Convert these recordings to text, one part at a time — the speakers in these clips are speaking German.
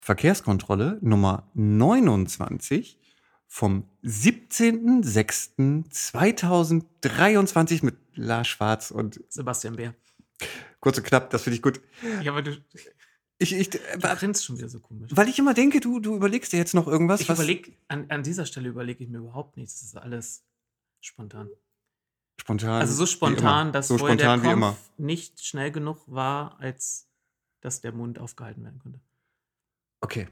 Verkehrskontrolle Nummer 29 vom 17.06.2023 mit Lars Schwarz und Sebastian Bär. kurz und knapp, das finde ich gut. Ja, aber du grinst schon wieder so komisch. Weil ich immer denke, du überlegst dir jetzt noch irgendwas. An dieser Stelle überlege ich mir überhaupt nichts. Das ist alles spontan. Spontan. Also so spontan, dass so vorher spontan der wie immer. Kopf nicht schnell genug war, als dass der Mund aufgehalten werden konnte. Okay.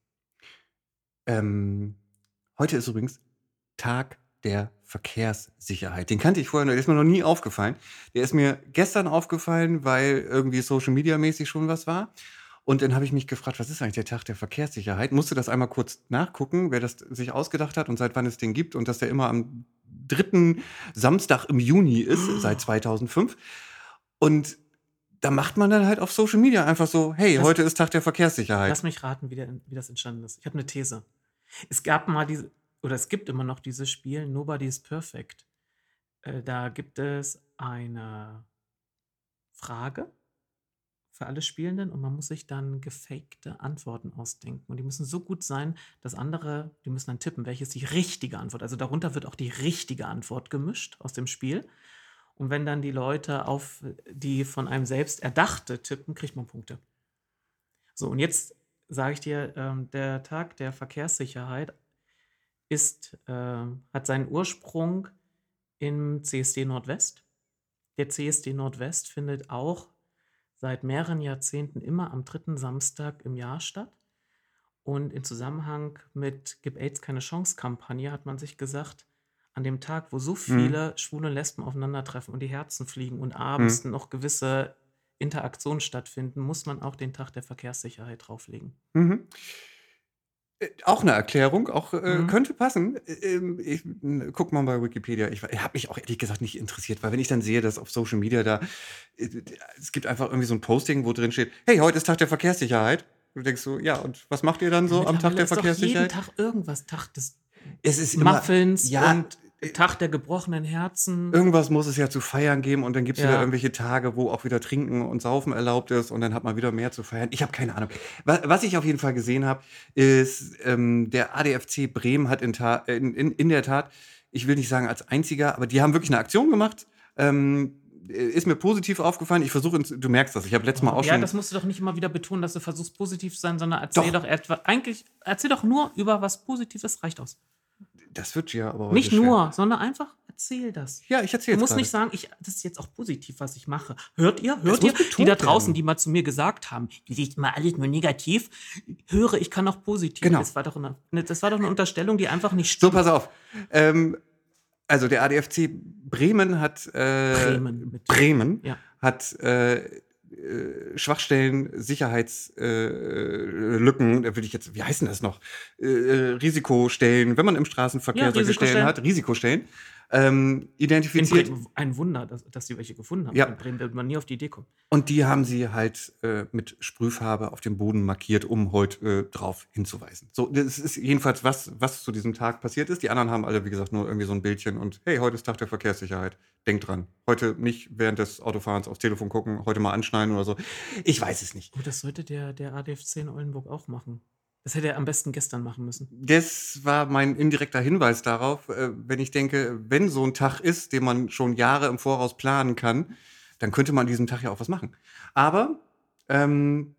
Heute ist übrigens Tag der Verkehrssicherheit. Den kannte ich vorher, der ist mir noch nie aufgefallen. Der ist mir gestern aufgefallen, weil irgendwie Social Media mäßig schon was war. Und dann habe ich mich gefragt, was ist eigentlich der Tag der Verkehrssicherheit? Musste das einmal kurz nachgucken, wer das sich ausgedacht hat und seit wann es den gibt und dass der immer am 3. Samstag im Juni ist, seit 2005. Und da macht man dann halt auf Social Media einfach so, hey, heute ist Tag der Verkehrssicherheit. Lass mich raten, wie das entstanden ist. Ich habe eine These. Es gibt immer noch dieses Spiel Nobody is Perfect. Da gibt es eine Frage für alle Spielenden und man muss sich dann gefakte Antworten ausdenken. Und die müssen so gut sein, dass die müssen dann tippen, welche ist die richtige Antwort. Also darunter wird auch die richtige Antwort gemischt aus dem Spiel. Und wenn dann die Leute auf die von einem selbst erdachte tippen, kriegt man Punkte. So, und jetzt sage ich dir, der Tag der Verkehrssicherheit hat seinen Ursprung im CSD Nordwest. Der CSD Nordwest findet auch seit mehreren Jahrzehnten immer am 3. Samstag im Jahr statt. Und im Zusammenhang mit Gib AIDS keine Chance-Kampagne hat man sich gesagt, an dem Tag, wo so viele Schwule und Lesben aufeinandertreffen und die Herzen fliegen und abends noch gewisse Interaktionen stattfinden, muss man auch den Tag der Verkehrssicherheit drauflegen. Auch eine Erklärung, könnte passen. Guck mal bei Wikipedia. Ich habe mich auch ehrlich gesagt nicht interessiert, weil wenn ich dann sehe, dass auf Social Media es gibt einfach irgendwie so ein Posting, wo drin steht, hey, heute ist Tag der Verkehrssicherheit. Du denkst so, ja, und was macht ihr dann so am Tag der Verkehrssicherheit? Jeden Tag irgendwas, Tag des Es ist immer, Muffins und Tag der gebrochenen Herzen. Irgendwas muss es ja zu feiern geben und dann gibt es wieder irgendwelche Tage, wo auch wieder Trinken und Saufen erlaubt ist und dann hat man wieder mehr zu feiern. Ich habe keine Ahnung. Was ich auf jeden Fall gesehen habe, ist, der ADFC Bremen hat in der Tat, ich will nicht sagen als einziger, aber die haben wirklich eine Aktion gemacht. Ist mir positiv aufgefallen. Ich versuche, du merkst das, ich habe letztes Mal auch schon... Ja, das musst du doch nicht immer wieder betonen, dass du versuchst, positiv zu sein, sondern erzähl doch nur über was Positives, reicht aus. Das wird ja aber heute nicht nur, sondern einfach erzähl das. Ja, ich erzähl's. Du musst nicht sagen, das ist jetzt auch positiv, was ich mache. Hört ihr? Die da draußen, die mal zu mir gesagt haben, du siehst mal alles nur negativ. Ich kann auch positiv. Genau. Das war doch eine Unterstellung, die einfach nicht stimmt. So, pass auf. Also der ADFC Bremen hat Bremen hat Schwachstellen, Sicherheitslücken, wie heißen das noch? Risikostellen, wenn man im Straßenverkehr solche Stellen hat, Risikostellen, identifiziert. In Bremen ein Wunder, dass sie welche gefunden haben. Ja. In Bremen wird man nie auf die Idee kommen. Und die haben sie halt mit Sprühfarbe auf dem Boden markiert, um heute drauf hinzuweisen. So, das ist jedenfalls was zu diesem Tag passiert ist. Die anderen haben alle, wie gesagt, nur irgendwie so ein Bildchen und hey, heute ist Tag der Verkehrssicherheit. Denkt dran. Heute nicht während des Autofahrens aufs Telefon gucken, heute mal anschneiden oder so. Ich weiß es nicht. Oh, das sollte der ADFC in Oldenburg auch machen. Das hätte er am besten gestern machen müssen. Das war mein indirekter Hinweis darauf, wenn ich denke, wenn so ein Tag ist, den man schon Jahre im Voraus planen kann, dann könnte man an diesem Tag ja auch was machen. Aber, nein.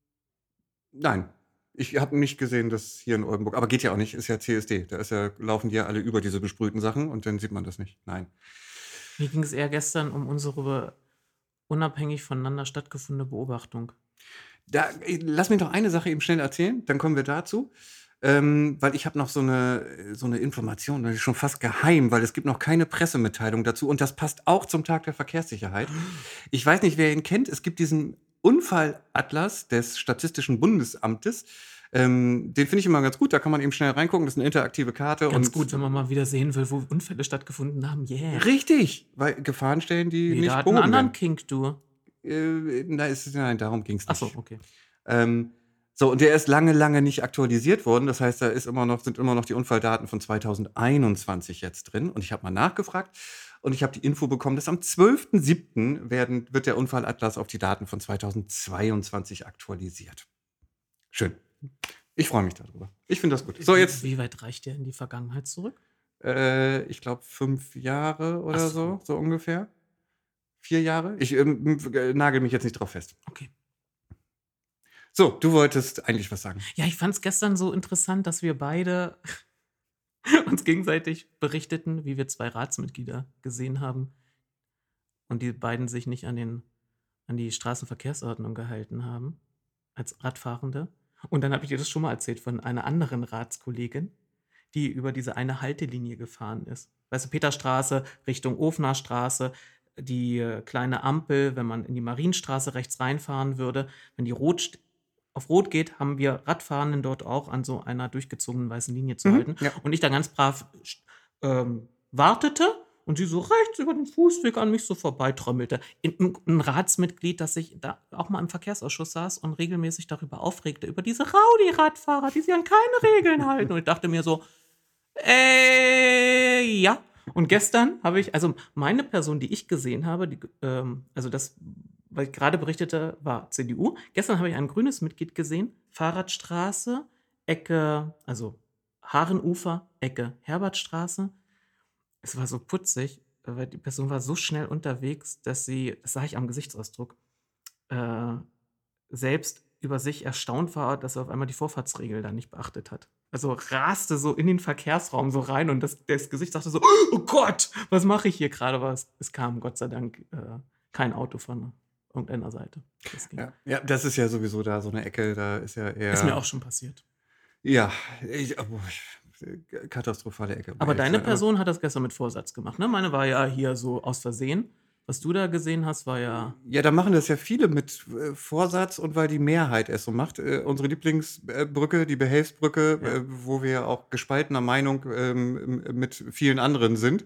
Ich habe nicht gesehen, dass hier in Oldenburg, aber geht ja auch nicht, ist ja CSD. Da laufen die ja alle über diese besprühten Sachen und dann sieht man das nicht. Nein. Mir ging es eher gestern um unsere unabhängig voneinander stattgefundene Beobachtung. Lass mich noch eine Sache eben schnell erzählen, dann kommen wir dazu. Weil ich habe noch so eine Information, das ist schon fast geheim, weil es gibt noch keine Pressemitteilung dazu und das passt auch zum Tag der Verkehrssicherheit. Ich weiß nicht, wer ihn kennt, es gibt diesen Unfallatlas des Statistischen Bundesamtes. Den finde ich immer ganz gut, da kann man eben schnell reingucken, das ist eine interaktive Karte. Ganz gut, wenn man mal wieder sehen will, wo Unfälle stattgefunden haben, yeah. Richtig, weil Gefahrenstellen, die nicht da hat einen anderen Kink, du. Nein, darum ging es nicht. Ach so, okay. So, und der ist lange nicht aktualisiert worden. Das heißt, da sind immer noch die Unfalldaten von 2021 jetzt drin. Und ich habe mal nachgefragt und ich habe die Info bekommen, dass am 12.07. wird der Unfallatlas auf die Daten von 2022 aktualisiert. Schön. Ich freue mich darüber. Ich finde das gut. So, jetzt, Wie weit reicht der in die Vergangenheit zurück? ich glaube, 5 Jahre Ach oder so. so ungefähr. 4 Jahre. Ich nagel mich jetzt nicht drauf fest. Okay. So, du wolltest eigentlich was sagen. Ja, ich fand es gestern so interessant, dass wir beide uns gegenseitig berichteten, wie wir 2 Ratsmitglieder gesehen haben und die beiden sich nicht an die Straßenverkehrsordnung gehalten haben als Radfahrende. Und dann habe ich dir das schon mal erzählt von einer anderen Ratskollegin, die über diese eine Haltelinie gefahren ist. Weißt du, Peterstraße Richtung Ofener Straße, die kleine Ampel, wenn man in die Marienstraße rechts reinfahren würde, wenn die auf Rot geht, haben wir Radfahrenden dort auch an so einer durchgezogenen weißen Linie zu halten. Ja. Und ich da ganz brav wartete und sie so rechts über den Fußweg an mich so vorbeitrommelte. Ein Ratsmitglied, das sich da auch mal im Verkehrsausschuss saß und regelmäßig darüber aufregte, über diese Rowdy-Radfahrer, die sich an keine Regeln halten. Und ich dachte mir so, ja. Und gestern habe ich, also meine Person, die ich gesehen habe, also das, was ich gerade berichtete, war CDU. Gestern habe ich ein grünes Mitglied gesehen, Fahrradstraße, Ecke, also Haarenufer, Ecke Herbertstraße. Es war so putzig, weil die Person war so schnell unterwegs, dass sie, das sah ich am Gesichtsausdruck, selbst über sich erstaunt war, dass er auf einmal die Vorfahrtsregel da nicht beachtet hat. Also raste so in den Verkehrsraum so rein und das Gesicht sagte so, oh Gott, was mache ich hier gerade? Aber es kam Gott sei Dank kein Auto von irgendeiner Seite. Das ging. Ja, das ist ja sowieso da so eine Ecke, da ist ja eher. Ist mir auch schon passiert. Ja, katastrophale Ecke. Aber deine Person hat das gestern mit Vorsatz gemacht, ne? Meine war ja hier so aus Versehen. Was du da gesehen hast, war ja. Ja, da machen das ja viele mit Vorsatz und weil die Mehrheit es so macht. Unsere Lieblingsbrücke, die Behelfsbrücke, Ja. wo wir auch gespaltener Meinung mit vielen anderen sind.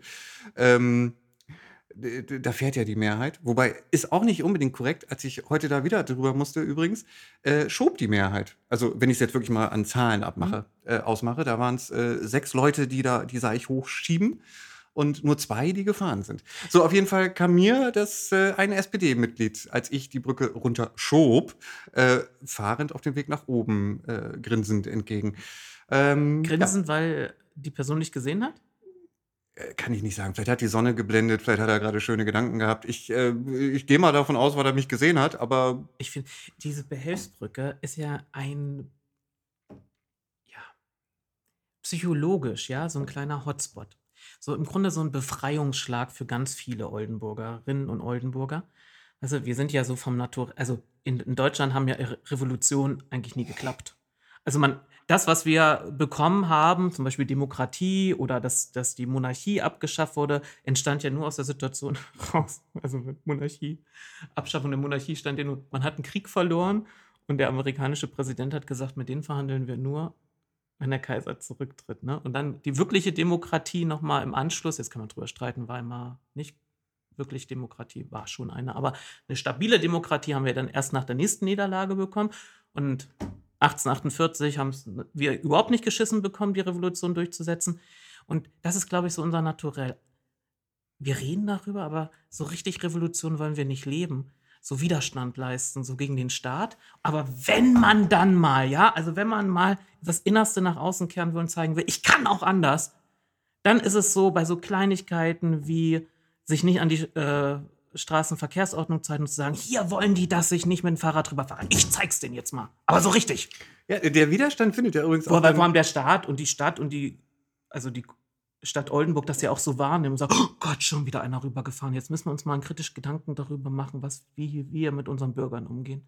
Da fährt ja die Mehrheit. Wobei, ist auch nicht unbedingt korrekt, als ich heute da wieder drüber musste übrigens, schob die Mehrheit. Also wenn ich es jetzt wirklich mal an Zahlen ausmache, da waren es 6 Leute, die sah ich hochschieben und nur 2, die gefahren sind. So, auf jeden Fall kam mir ein SPD-Mitglied, als ich die Brücke runterschob, fahrend auf dem Weg nach oben, grinsend entgegen. Grinsend, weil die Person nicht gesehen hat? Kann ich nicht sagen. Vielleicht hat die Sonne geblendet, vielleicht hat er gerade schöne Gedanken gehabt. Ich gehe mal davon aus, weil er mich gesehen hat, aber. Ich finde, diese Behelfsbrücke ist ja psychologisch, ja, so ein kleiner Hotspot. So im Grunde so ein Befreiungsschlag für ganz viele Oldenburgerinnen und Oldenburger. Also wir sind ja so vom Natur, also in Deutschland haben ja Revolutionen eigentlich nie geklappt. Also das, was wir bekommen haben, zum Beispiel Demokratie oder dass die Monarchie abgeschafft wurde, entstand ja nur aus der Situation raus. Also mit Monarchie, Abschaffung der Monarchie stand ja nur, man hat einen Krieg verloren und der amerikanische Präsident hat gesagt, mit denen verhandeln wir nur, wenn der Kaiser zurücktritt. Ne? Und dann die wirkliche Demokratie nochmal im Anschluss, jetzt kann man drüber streiten, Weimar nicht wirklich Demokratie, war schon eine, aber eine stabile Demokratie haben wir dann erst nach der nächsten Niederlage bekommen und 1848 haben wir überhaupt nicht geschissen bekommen, die Revolution durchzusetzen. Und das ist, glaube ich, so unser Naturell. Wir reden darüber, aber so richtig Revolution wollen wir nicht leben. So Widerstand leisten, so gegen den Staat. Aber wenn man dann mal, also wenn man mal das Innerste nach außen kehren will und zeigen will, ich kann auch anders, dann ist es so bei so Kleinigkeiten wie sich nicht an die Straßenverkehrsordnung zu halten und zu sagen, hier wollen die, dass ich nicht mit dem Fahrrad drüber fahre. Ich zeig's denen jetzt mal. Aber so richtig. Ja, der Widerstand findet ja übrigens Weil vor allem der Staat und die Stadt und die Stadt Oldenburg das ja auch so wahrnehmen und sagen, oh Gott, schon wieder einer rübergefahren. Jetzt müssen wir uns mal einen kritischen Gedanken darüber machen, wie wir mit unseren Bürgern umgehen.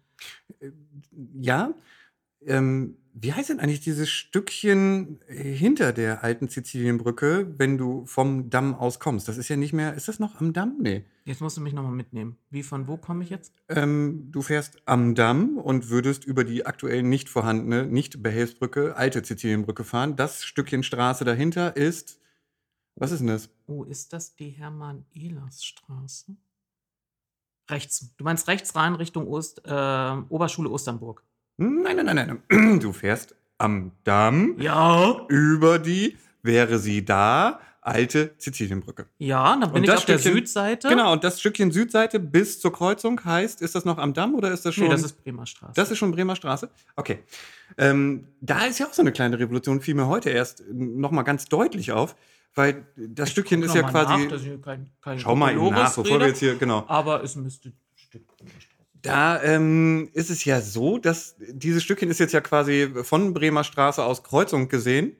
Ja. Wie heißt denn eigentlich dieses Stückchen hinter der alten Sizilienbrücke, wenn du vom Damm aus kommst? Das ist ja nicht mehr, ist das noch am Damm? Nee. Jetzt musst du mich nochmal mitnehmen. Von wo komme ich jetzt? Du fährst am Damm und würdest über die aktuell nicht vorhandene, nicht Behelfsbrücke, alte Sizilienbrücke fahren. Das Stückchen Straße dahinter ist, was ist denn das? Oh, ist das die Hermann-Ehlers-Straße? Rechts. Du meinst rechts rein Richtung Oberschule Osternburg. Nein. Du fährst am Damm. Ja. Über die, wäre sie da, alte Sizilienbrücke. Ja, dann bin Und ich das auf der Stückchen, Südseite. genau, und das Stückchen Südseite bis zur Kreuzung heißt, ist das noch am Damm oder ist das Nee, schon? das ist Bremer Straße. Das ist schon Bremer Straße? Okay. Da ist ja auch so eine kleine Revolution, fiel mir heute erst nochmal ganz deutlich auf, weil das Stückchen Guck ist noch ja mal quasi. nach, das ist kein Schau mal eben nach, bevor wir jetzt hier, genau. aber es müsste ein Stück Bremer Straße sein. Da ist es ja so, dass dieses Stückchen ist jetzt ja quasi von Bremer Straße aus Kreuzung gesehen.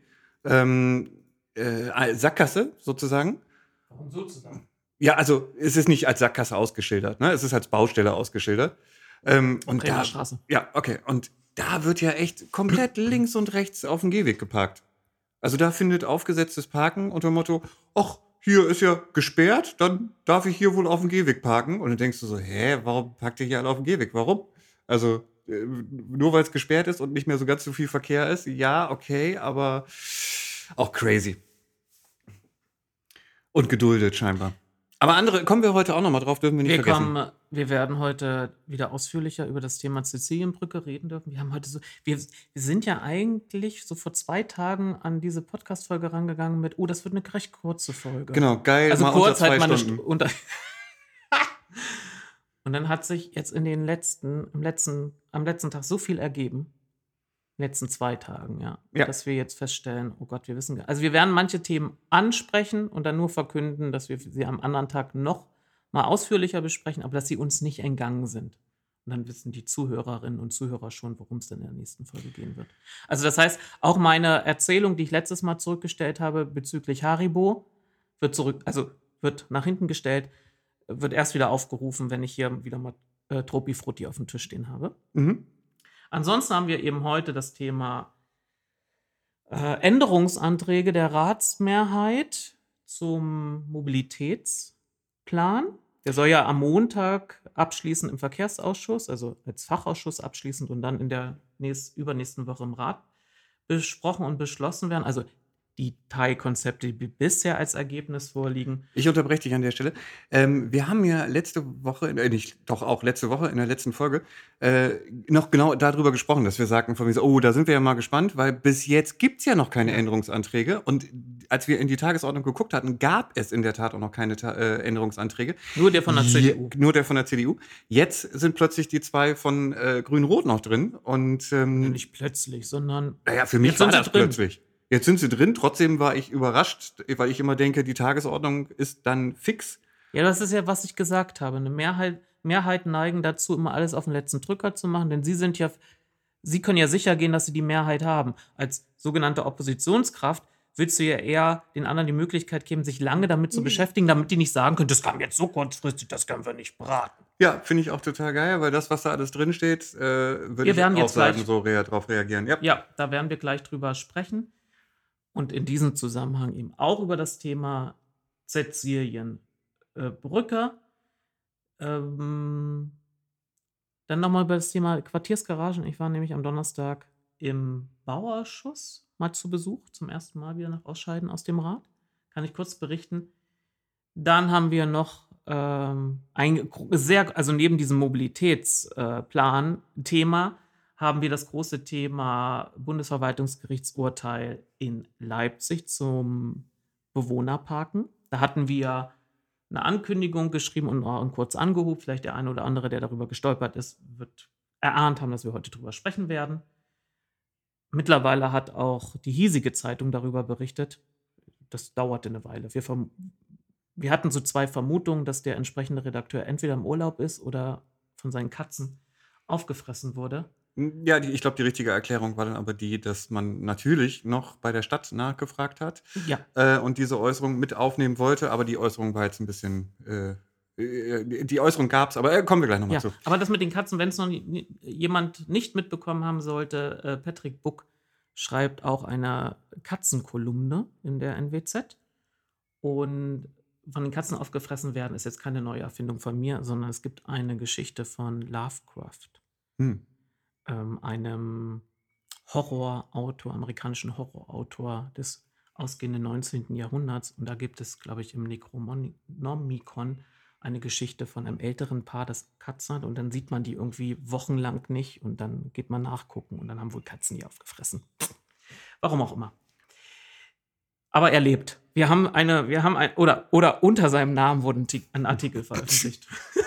Sackgasse sozusagen. Warum sozusagen? Ja, also es ist nicht als Sackgasse ausgeschildert, ne? Es ist als Baustelle ausgeschildert. Und Bremer da, Straße. ja, okay. Und da wird ja echt komplett links und rechts auf dem Gehweg geparkt. Also da findet aufgesetztes Parken unter dem Motto, ach, hier ist ja gesperrt, dann darf ich hier wohl auf dem Gehweg parken. Und dann denkst du so, warum parkt ihr hier alle auf dem Gehweg? Warum? Also nur weil es gesperrt ist und nicht mehr so ganz so viel Verkehr ist, ja, okay, aber auch crazy. Und geduldet scheinbar. Aber andere, kommen wir heute auch noch mal drauf, dürfen wir nicht vergessen. Wir werden heute wieder ausführlicher über das Thema Sizilienbrücke reden dürfen. Wir sind ja eigentlich so vor 2 Tagen an diese Podcast-Folge rangegangen mit, das wird eine recht kurze Folge. Genau, geil, Also mal kurz unter 2 halt mal eine Stunden. Stunde. Und dann hat sich jetzt am letzten Tag so viel ergeben. Letzten 2 Tagen, ja. Dass wir jetzt feststellen, oh Gott, wir wissen gar nicht. Also wir werden manche Themen ansprechen und dann nur verkünden, dass wir sie am anderen Tag noch mal ausführlicher besprechen, aber dass sie uns nicht entgangen sind. Und dann wissen die Zuhörerinnen und Zuhörer schon, worum es denn in der nächsten Folge gehen wird. Also das heißt, auch meine Erzählung, die ich letztes Mal zurückgestellt habe bezüglich Haribo, wird nach hinten gestellt, wird erst wieder aufgerufen, wenn ich hier wieder mal Tropi Frutti auf dem Tisch stehen habe. Mhm. Ansonsten haben wir eben heute das Thema Änderungsanträge der Ratsmehrheit zum Mobilitätsplan. Der soll ja am Montag abschließend im Verkehrsausschuss, also als Fachausschuss abschließend und dann in der übernächsten Woche im Rat besprochen und beschlossen werden. Also die Teilkonzepte, die bisher als Ergebnis vorliegen. Ich unterbreche dich an der Stelle. Wir haben ja letzte Woche in der letzten Folge, noch genau darüber gesprochen, dass wir sagten, da sind wir ja mal gespannt, weil bis jetzt gibt es ja noch keine Änderungsanträge. Und als wir in die Tagesordnung geguckt hatten, gab es in der Tat auch noch keine Änderungsanträge. Nur der von der CDU. Nur der von der CDU. Jetzt sind plötzlich die 2 von Grün-Rot noch drin. Und nicht plötzlich, sondern naja, für mich jetzt sind war sie das drin. plötzlich. Jetzt sind sie drin, trotzdem war ich überrascht, weil ich immer denke, die Tagesordnung ist dann fix. Ja, das ist ja, was ich gesagt habe. Eine Mehrheit neigen dazu, immer alles auf den letzten Drücker zu machen, denn sie können ja sicher gehen, dass sie die Mehrheit haben. Als sogenannte Oppositionskraft willst du ja eher den anderen die Möglichkeit geben, sich lange damit zu beschäftigen, damit die nicht sagen können, das kam jetzt so kurzfristig, das können wir nicht braten. Ja, finde ich auch total geil, weil das, was da alles drinsteht, würde ich werden auch jetzt sagen, gleich- so drauf reagieren. Ja. Ja, da werden wir gleich drüber sprechen. Und in diesem Zusammenhang eben auch über das Thema Sizilienbrücke. Dann nochmal über das Thema Quartiersgaragen. Ich war nämlich am Donnerstag im Bauausschuss mal zu Besuch, zum ersten Mal wieder nach Ausscheiden aus dem Rat. Kann ich kurz berichten. Dann haben wir noch neben diesem Mobilitätsplan-Thema haben wir das große Thema Bundesverwaltungsgerichtsurteil in Leipzig zum Bewohnerparken. Da hatten wir eine Ankündigung geschrieben und kurz angehobt. Vielleicht der eine oder andere, der darüber gestolpert ist, wird erahnt haben, dass wir heute darüber sprechen werden. Mittlerweile hat auch die hiesige Zeitung darüber berichtet. Das dauerte eine Weile. Wir hatten so 2 Vermutungen, dass der entsprechende Redakteur entweder im Urlaub ist oder von seinen Katzen aufgefressen wurde. Ja, ich glaube, die richtige Erklärung war dann aber die, dass man natürlich noch bei der Stadt nachgefragt hat und diese Äußerung mit aufnehmen wollte, aber die Äußerung war jetzt ein bisschen, die Äußerung gab es, aber kommen wir gleich nochmal zu. Aber das mit den Katzen, wenn es noch jemand nicht mitbekommen haben sollte, Patrick Buck schreibt auch eine Katzenkolumne in der NWZ und von den Katzen aufgefressen werden ist jetzt keine neue Erfindung von mir, sondern es gibt eine Geschichte von Lovecraft. Einem amerikanischen Horrorautor des ausgehenden 19. Jahrhunderts. Und da gibt es, glaube ich, im Necronomicon eine Geschichte von einem älteren Paar, das Katzen hat. Und dann sieht man die irgendwie wochenlang nicht. Und dann geht man nachgucken. Und dann haben wohl Katzen die aufgefressen. Warum auch immer. Aber er lebt. Wir haben oder unter seinem Namen wurde ein Artikel veröffentlicht.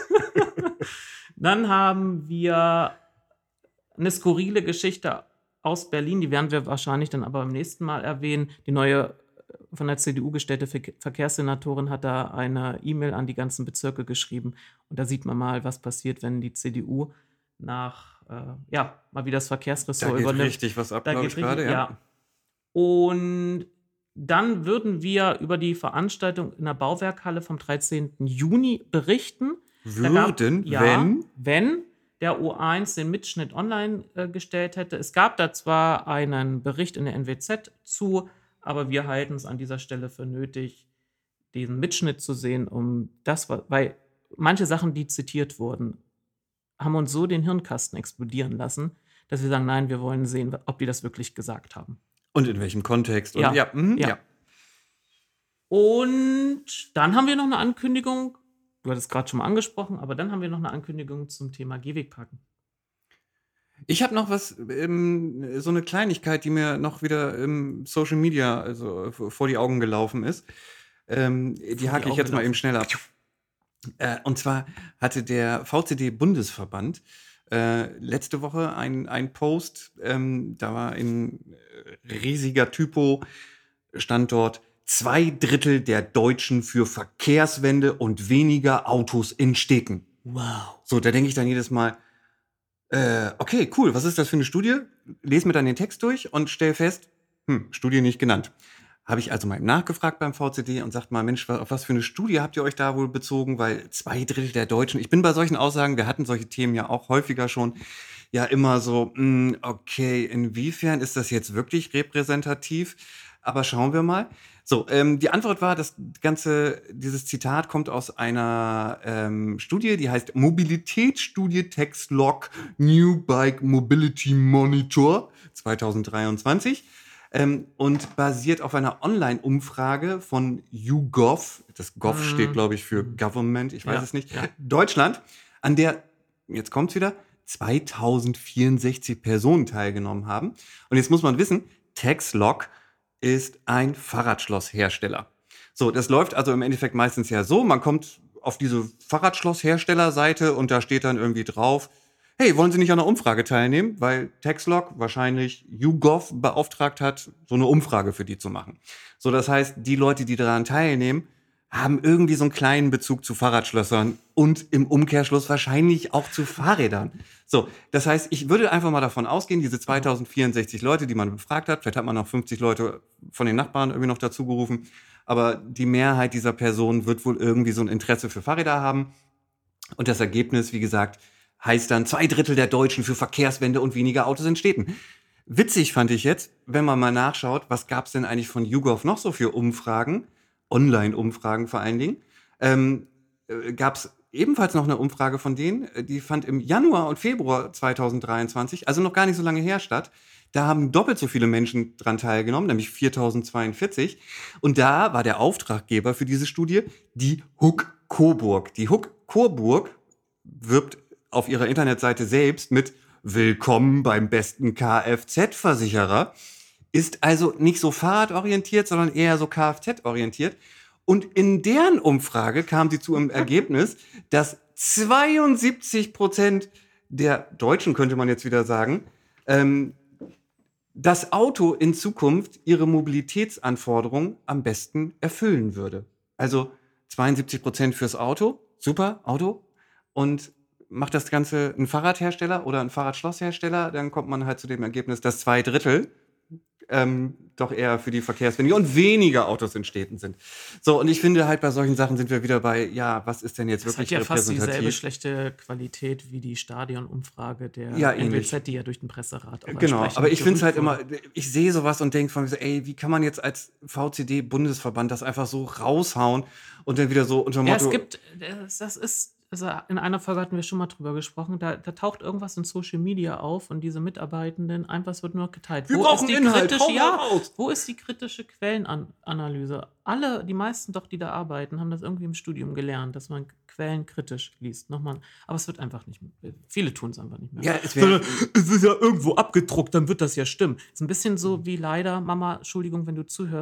Dann haben wir eine skurrile Geschichte aus Berlin, die werden wir wahrscheinlich dann aber beim nächsten Mal erwähnen. Die neue von der CDU gestellte Verkehrssenatorin hat da eine E-Mail an die ganzen Bezirke geschrieben. Und da sieht man mal, was passiert, wenn die CDU mal wie das Verkehrsressort Da geht übernimmt. richtig was ab, Da glaube geht ich gerade. richtig, ja. Und dann würden wir über die Veranstaltung in der Bauwerkhalle vom 13. Juni berichten. Wenn der O1 den Mitschnitt online gestellt hätte. Es gab da zwar einen Bericht in der NWZ zu, aber wir halten es an dieser Stelle für nötig, diesen Mitschnitt zu sehen, weil manche Sachen, die zitiert wurden, haben uns so den Hirnkasten explodieren lassen, dass wir sagen, nein, wir wollen sehen, ob die das wirklich gesagt haben. Und in welchem Kontext. Und Ja. Und dann haben wir noch eine Ankündigung. Du hattest gerade schon mal angesprochen, aber dann haben wir noch eine Ankündigung zum Thema Gehwegparken. Ich habe noch was, so eine Kleinigkeit, die mir noch wieder im Social Media, also vor die Augen gelaufen ist. Die hake ich jetzt mal eben schnell ab. Und zwar hatte der VCD-Bundesverband letzte Woche ein Post, da war in riesiger Typo, stand dort: 2/3 der Deutschen für Verkehrswende und weniger Autos in Städten. Wow. So, da denke ich dann jedes Mal, okay, cool, was ist das für eine Studie? Lese mir dann den Text durch und stelle fest, Studie nicht genannt. Habe ich also mal nachgefragt beim VCD und sagt mal, Mensch, auf was für eine Studie habt ihr euch da wohl bezogen? Weil 2/3 der Deutschen, ich bin bei solchen Aussagen, wir hatten solche Themen ja auch häufiger schon, ja immer so, okay, inwiefern ist das jetzt wirklich repräsentativ? Aber schauen wir mal. So, die Antwort war, dieses Zitat kommt aus einer Studie, die heißt Mobilitätsstudie TextLog New Bike Mobility Monitor 2023 und basiert auf einer Online-Umfrage von YouGov. Das Gov steht, glaube ich, für Government, ich weiß es nicht. Ja. Deutschland, an der, jetzt kommt's wieder, 2064 Personen teilgenommen haben. Und jetzt muss man wissen, TextLog ist ein Fahrradschlosshersteller. So, das läuft also im Endeffekt meistens ja so, man kommt auf diese Fahrradschlossherstellerseite und da steht dann irgendwie drauf, hey, wollen Sie nicht an einer Umfrage teilnehmen? Weil TextLog wahrscheinlich YouGov beauftragt hat, so eine Umfrage für die zu machen. So, das heißt, die Leute, die daran teilnehmen, haben irgendwie so einen kleinen Bezug zu Fahrradschlössern und im Umkehrschluss wahrscheinlich auch zu Fahrrädern. So, das heißt, ich würde einfach mal davon ausgehen, diese 2064 Leute, die man befragt hat, vielleicht hat man noch 50 Leute von den Nachbarn irgendwie noch dazu gerufen, aber die Mehrheit dieser Personen wird wohl irgendwie so ein Interesse für Fahrräder haben. Und das Ergebnis, wie gesagt, heißt dann 2/3 der Deutschen für Verkehrswende und weniger Autos in Städten. Witzig fand ich jetzt, wenn man mal nachschaut, was gab es denn eigentlich von YouGov noch so für Umfragen, Online-Umfragen vor allen Dingen, gab es ebenfalls noch eine Umfrage von denen, die fand im Januar und Februar 2023, also noch gar nicht so lange her, statt. Da haben doppelt so viele Menschen dran teilgenommen, nämlich 4042. Und da war der Auftraggeber für diese Studie die HUK Coburg. Die HUK Coburg wirbt auf ihrer Internetseite selbst mit Willkommen beim besten Kfz-Versicherer. Ist also nicht so fahrradorientiert, sondern eher so Kfz-orientiert. Und in deren Umfrage kam sie zu einem Ergebnis, dass 72% der Deutschen, könnte man jetzt wieder sagen, das Auto in Zukunft ihre Mobilitätsanforderungen am besten erfüllen würde. Also 72% fürs Auto, super, Auto. Und macht das Ganze ein Fahrradhersteller oder ein Fahrradschlosshersteller, dann kommt man halt zu dem Ergebnis, dass 2/3 doch eher für die Verkehrswende und weniger Autos in Städten sind. So, und ich finde halt, bei solchen Sachen sind wir wieder bei, ja, was ist denn jetzt wirklich repräsentativ? Das hat ja fast dieselbe repräsentativ? schlechte Qualität wie die Stadionumfrage der Ja, ähnlich. NWZ, die ja durch den Presserat auch Genau, entsprechend aber ich finde es halt gerügt immer, ich sehe sowas und denke von mir so, ey, wie kann man jetzt als VCD-Bundesverband das einfach so raushauen und dann wieder so unter dem Ja, Motto, es gibt, also in einer Folge hatten wir schon mal drüber gesprochen, da taucht irgendwas in Social Media auf und diese Mitarbeitenden, einfach es wird nur geteilt. wir brauchen Inhalt, hau mal raus. Wo ist die kritische Quellenanalyse? Die meisten doch, die da arbeiten, haben das irgendwie im Studium gelernt, dass man Quellen kritisch liest. Nochmal, aber es wird einfach nicht mehr. Viele tun es einfach nicht mehr. Ja, es ist ja irgendwo abgedruckt, dann wird das ja stimmen. Ist ein bisschen so wie leider, Mama, Entschuldigung, wenn du zuhörst,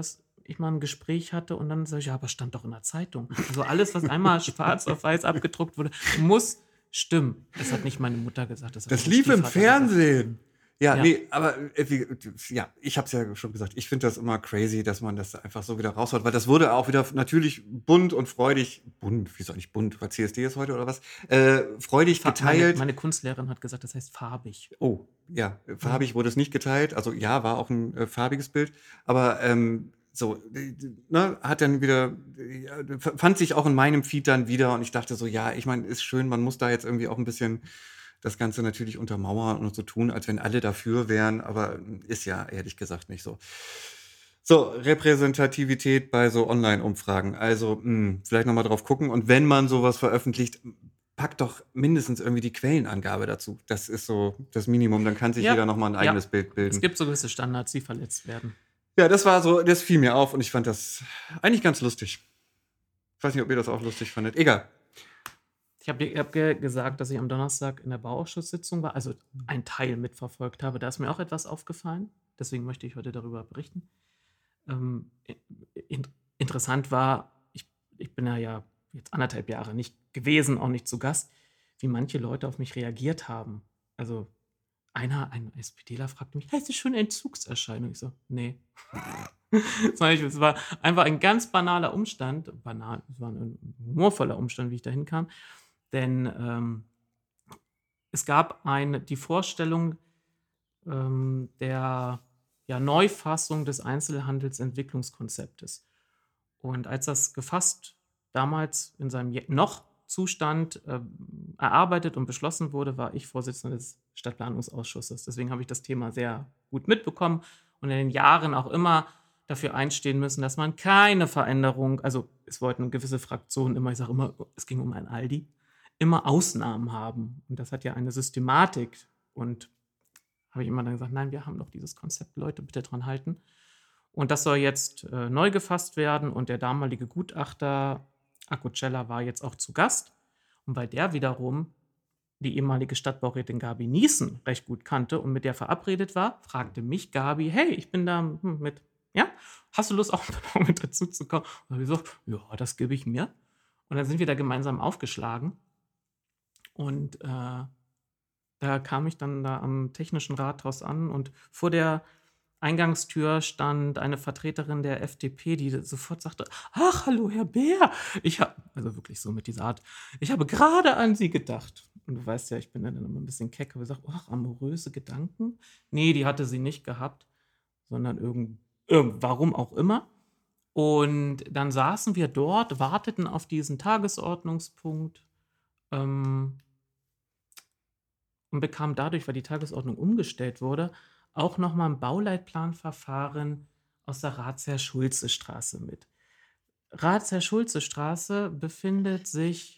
ich mal ein Gespräch hatte und dann sage ich: „Ja, aber stand doch in der Zeitung.“ Also, alles, was einmal schwarz auf weiß abgedruckt wurde, muss stimmen. Das hat nicht meine Mutter gesagt, das hat Das mein lief im Stiefvater gesagt. Fernsehen. Ja, Ja. nee, aber ja, ich habe es ja schon gesagt, ich finde das immer crazy, dass man das einfach so wieder raushaut, weil das wurde auch wieder natürlich bunt und freudig bunt, wieso eigentlich bunt, weil CSD ist heute oder was? Freudig Fa meine geteilt. meine Kunstlehrerin hat gesagt, das heißt farbig. Oh, ja, Mhm. farbig wurde es nicht geteilt. Also ja, war auch ein farbiges Bild, aber so, ne, hat dann wieder, ja, fand sich auch in meinem Feed dann wieder und ich dachte so, ja, ich meine, ist schön, man muss da jetzt irgendwie auch ein bisschen das Ganze natürlich untermauern und so tun, als wenn alle dafür wären, aber ist ja ehrlich gesagt nicht so. So, Repräsentativität bei so Online-Umfragen. Also, vielleicht noch mal drauf gucken und wenn man sowas veröffentlicht, packt doch mindestens irgendwie die Quellenangabe dazu. Das ist so das Minimum, dann kann sich jeder Ja, noch mal 'n ja. eigenes Bild Es bilden. gibt so gewisse Standards, die verletzt werden. Ja, das fiel mir auf und ich fand das eigentlich ganz lustig. Ich weiß nicht, ob ihr das auch lustig fandet. Egal. Ich habe gesagt, dass ich am Donnerstag in der Bauausschusssitzung war, also einen Teil mitverfolgt habe. Da ist mir auch etwas aufgefallen, deswegen möchte ich heute darüber berichten. I in interessant war, ich bin ja jetzt 1,5 Jahre nicht gewesen, auch nicht zu Gast, wie manche Leute auf mich reagiert haben. Also, ein SPDler fragte mich: „Hast du schon Entzugserscheinungen?“ Ich so: „Ne.“ Es war einfach ein ganz banaler Umstand, banal, es war ein humorvoller Umstand, wie ich da hinkam, denn, es gab die Vorstellung, der, ja, Neufassung des Einzelhandelsentwicklungskonzeptes. Und als das gefasst damals in seinem Zustand, erarbeitet und beschlossen wurde, war ich Vorsitzender des Stadtplanungsausschusses. Deswegen habe ich das Thema sehr gut mitbekommen und in den Jahren auch immer dafür einstehen müssen, dass man keine Veränderung, also, es wollten gewisse Fraktionen immer, ich sage immer, es ging um ein Aldi, immer Ausnahmen haben. Und das hat ja eine Systematik. Und habe ich immer dann gesagt: „Nein, wir haben doch dieses Konzept, Leute, bitte dran halten.“ Und das soll jetzt, neu gefasst werden und der damalige Gutachter Acocella war jetzt auch zu Gast. Und weil der wiederum die ehemalige Stadtbaurätin Gabi Niesen recht gut kannte und mit der verabredet war, fragte mich Gabi: „Hey, ich bin da, mit ja, hast du Lust, auch noch mit dazuzukommen?“ Und habe ich gesagt: „Ja, das gebe ich mir.“ Und dann sind wir da gemeinsam aufgeschlagen und, da kam ich dann da am Technischen Rathaus an und vor der Eingangstür stand eine Vertreterin der FDP, die sofort sagte: „Ach, hallo, Herr Beer. Ich habe“, also wirklich so mit dieser Art: „Ich habe gerade an Sie gedacht.“ Und du weißt ja, ich bin dann immer ein bisschen keck, habe gesagt: „Ach, amoröse Gedanken?“ Ne, die hatte sie nicht gehabt, sondern warum auch immer. Und dann saßen wir dort, warteten auf diesen Tagesordnungspunkt, ähm und bekam dadurch, weil die Tagesordnung umgestellt wurde, auch noch mal 'n Bauleitplanverfahren aus der Ratsherr-Schulze-Straße mit. Ratsherr-Schulze-Straße befindet sich,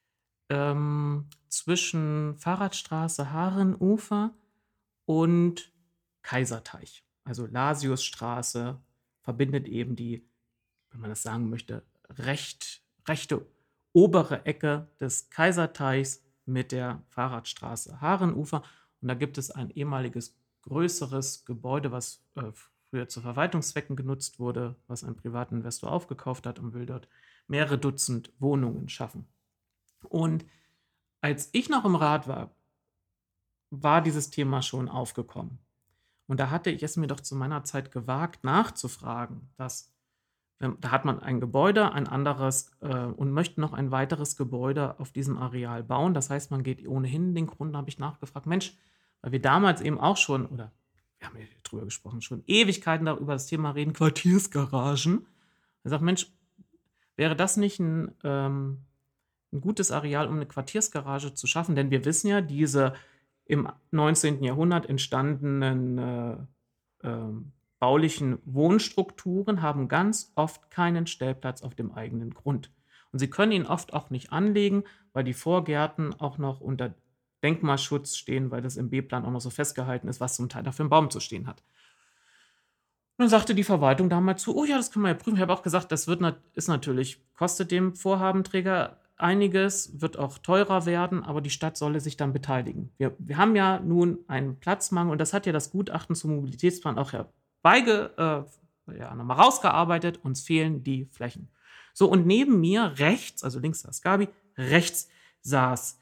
zwischen Fahrradstraße, Haarenufer und Kaiserteich. Also, Lasiusstraße verbindet eben die, wenn man das sagen möchte, rechte obere Ecke des Kaiserteichs mit der Fahrradstraße Haarenufer. Und da gibt es ein ehemaliges größeres Gebäude, was früher zu Verwaltungszwecken genutzt wurde, was ein Privatinvestor aufgekauft hat und will dort mehrere Dutzend Wohnungen schaffen. Und als ich noch im Rat war, war dieses Thema schon aufgekommen. Und da hatte ich es mir doch zu meiner Zeit gewagt, nachzufragen, dass da hat man ein Gebäude, ein anderes, und möchte noch ein weiteres Gebäude auf diesem Areal bauen. Das heißt, man geht ohnehin den Grund, da habe ich nachgefragt: „Mensch“, weil wir damals eben auch schon, oder wir haben ja drüber gesprochen, schon Ewigkeiten da über das Thema reden, Quartiersgaragen. Ich sage: „Mensch, wäre das nicht ein 'n gutes Areal, um eine Quartiersgarage zu schaffen?“ Denn wir wissen ja, diese im 19. Jahrhundert entstandenen, baulichen Wohnstrukturen haben ganz oft keinen Stellplatz auf dem eigenen Grund. Und sie können ihn oft auch nicht anlegen, weil die Vorgärten auch noch unter Denkmalschutz stehen, weil das im B-Plan auch noch so festgehalten ist, was zum Teil da für 'n Baum zu stehen hat. Und dann sagte die Verwaltung damals zu: „Oh ja, das können wir ja prüfen.“ Ich habe auch gesagt, das ist natürlich, kostet dem Vorhabenträger einiges, wird auch teurer werden, aber die Stadt solle sich dann beteiligen. Wir haben ja nun einen Platzmangel und das hat ja das Gutachten zum Mobilitätsplan auch ja noch mal rausgearbeitet, uns fehlen die Flächen. So, und neben mir rechts, also links saß Gabi, rechts saß,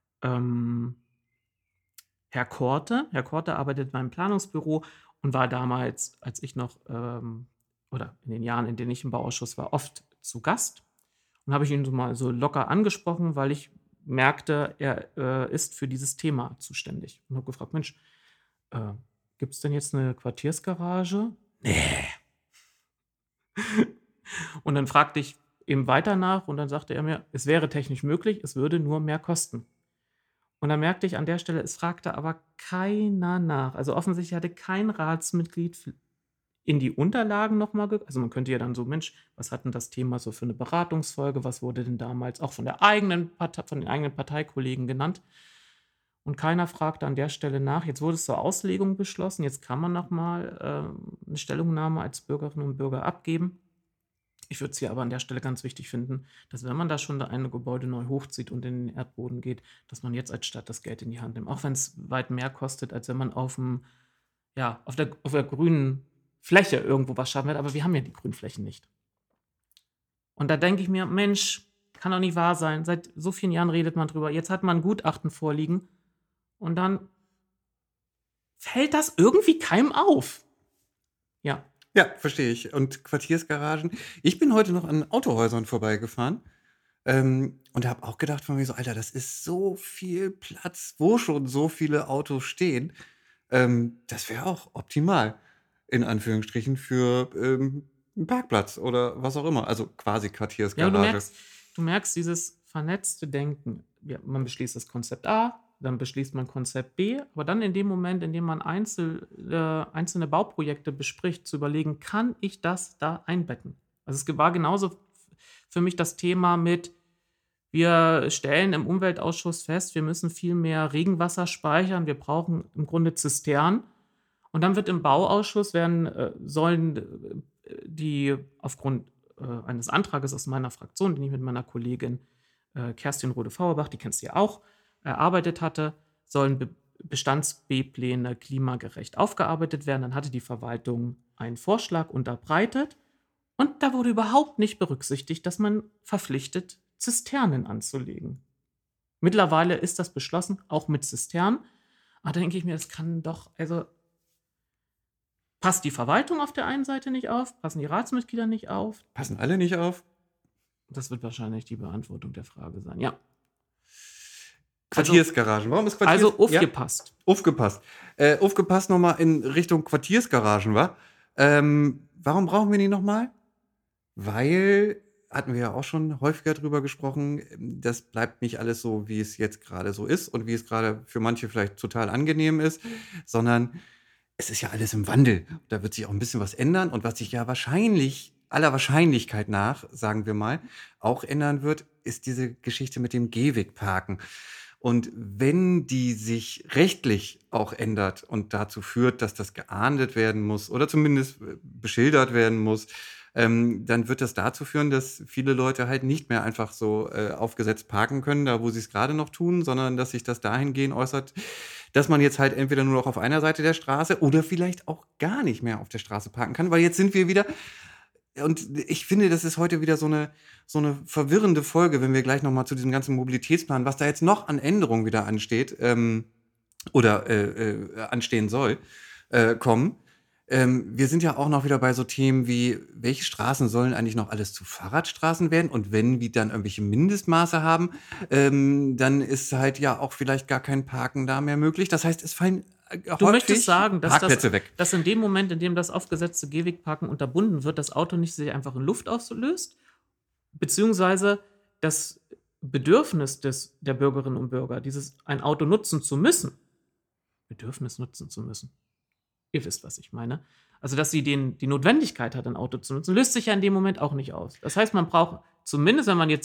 Herr Korte. Herr Korte arbeitet beim Planungsbüro und war damals, als ich noch, oder in den Jahren, in denen ich im Bauausschuss war, oft zu Gast. Und habe ich ihn so mal so locker angesprochen, weil ich merkte, er ist für dieses Thema zuständig. Und habe gefragt, Mensch, gibt es denn jetzt eine Quartiersgarage? Nee. Und dann fragte ich eben weiter nach und dann sagte er mir, es wäre technisch möglich, es würde nur mehr kosten. Und dann merkte ich an der Stelle, es fragte aber keiner nach. Also offensichtlich hatte kein Ratsmitglied in die Unterlagen nochmal geguckt. Also man könnte ja dann so, Mensch, was hat denn das Thema so für eine Beratungsfolge? Was wurde denn damals auch von den eigenen Parteikollegen genannt? Und keiner fragte an der Stelle nach. Jetzt wurde es zur Auslegung beschlossen. Jetzt kann man nochmal eine Stellungnahme als Bürgerinnen und Bürger abgeben. Ich würde es hier aber an der Stelle ganz wichtig finden, dass wenn man da schon ein Gebäude neu hochzieht und in den Erdboden geht, dass man jetzt als Stadt das Geld in die Hand nimmt. Auch wenn es weit mehr kostet, als wenn man auf der grünen Fläche irgendwo was schaffen wird. Aber wir haben ja die Grünflächen nicht. Und da denke ich mir, Mensch, kann doch nicht wahr sein. Seit so vielen Jahren redet man drüber. Jetzt hat man ein Gutachten vorliegen und dann fällt das irgendwie keinem auf. Ja. Ja, verstehe ich. Und Quartiersgaragen. Ich bin heute noch an Autohäusern vorbeigefahren und habe auch gedacht von mir so, Alter, das ist so viel Platz, wo schon so viele Autos stehen. Das wäre auch optimal, in Anführungsstrichen, für einen Parkplatz oder was auch immer. Also quasi Ja, und Quartiersgarage. du merkst dieses vernetzte Denken. Ja, man beschließt das Konzept A, dann beschließt man Konzept B, aber dann in dem Moment, in dem man einzelne Bauprojekte bespricht, zu überlegen, kann ich das da einbetten? Also es war genauso für mich das Thema mit, wir stellen im Umweltausschuss fest, wir müssen viel mehr Regenwasser speichern, wir brauchen im Grunde Zisternen. Und dann wird im Bauausschuss sollen die aufgrund eines Antrages aus meiner Fraktion, den ich mit meiner Kollegin Kerstin Rode-Fauerbach, die kennst du ja auch, erarbeitet hatte, sollen Bestands-B-Pläne klimagerecht aufgearbeitet werden. Dann hatte die Verwaltung einen Vorschlag unterbreitet und da wurde überhaupt nicht berücksichtigt, dass man verpflichtet, Zisternen anzulegen. Mittlerweile ist das beschlossen, auch mit Zisternen. Aber da denke ich mir, das kann doch, also passt die Verwaltung auf der einen Seite nicht auf, passen die Ratsmitglieder nicht auf. Passen alle nicht auf? Das wird wahrscheinlich die Beantwortung der Frage sein, ja. Quartiersgaragen. Warum ist Also Ja, aufgepasst. aufgepasst. Aufgepasst nochmal in Richtung Quartiersgaragen, wa? Warum brauchen wir die nochmal? Weil, hatten wir ja auch schon häufiger drüber gesprochen, das bleibt nicht alles so, wie es jetzt gerade so ist und wie es gerade für manche vielleicht total angenehm ist, sondern es ist ja alles im Wandel. Da wird sich auch ein bisschen was ändern und was sich ja wahrscheinlich, aller Wahrscheinlichkeit nach, sagen wir mal, auch ändern wird, ist diese Geschichte mit dem Gehwegparken. Und wenn die sich rechtlich auch ändert und dazu führt, dass das geahndet werden muss oder zumindest beschildert werden muss, dann wird das dazu führen, dass viele Leute halt nicht mehr einfach so aufgesetzt parken können, da wo sie es gerade noch tun, sondern dass sich das dahingehend äußert, dass man jetzt halt entweder nur noch auf einer Seite der Straße oder vielleicht auch gar nicht mehr auf der Straße parken kann, weil jetzt sind wir wieder. Und ich finde, das ist heute wieder so eine verwirrende Folge, wenn wir gleich nochmal zu diesem ganzen Mobilitätsplan, was da jetzt noch an Änderungen wieder ansteht oder anstehen soll, kommen. Wir sind ja auch noch wieder bei so Themen wie, welche Straßen sollen eigentlich noch alles zu Fahrradstraßen werden? Und wenn wir dann irgendwelche Mindestmaße haben, dann ist halt ja auch vielleicht gar kein Parken da mehr möglich. Das heißt, es fallen Du möchtest sagen, Parkplätze weg. dass in dem Moment, in dem das aufgesetzte Gehwegparken unterbunden wird, das Auto nicht sich einfach in Luft auslöst, beziehungsweise das Bedürfnis der Bürgerinnen und Bürger, ein Auto nutzen zu müssen, Bedürfnis nutzen zu müssen. Ihr wisst, was ich meine. Also, dass sie die Notwendigkeit hat, ein Auto zu nutzen, löst sich ja in dem Moment auch nicht aus. Das heißt, man braucht zumindest, wenn man jetzt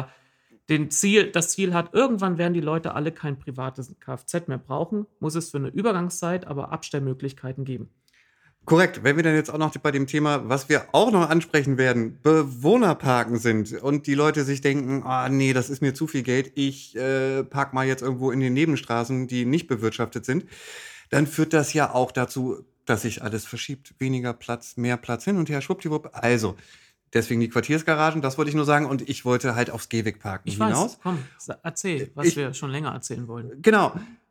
das Ziel hat, irgendwann werden die Leute alle kein privates Kfz mehr brauchen, muss es für eine Übergangszeit aber Abstellmöglichkeiten geben. Korrekt. Wenn wir dann jetzt auch noch bei dem Thema, was wir auch noch ansprechen werden, Bewohnerparken sind und die Leute sich denken, nee, das ist mir zu viel Geld, ich park mal jetzt irgendwo in den Nebenstraßen, die nicht bewirtschaftet sind, dann führt das ja auch dazu, dass sich alles verschiebt. Weniger Platz, mehr Platz, hin und her, schwuppdiwupp. Also, deswegen die Quartiersgaragen, das wollte ich nur sagen. Und ich wollte halt aufs Gehwegparken Ich hinaus. weiß, komm, erzähl, was Ich- wir schon länger erzählen wollen. Genau.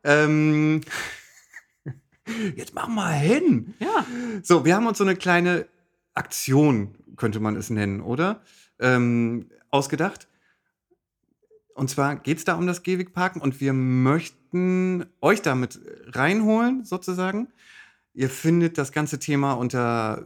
Jetzt mach mal hin. Ja, So, wir haben uns so eine kleine Aktion, könnte man es nennen, oder? Ausgedacht. Und zwar geht es da um das Gehwegparken und wir möchten euch damit reinholen, sozusagen. Ihr findet das ganze Thema unter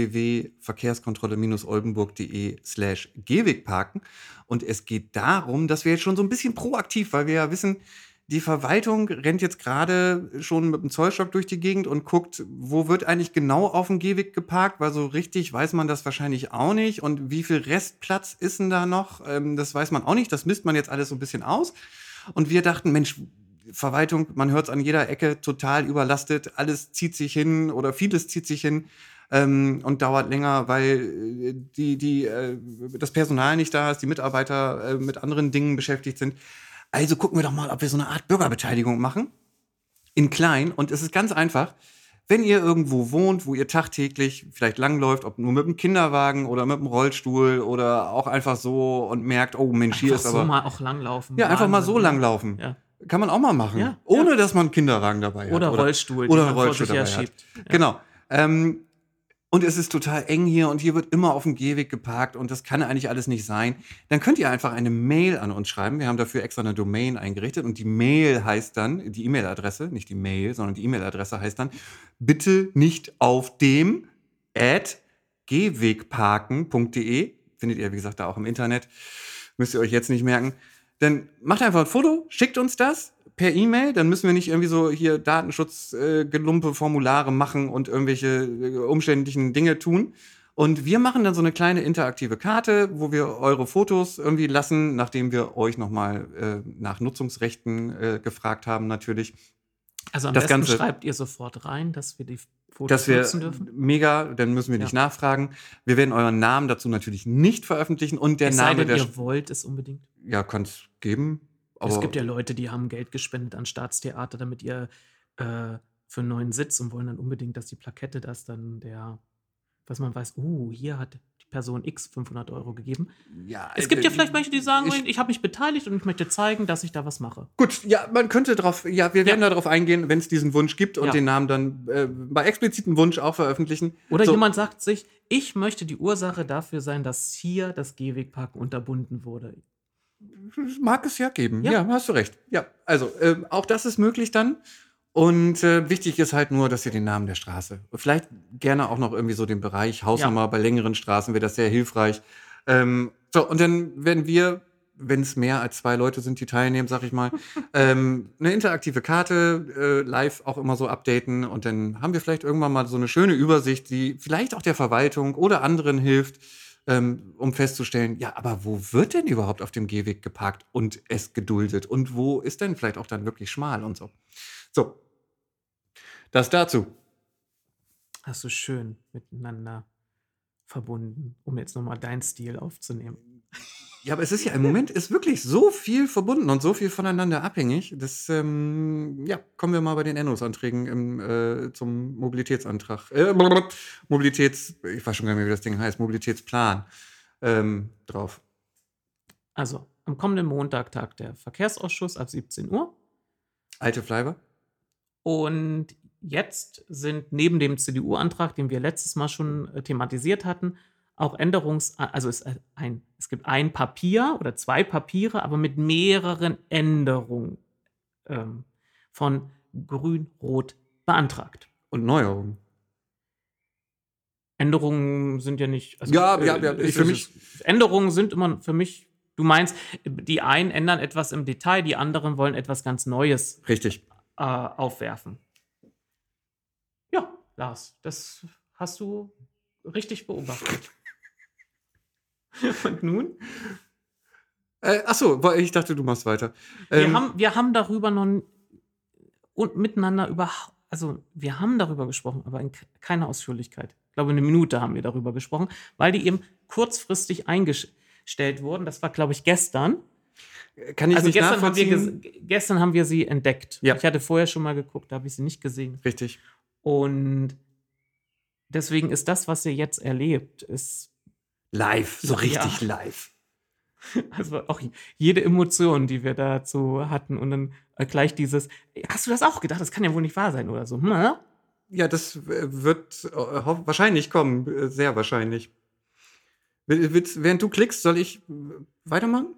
www.verkehrskontrolle-oldenburg.de/Gehwegparken. Und es geht darum, dass wir jetzt schon so ein bisschen proaktiv, weil wir ja wissen, die Verwaltung rennt jetzt gerade schon mit dem Zollstock durch die Gegend und guckt, wo wird eigentlich genau auf dem Gehweg geparkt, weil so richtig weiß man das wahrscheinlich auch nicht. Und wie viel Restplatz ist denn da noch? Das weiß man auch nicht. Das misst man jetzt alles so ein bisschen aus. Und wir dachten, Mensch, Verwaltung, man hört es an jeder Ecke, total überlastet. Alles zieht sich hin oder vieles zieht sich hin. Und dauert länger, weil das Personal nicht da ist, die Mitarbeiter mit anderen Dingen beschäftigt sind. Also gucken wir doch mal, ob wir so eine Art Bürgerbeteiligung machen. In klein. Und es ist ganz einfach. Wenn ihr irgendwo wohnt, wo ihr tagtäglich vielleicht langläuft, ob nur mit dem Kinderwagen oder mit dem Rollstuhl oder auch einfach so und merkt, oh Mensch, hier ist einfach so aber... mal auch langlaufen. Ja, einfach mal so Wahnsinn, ne? langlaufen. Ja. Kann man auch mal machen. Ja, Ohne, dass man einen Kinderwagen dabei hat. Oder Rollstuhl, Oder den einen man vor Rollstuhl sich her dabei hat. schiebt. Ja. Genau. Und es ist total eng hier und hier wird immer auf dem Gehweg geparkt und das kann eigentlich alles nicht sein. Dann könnt ihr einfach eine Mail an uns schreiben. Wir haben dafür extra eine Domain eingerichtet und die Mail heißt dann, die E-Mail-Adresse, nicht die Mail, sondern die E-Mail-Adresse heißt dann, bitte nicht auf dem @gehwegparken.de. Findet ihr, wie gesagt, da auch im Internet. Müsst ihr euch jetzt nicht merken. Dann macht einfach ein Foto, schickt uns das per E-Mail, dann müssen wir nicht irgendwie so hier Datenschutzgelumpe Formulare machen und irgendwelche umständlichen Dinge tun. Und wir machen dann so eine kleine interaktive Karte, wo wir eure Fotos irgendwie lassen, nachdem wir euch nochmal nach Nutzungsrechten gefragt haben natürlich. Also am Das besten Ganze- schreibt ihr sofort rein, dass wir die Fotos Dass wir nutzen dürfen. mega, dann müssen wir nicht nachfragen. Wir werden euren Namen dazu natürlich nicht veröffentlichen und der Es sei Name denn, der ihr wollt es unbedingt. ja, kann es geben. Aber Es gibt ja Leute, die haben Geld gespendet an Staatstheater, damit ihr für einen neuen Sitz und wollen dann unbedingt, dass die Plakette das dann dass man weiß, hier hat die Person X 500 € gegeben. ja, Es gibt ja vielleicht welche, die sagen, ich- ich habe mich beteiligt und ich möchte zeigen, dass ich da was mache. Gut, ja, man könnte drauf, ja, wir werden darauf eingehen, wenn es diesen Wunsch gibt und Ja. den Namen dann bei explizitem Wunsch auch veröffentlichen. Oder So, jemand sagt sich, ich möchte die Ursache dafür sein, dass hier das Gehwegparken unterbunden wurde. mag es ja geben. Ja. Ja, hast du recht. Ja, also auch das ist möglich dann. Und wichtig ist halt nur, dass ihr den Namen der Straße, vielleicht gerne auch noch irgendwie so den Bereich, Hausnummer, bei längeren Straßen wäre das sehr hilfreich. So, und dann werden wir, wenn es mehr als 2 Leute sind, die teilnehmen, sag ich mal, eine interaktive Karte live auch immer so updaten und dann haben wir vielleicht irgendwann mal so eine schöne Übersicht, die vielleicht auch der Verwaltung oder anderen hilft, um festzustellen, ja, aber wo wird denn überhaupt auf dem Gehweg geparkt und es geduldet und wo ist denn vielleicht auch dann wirklich schmal und so. So, das dazu. Hast du schön miteinander verbunden, um jetzt nochmal deinen Stil aufzunehmen. Ja, aber es ist ja im Moment ist wirklich so viel verbunden und so viel voneinander abhängig. Das, ja, kommen wir mal bei den Änderungsanträgen zum Mobilitätsantrag. Ich weiß schon gar nicht mehr, wie das Ding heißt, Mobilitätsplan drauf. Also, am kommenden Montag tagt der Verkehrsausschuss ab 17 Uhr. Alte Fleiber? Und jetzt sind neben dem CDU-Antrag, den wir letztes Mal schon thematisiert hatten, auch also es gibt ein Papier oder 2 Papiere, aber mit mehreren Änderungen von Grün-Rot beantragt. Und Neuerungen. Änderungen sind ja nicht. Also, Ja, Änderungen sind immer für mich. Du meinst, die einen ändern etwas im Detail, die anderen wollen etwas ganz Neues Richtig. aufwerfen. Ja, Lars, das hast du richtig beobachtet. Und nun? Achso, ich dachte, du machst weiter. Wir haben darüber wir haben darüber gesprochen, aber in keiner Ausführlichkeit. Ich glaube, 1 Minute haben wir darüber gesprochen, weil die eben kurzfristig eingestellt wurden. Das war, glaube ich, gestern. Kann ich Also nicht nachvollziehen. gestern haben wir sie entdeckt. Ja. Ich hatte vorher schon mal geguckt, da habe ich sie nicht gesehen. Richtig. Und deswegen ist das, was ihr jetzt erlebt, ist Live, so richtig ja, live. also auch jede Emotion, die wir dazu hatten und dann gleich dieses, hast du das auch gedacht? Das kann ja wohl nicht wahr sein oder so. Hm? Ja, das wird wahrscheinlich kommen, sehr wahrscheinlich. Während du klickst, soll ich weitermachen?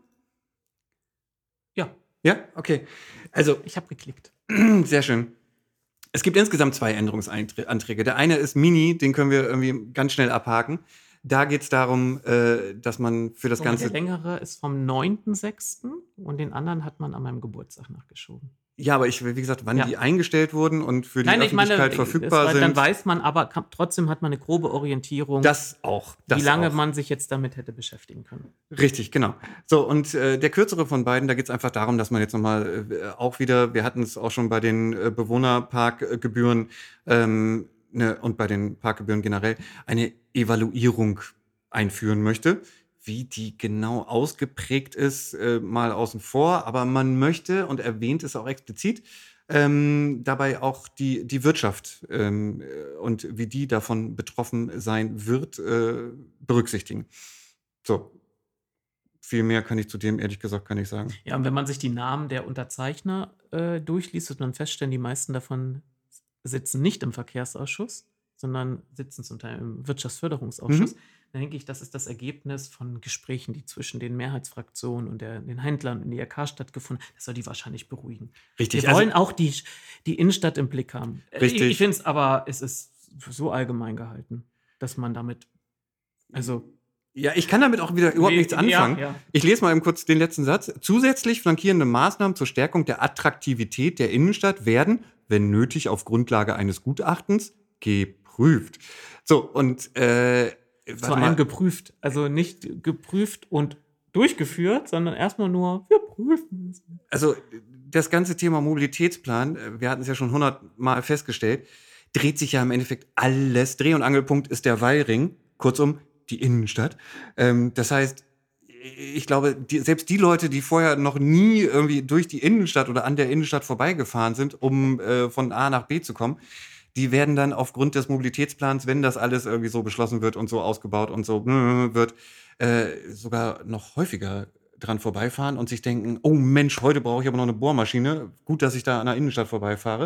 Ja, Ja, okay. Also, ich habe geklickt. sehr schön. Es gibt insgesamt 2 Änderungsanträge. Der eine ist mini, den können wir irgendwie ganz schnell abhaken. Da geht es darum, dass man für das Der Ganze. längere ist vom 9.6. und den anderen hat man an meinem Geburtstag nachgeschoben. Ja, aber wie gesagt, wann Ja. die eingestellt wurden und für die Nein, ich meine, Öffentlichkeit verfügbar dann sind. weiß man aber, trotzdem hat man eine grobe Orientierung, Das auch. wie lange man sich jetzt damit hätte beschäftigen können. Richtig, genau. So, und der kürzere von beiden, da geht es einfach darum, dass man jetzt nochmal auch wieder, wir hatten es auch schon bei den Bewohnerparkgebühren und bei den Parkgebühren generell, eine Evaluierung einführen möchte. Wie die genau ausgeprägt ist, mal außen vor, aber man möchte und erwähnt es auch explizit, dabei auch die Wirtschaft und wie die davon betroffen sein wird, berücksichtigen. So, viel mehr kann ich zu dem ehrlich gesagt gar nicht sagen. Ja, und wenn man sich die Namen der Unterzeichner durchliest, wird man feststellen, die meisten davon sitzen nicht im Verkehrsausschuss, sondern sitzen zum Teil im Wirtschaftsförderungsausschuss. Dann denke ich, das ist das Ergebnis von Gesprächen, die zwischen den Mehrheitsfraktionen und den Händlern in die IHK stattgefunden haben. Das soll die wahrscheinlich beruhigen. Richtig. Wir wollen auch die Innenstadt im Blick haben. Richtig. Ich finde es aber, es ist so allgemein gehalten, dass man damit, also Ja, ich kann damit auch wieder überhaupt nichts anfangen. Ja. Ich lese mal eben kurz den letzten Satz. Zusätzlich flankierende Maßnahmen zur Stärkung der Attraktivität der Innenstadt werden, wenn nötig, auf Grundlage eines Gutachtens geprüft. So, und Vor allem geprüft. Also nicht geprüft und durchgeführt, sondern erstmal nur, wir prüfen es. Also das ganze Thema Mobilitätsplan, wir hatten es ja schon 100-mal festgestellt, dreht sich ja im Endeffekt alles. Dreh- und Angelpunkt ist der Wallring, kurzum die Innenstadt. Das heißt, ich glaube, selbst die Leute, die vorher noch nie irgendwie durch die Innenstadt oder an der Innenstadt vorbeigefahren sind, um von A nach B zu kommen, die werden dann aufgrund des Mobilitätsplans, wenn das alles irgendwie so beschlossen wird und so ausgebaut und so wird, sogar noch häufiger dran vorbeifahren und sich denken, oh Mensch, heute brauche ich aber noch eine Bohrmaschine. Gut, dass ich da an der Innenstadt vorbeifahre.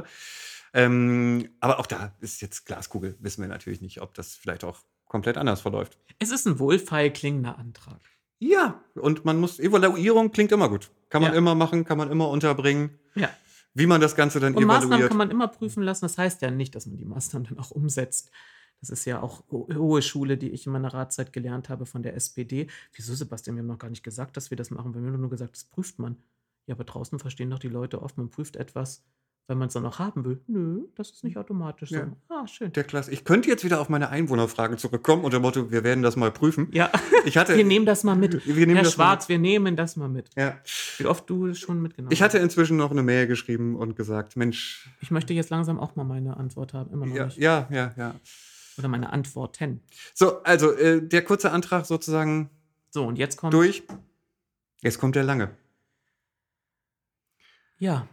Aber auch da ist jetzt Glaskugel. Wissen wir natürlich nicht, ob das vielleicht auch komplett anders verläuft. Es ist ein wohlfeil klingender Antrag. Ja, und Evaluierung klingt immer gut. Kann man immer machen, kann man immer unterbringen. Ja. Wie man das Ganze dann evaluiert. Maßnahmen kann man immer prüfen lassen. Das heißt ja nicht, dass man die Maßnahmen dann auch umsetzt. Das ist ja auch hohe Schule, die ich in meiner Ratszeit gelernt habe von der SPD. Wieso, Sebastian? Wir haben noch gar nicht gesagt, dass wir das machen. Wir haben nur gesagt, das prüft man. Ja, aber draußen verstehen doch die Leute oft, man prüft etwas, weil man es dann auch haben will. Nö, das ist nicht automatisch so. Schön. Der Klasse. Ich könnte jetzt wieder auf meine Einwohnerfragen zurückkommen unter dem Motto, wir werden das mal prüfen. Ja, wir nehmen das mal mit. Herr Schwarz, wir nehmen das mal mit. Ja. Wie oft du schon mitgenommen hast. Ich hatte inzwischen noch eine Mail geschrieben und gesagt, Mensch. Ich möchte jetzt langsam auch mal meine Antwort haben. Immer noch nicht. Ja. Oder meine Antworten. So, also der kurze Antrag sozusagen. So, und jetzt kommt. Durch. Jetzt kommt der lange. Ja.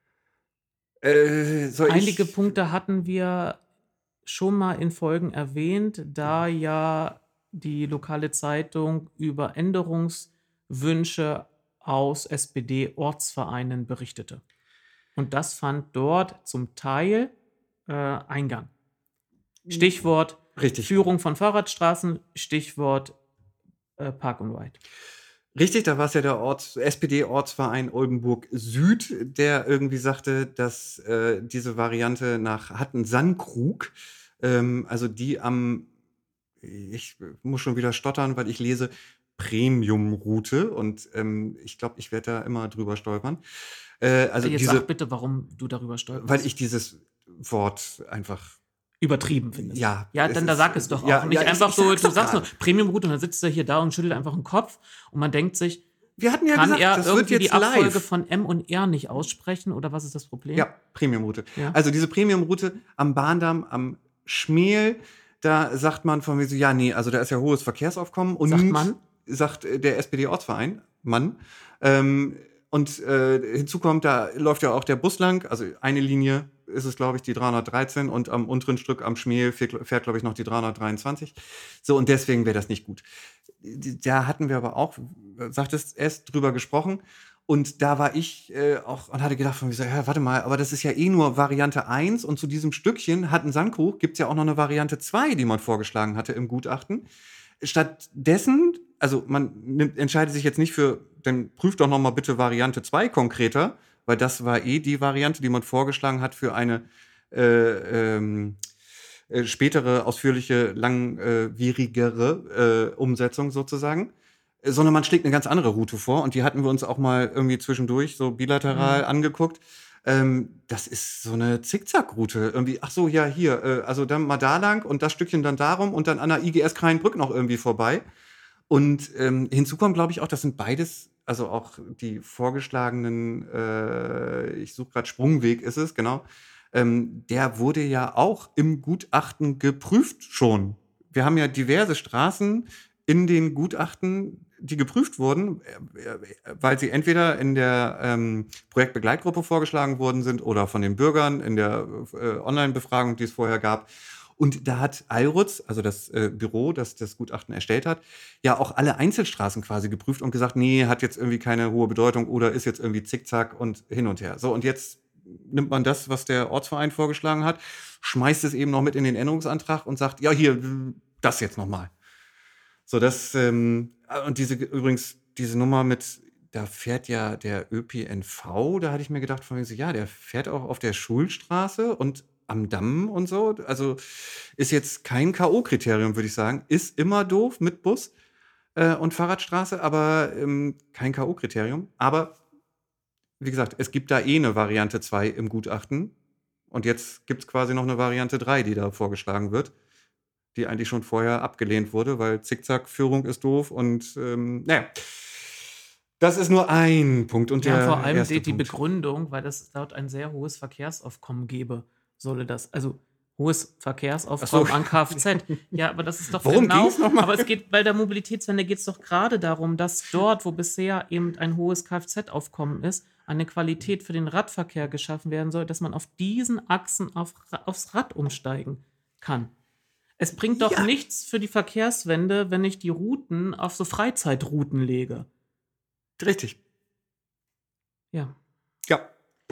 Einige Punkte hatten wir schon mal in Folgen erwähnt, da ja die lokale Zeitung über Änderungswünsche aus SPD-Ortsvereinen berichtete. Und das fand dort zum Teil Eingang. Stichwort Richtig. Führung von Fahrradstraßen, Stichwort Park and Ride. Richtig, da war es ja der SPD-Ortsverein Oldenburg Süd, der irgendwie sagte, dass diese Variante nach Hatten-Sandkrug, also die ich muss schon wieder stottern, weil ich lese Premium-Route und ich glaube, ich werde da immer drüber stolpern. Also jetzt sag bitte, warum du darüber stolperst. Weil ich dieses Wort einfach übertrieben findest. Ja, dann sag es doch auch. Nicht einfach so, du sagst nur Premium-Route und dann sitzt er hier da und schüttelt einfach den Kopf und man denkt sich, wir hatten ja kann gesagt, er das irgendwie wird jetzt die Abfolge live. von M und R nicht aussprechen oder was ist das Problem? Ja, Premium-Route. Ja. Also diese Premium-Route am Bahndamm, am Schmel, da sagt man von mir so, ja, nee, also da ist ja hohes Verkehrsaufkommen. Und sagt man? Sagt der SPD-Ortsverein, Mann. Und hinzu kommt, da läuft ja auch der Bus lang. Also eine Linie ist es, glaube ich, die 313 und am unteren Stück am Schmähl fährt, glaube ich, noch die 323. So, und deswegen wäre das nicht gut. Da hatten wir aber auch, sagtest erst drüber gesprochen. Und da war ich auch und hatte gedacht, von mir so, ja, warte mal, aber das ist ja eh nur Variante 1 und zu diesem Stückchen Hatten-Sandkrug gibt es ja auch noch eine Variante 2, die man vorgeschlagen hatte im Gutachten. Stattdessen, also entscheidet sich jetzt nicht für, dann prüft doch noch mal bitte Variante 2 konkreter, weil das war eh die Variante, die man vorgeschlagen hat für eine spätere, ausführliche, langwierigere Umsetzung sozusagen. Sondern man schlägt eine ganz andere Route vor und die hatten wir uns auch mal irgendwie zwischendurch so bilateral angeguckt. Das ist so eine Zickzack-Route. Irgendwie, ach so, ja, hier, also dann mal da lang und das Stückchen dann darum und dann an der IGS Kreinbrück noch irgendwie vorbei. Und hinzu kommt, glaube ich, auch, das sind beides, also auch die vorgeschlagenen, ich suche gerade Sprungweg ist es, genau. Der wurde ja auch im Gutachten geprüft schon. Wir haben ja diverse Straßen in den Gutachten, die geprüft wurden, weil sie entweder in der Projektbegleitgruppe vorgeschlagen worden sind oder von den Bürgern in der Online-Befragung, die es vorher gab. Und da hat Eilrutz, also das Büro, das das Gutachten erstellt hat, ja auch alle Einzelstraßen quasi geprüft und gesagt, nee, hat jetzt irgendwie keine hohe Bedeutung oder ist jetzt irgendwie zickzack und hin und her. So, und jetzt nimmt man das, was der Ortsverein vorgeschlagen hat, schmeißt es eben noch mit in den Änderungsantrag und sagt, ja, hier, das jetzt nochmal. So, und diese Nummer mit, da fährt ja der ÖPNV, da hatte ich mir gedacht, von wegen so, ja, der fährt auch auf der Schulstraße und am Damm und so. Also ist jetzt kein K.O.-Kriterium, würde ich sagen. Ist immer doof mit Bus und Fahrradstraße, aber kein K.O.-Kriterium. Aber wie gesagt, es gibt da eh eine Variante 2 im Gutachten. Und jetzt gibt es quasi noch eine Variante 3, die da vorgeschlagen wird, die eigentlich schon vorher abgelehnt wurde, weil Zickzack-Führung ist doof und naja. Das ist nur ein Punkt. Und Ja, der vor allem erste die Punkt. Begründung, weil das dort ein sehr hohes Verkehrsaufkommen gäbe, solle das, also hohes Verkehrsaufkommen an Kfz. Ja, aber das ist doch Worum genau, ging's nochmal? aber es geht, bei der Mobilitätswende geht es doch gerade darum, dass dort, wo bisher eben ein hohes Kfz-Aufkommen ist, eine Qualität für den Radverkehr geschaffen werden soll, dass man auf diesen Achsen aufs Rad umsteigen kann. Es bringt doch Ja. nichts für die Verkehrswende, wenn ich die Routen auf so Freizeitrouten lege. Richtig. Ja. Ja.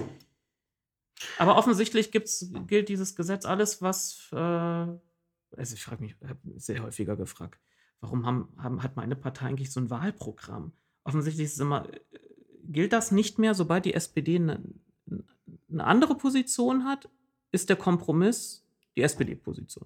Aber offensichtlich gilt dieses Gesetz alles, was, also ich frage mich, habe sehr häufiger gefragt, warum hat meine Partei eigentlich so ein Wahlprogramm? Offensichtlich ist es immer, gilt das nicht mehr, sobald die SPD eine andere Position hat, ist der Kompromiss die SPD-Position.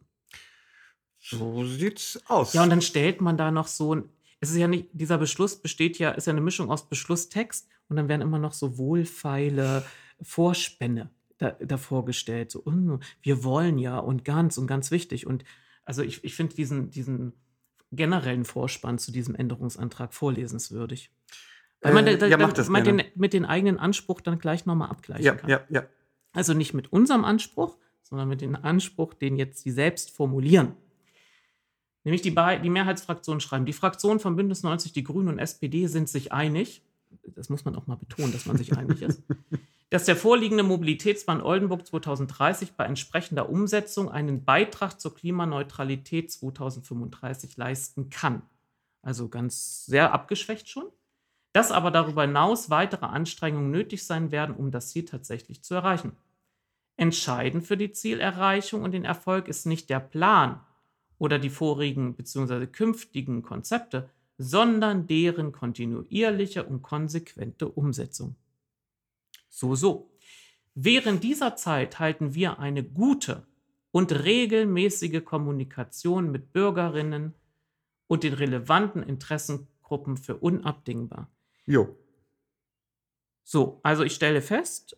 So sieht's aus. Ja, und dann stellt man da noch so es ist ja nicht, dieser Beschluss ist ja eine Mischung aus Beschlusstext und dann werden immer noch so wohlfeile Vorspänne davor gestellt. So, wir wollen ja und ganz wichtig. Und also ich finde diesen generellen Vorspann zu diesem Änderungsantrag vorlesenswürdig. Weil man mit den eigenen Anspruch dann gleich nochmal abgleichen kann. Ja. Also nicht mit unserem Anspruch, sondern mit dem Anspruch, den jetzt sie selbst formulieren. Nämlich die Mehrheitsfraktionen schreiben, die Fraktionen von Bündnis 90, die Grünen und SPD sind sich einig, das muss man auch mal betonen, dass man sich einig ist, dass der vorliegende Mobilitätsplan Oldenburg 2030 bei entsprechender Umsetzung einen Beitrag zur Klimaneutralität 2035 leisten kann. Also ganz sehr abgeschwächt schon. Dass aber darüber hinaus weitere Anstrengungen nötig sein werden, um das Ziel tatsächlich zu erreichen. Entscheidend für die Zielerreichung und den Erfolg ist nicht der Plan oder die vorigen bzw. künftigen Konzepte, sondern deren kontinuierliche und konsequente Umsetzung. So. Während dieser Zeit halten wir eine gute und regelmäßige Kommunikation mit Bürgerinnen und den relevanten Interessengruppen für unabdingbar. Jo. So, also ich stelle fest,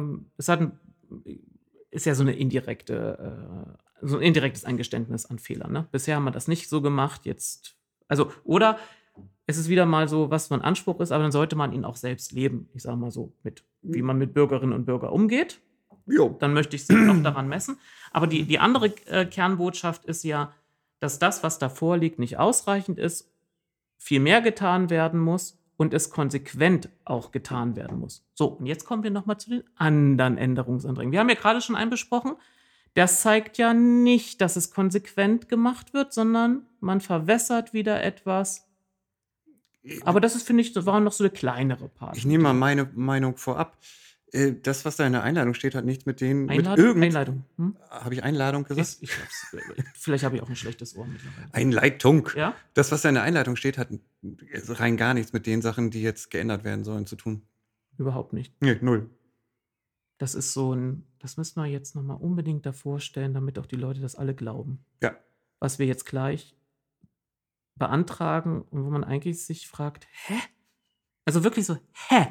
ist ja so ein indirektes Eingeständnis an Fehler. Ne? Bisher haben wir das nicht so gemacht, jetzt, also, oder es ist wieder mal so, was mein Anspruch ist, aber dann sollte man ihn auch selbst leben. Ich sage mal so, wie man mit Bürgerinnen und Bürgern umgeht. Jo. Dann möchte ich sie auch daran messen. Aber die andere Kernbotschaft ist ja, dass das, was da vorliegt, nicht ausreichend ist, viel mehr getan werden muss und es konsequent auch getan werden muss. So, und jetzt kommen wir nochmal zu den anderen Änderungsanträgen. Wir haben ja gerade schon einen besprochen. Das zeigt ja nicht, dass es konsequent gemacht wird, sondern man verwässert wieder etwas. Aber das ist, finde ich, das war noch so eine kleinere Part. Ich nehme mal meine Meinung vorab. Das, was da in der Einladung steht, hat nichts mit denen. Einladung. Habe ich Einladung gesagt? Vielleicht habe ich auch ein schlechtes Ohr mittlerweile. Einleitung. Ja? Das, was da in der Einleitung steht, hat rein gar nichts mit den Sachen, die jetzt geändert werden sollen, zu tun. Überhaupt nicht. Nee, null. Das ist so das müssen wir jetzt nochmal unbedingt davor stellen, damit auch die Leute das alle glauben. Ja. Was wir jetzt gleich beantragen und wo man eigentlich sich fragt, hä? Also wirklich so, hä?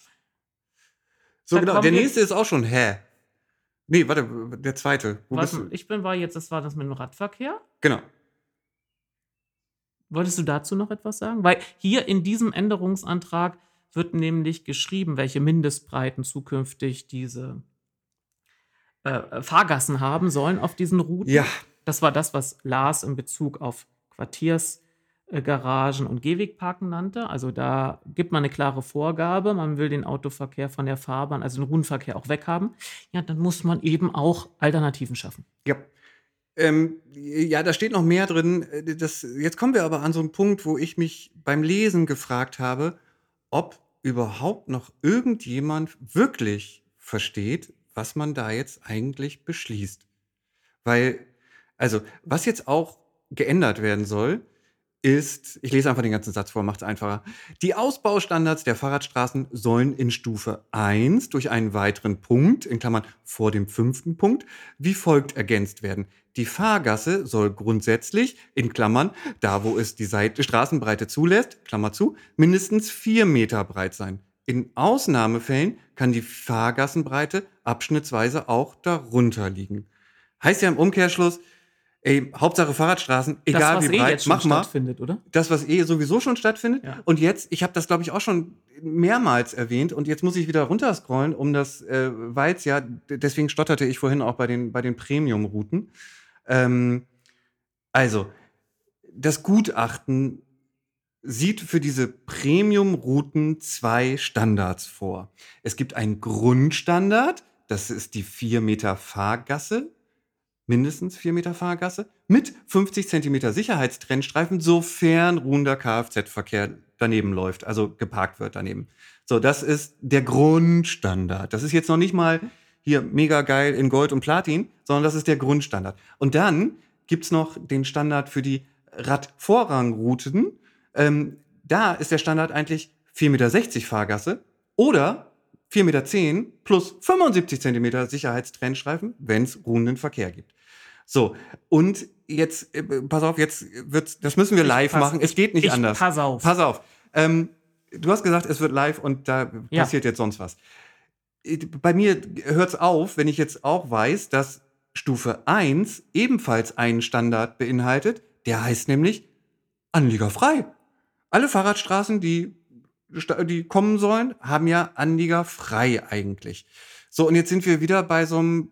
So, genau. Der nächste ist auch schon, hä? Nee, warte, der zweite. Das war das mit dem Radverkehr. Genau. Wolltest du dazu noch etwas sagen? Weil hier in diesem Änderungsantrag wird nämlich geschrieben, welche Mindestbreiten zukünftig diese Fahrgassen haben sollen auf diesen Routen. Ja. Das war das, was Lars in Bezug auf Quartiersgaragen und Gehwegparken nannte. Also da gibt man eine klare Vorgabe, man will den Autoverkehr von der Fahrbahn, also den Rundenverkehr auch weghaben. Ja, dann muss man eben auch Alternativen schaffen. Ja. Ja, da steht noch mehr drin. Jetzt kommen wir aber an so einen Punkt, wo ich mich beim Lesen gefragt habe, ob überhaupt noch irgendjemand wirklich versteht, was man da jetzt eigentlich beschließt. Weil, also, was jetzt auch geändert werden soll, ist, ich lese einfach den ganzen Satz vor, macht es einfacher. Die Ausbaustandards der Fahrradstraßen sollen in Stufe 1 durch einen weiteren Punkt, in Klammern vor dem 5. Punkt, wie folgt ergänzt werden. Die Fahrgasse soll grundsätzlich, in Klammern, da wo es die Straßenbreite zulässt, Klammer zu, mindestens 4 Meter breit sein. In Ausnahmefällen kann die Fahrgassenbreite abschnittsweise auch darunter liegen. Heißt ja im Umkehrschluss, Hauptsache Fahrradstraßen, egal wie breit, jetzt mach mal. Stattfindet, oder? Das, was sowieso schon stattfindet. Ja. Und jetzt, ich habe das, glaube ich, auch schon mehrmals erwähnt und jetzt muss ich wieder runterscrollen, weil es ja, deswegen stotterte ich vorhin auch bei den Premium-Routen. Also, das Gutachten sieht für diese Premium-Routen 2 Standards vor. Es gibt einen Grundstandard, das ist die 4 Meter Fahrgasse, mindestens 4 Meter Fahrgasse, mit 50 Zentimeter Sicherheitstrennstreifen, sofern ruhender Kfz-Verkehr daneben läuft, also geparkt wird daneben. So, das ist der Grundstandard. Das ist jetzt noch nicht mal hier mega geil in Gold und Platin, sondern das ist der Grundstandard. Und dann gibt's noch den Standard für die Radvorrangrouten. Da ist der Standard eigentlich 4,60 Meter Fahrgasse oder 4,10 Meter plus 75 Zentimeter Sicherheitstrennstreifen, wenn es ruhenden Verkehr gibt. So, und jetzt, pass auf, das müssen wir live machen. Es geht nicht anders. Pass auf. Pass auf. Du hast gesagt, es wird live und da passiert jetzt sonst was. Bei mir hört es auf, wenn ich jetzt auch weiß, dass Stufe 1 ebenfalls einen Standard beinhaltet. Der heißt nämlich anliegerfrei. Alle Fahrradstraßen, die kommen sollen, haben ja anliegerfrei eigentlich. So, und jetzt sind wir wieder bei so einem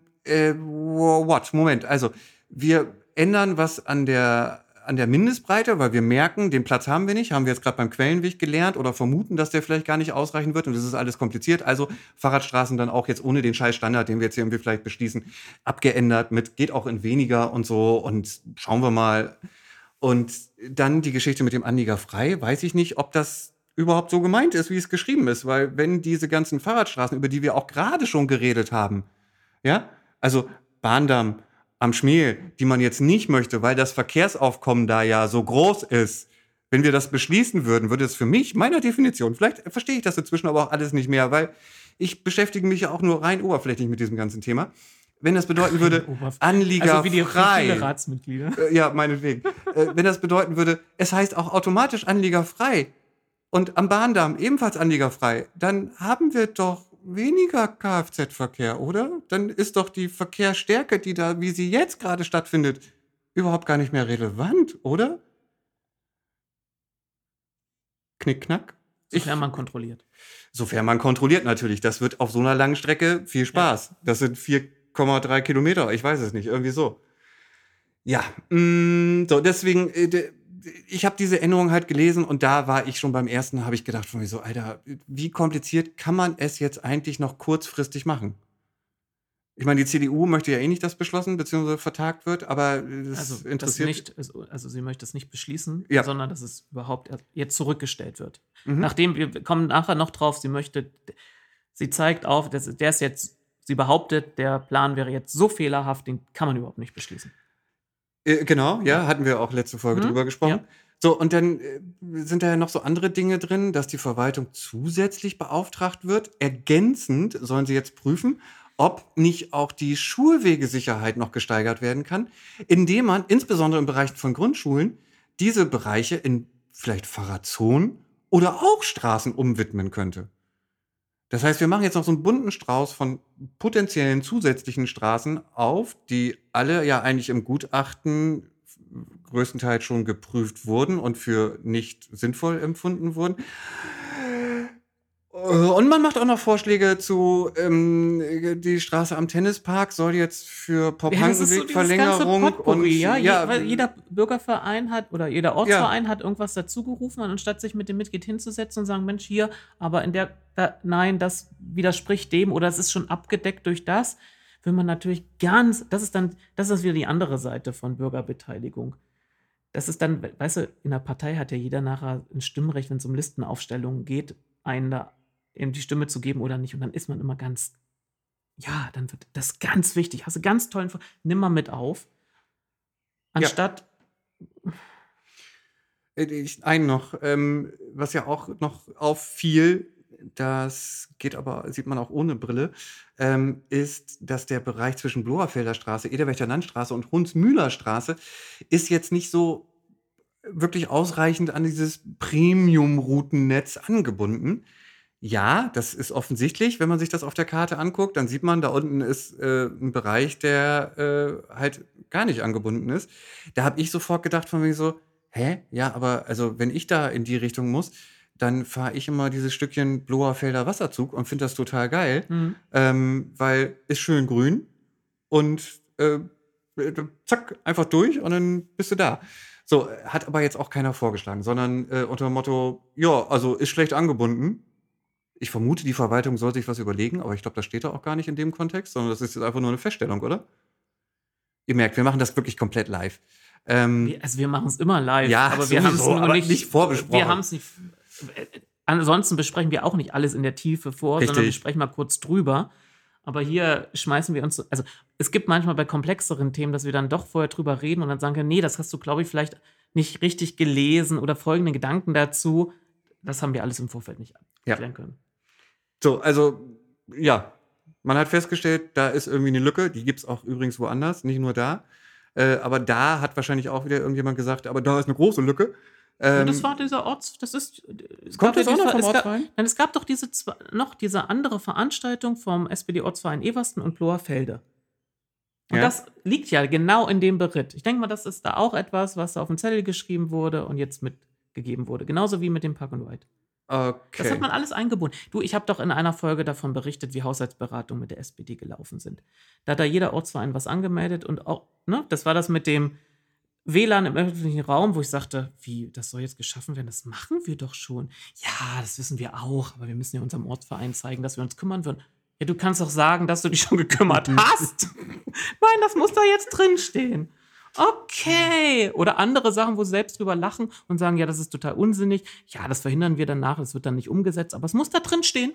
Moment. Also, wir ändern was an der Mindestbreite, weil wir merken, den Platz haben wir nicht, haben wir jetzt gerade beim Quellenweg gelernt oder vermuten, dass der vielleicht gar nicht ausreichen wird und das ist alles kompliziert. Also Fahrradstraßen dann auch jetzt ohne den Scheißstandard, den wir jetzt hier irgendwie vielleicht beschließen, abgeändert mit geht auch in weniger und so und schauen wir mal. Und dann die Geschichte mit dem anliegerfrei, weiß ich nicht, ob das überhaupt so gemeint ist, wie es geschrieben ist, weil wenn diese ganzen Fahrradstraßen, über die wir auch gerade schon geredet haben, ja, also Bahndamm am Schmiel, die man jetzt nicht möchte, weil das Verkehrsaufkommen da ja so groß ist. Wenn wir das beschließen würden, würde es für mich, meiner Definition, vielleicht verstehe ich das inzwischen aber auch alles nicht mehr, weil ich beschäftige mich ja auch nur rein oberflächlich mit diesem ganzen Thema. Wenn das bedeuten würde, anliegerfrei. Also wie viele Ratsmitglieder. Ja, meinetwegen. Wenn das bedeuten würde, es heißt auch automatisch anliegerfrei und am Bahndamm ebenfalls anliegerfrei, dann haben wir doch weniger Kfz-Verkehr, oder? Dann ist doch die Verkehrsstärke, die da, wie sie jetzt gerade stattfindet, überhaupt gar nicht mehr relevant, oder? Knickknack. Sofern man kontrolliert. Sofern man kontrolliert natürlich. Das wird auf so einer langen Strecke viel Spaß. Ja. Das sind 4,3 Kilometer, ich weiß es nicht, irgendwie so. Ja, so deswegen, ich habe diese Änderung halt gelesen und da war ich schon beim ersten, habe ich gedacht von mir so, Alter, wie kompliziert kann man es jetzt eigentlich noch kurzfristig machen? Ich meine, die CDU möchte ja eh nicht, dass beschlossen bzw. vertagt wird, aber das Also, das interessiert. nicht, also sie möchte es nicht beschließen, Ja. sondern dass es überhaupt jetzt zurückgestellt wird. Mhm. Nachdem, wir kommen nachher noch drauf, sie zeigt auf, sie behauptet, der Plan wäre jetzt so fehlerhaft, den kann man überhaupt nicht beschließen. Genau, ja, hatten wir auch letzte Folge drüber gesprochen. Ja. So, und dann sind da ja noch so andere Dinge drin, dass die Verwaltung zusätzlich beauftragt wird. Ergänzend sollen sie jetzt prüfen, ob nicht auch die Schulwegesicherheit noch gesteigert werden kann, indem man insbesondere im Bereich von Grundschulen diese Bereiche in vielleicht Fahrradzonen oder auch Straßen umwidmen könnte. Das heißt, wir machen jetzt noch so einen bunten Strauß von potenziellen zusätzlichen Straßen auf, die alle ja eigentlich im Gutachten größtenteils schon geprüft wurden und für nicht sinnvoll empfunden wurden. Und man macht auch noch Vorschläge zu, die Straße am Tennispark soll jetzt für Pop-Hankenweg-Verlängerung und weil jeder Bürgerverein hat oder jeder Ortsverein hat irgendwas dazugerufen, und anstatt sich mit dem Mitglied hinzusetzen und sagen, Mensch, hier, aber nein, das widerspricht dem oder es ist schon abgedeckt durch das, will man natürlich das ist wieder die andere Seite von Bürgerbeteiligung. Das ist dann, weißt du, in der Partei hat ja jeder nachher ein Stimmrecht, wenn es um Listenaufstellungen geht, einen da eben die Stimme zu geben oder nicht. Und dann ist man immer dann wird das ganz wichtig. Hast du ganz tollen, nimm mal mit auf. Anstatt. Einen noch, was ja auch noch auffiel, das geht aber, sieht man auch ohne Brille, ist, dass der Bereich zwischen Bloerfelder Straße, Ederwächter Landstraße und Hunsmühler Straße ist jetzt nicht so wirklich ausreichend an dieses Premium-Routennetz angebunden. Ja, das ist offensichtlich, wenn man sich das auf der Karte anguckt, dann sieht man, da unten ist ein Bereich, der halt gar nicht angebunden ist. Da habe ich sofort gedacht von mir so, hä? Ja, aber also wenn ich da in die Richtung muss, dann fahre ich immer dieses Stückchen Bloerfelder Wasserzug und finde das total geil, weil ist schön grün und zack, einfach durch und dann bist du da. So, hat aber jetzt auch keiner vorgeschlagen, sondern unter dem Motto, ja, also ist schlecht angebunden. Ich vermute, die Verwaltung soll sich was überlegen, aber ich glaube, das steht da auch gar nicht in dem Kontext, sondern das ist jetzt einfach nur eine Feststellung, oder? Ihr merkt, wir machen das wirklich komplett live. Wir machen es immer live, ja, aber wir haben es nur nicht vorbesprochen. Wir haben es nicht. Ansonsten besprechen wir auch nicht alles in der Tiefe vor, Richtig. sondern wir sprechen mal kurz drüber. Aber hier schmeißen wir uns, also es gibt manchmal bei komplexeren Themen, dass wir dann doch vorher drüber reden und dann sagen, nee, das hast du, glaube ich, vielleicht nicht richtig gelesen oder folgende Gedanken dazu. Das haben wir alles im Vorfeld nicht erklären können. So, also, ja, man hat festgestellt, da ist irgendwie eine Lücke, die gibt es auch übrigens woanders, nicht nur da. Aber da hat wahrscheinlich auch wieder irgendjemand gesagt, aber da ist eine große Lücke. Das war dieser Kommt das auch noch vom Ortsverein? Nein, es gab doch diese andere Veranstaltung vom SPD-Ortsverein Eversten und Bloerfelde. Und das liegt ja genau in dem Beritt. Ich denke mal, das ist da auch etwas, was da auf den Zettel geschrieben wurde und jetzt mitgegeben wurde. Genauso wie mit dem Park and Ride. Okay. Das hat man alles eingebunden. Du, ich habe doch in einer Folge davon berichtet, wie Haushaltsberatungen mit der SPD gelaufen sind. Da hat da jeder Ortsverein was angemeldet und auch, das war das mit dem WLAN im öffentlichen Raum, wo ich sagte, wie, das soll jetzt geschaffen werden? Das machen wir doch schon. Ja, das wissen wir auch, aber wir müssen ja unserem Ortsverein zeigen, dass wir uns kümmern würden. Ja, du kannst doch sagen, dass du dich schon gekümmert hast. Nein, das muss da jetzt drinstehen. Okay. Oder andere Sachen, wo sie selbst drüber lachen und sagen, ja, das ist total unsinnig. Ja, das verhindern wir danach, das wird dann nicht umgesetzt, aber es muss da drin stehen.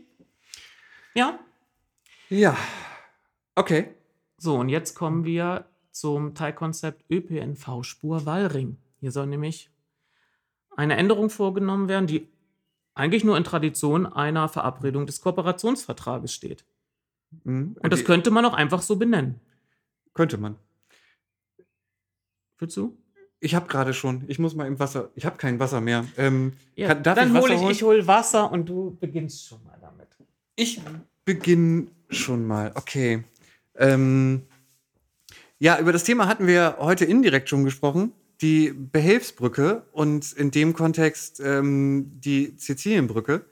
Ja? Ja. Okay. So, und jetzt kommen wir zum Teilkonzept ÖPNV-Spur Wallring. Hier soll nämlich eine Änderung vorgenommen werden, die eigentlich nur in Tradition einer Verabredung des Kooperationsvertrages steht. Und das könnte man auch einfach so benennen. Könnte man. Willst du? Ich habe gerade schon. Ich muss mal im Wasser. Ich habe kein Wasser mehr. Dann hole Wasser und du beginnst schon mal damit. Ich beginne schon mal. Okay. Ja, über das Thema hatten wir heute indirekt schon gesprochen. Die Behelfsbrücke und in dem Kontext die Sizilienbrücke.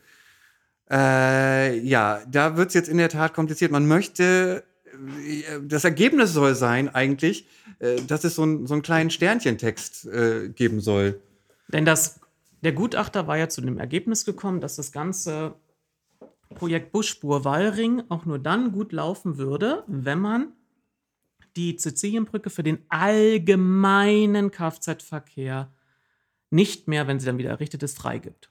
Ja, da wird es jetzt in der Tat kompliziert. Man möchte, das Ergebnis soll sein eigentlich, dass es so einen kleinen Sternchentext geben soll. Denn der Gutachter war ja zu dem Ergebnis gekommen, dass das ganze Projekt Busspur-Wallring auch nur dann gut laufen würde, wenn man die Sizilienbrücke für den allgemeinen Kfz-Verkehr nicht mehr, wenn sie dann wieder errichtet ist, freigibt.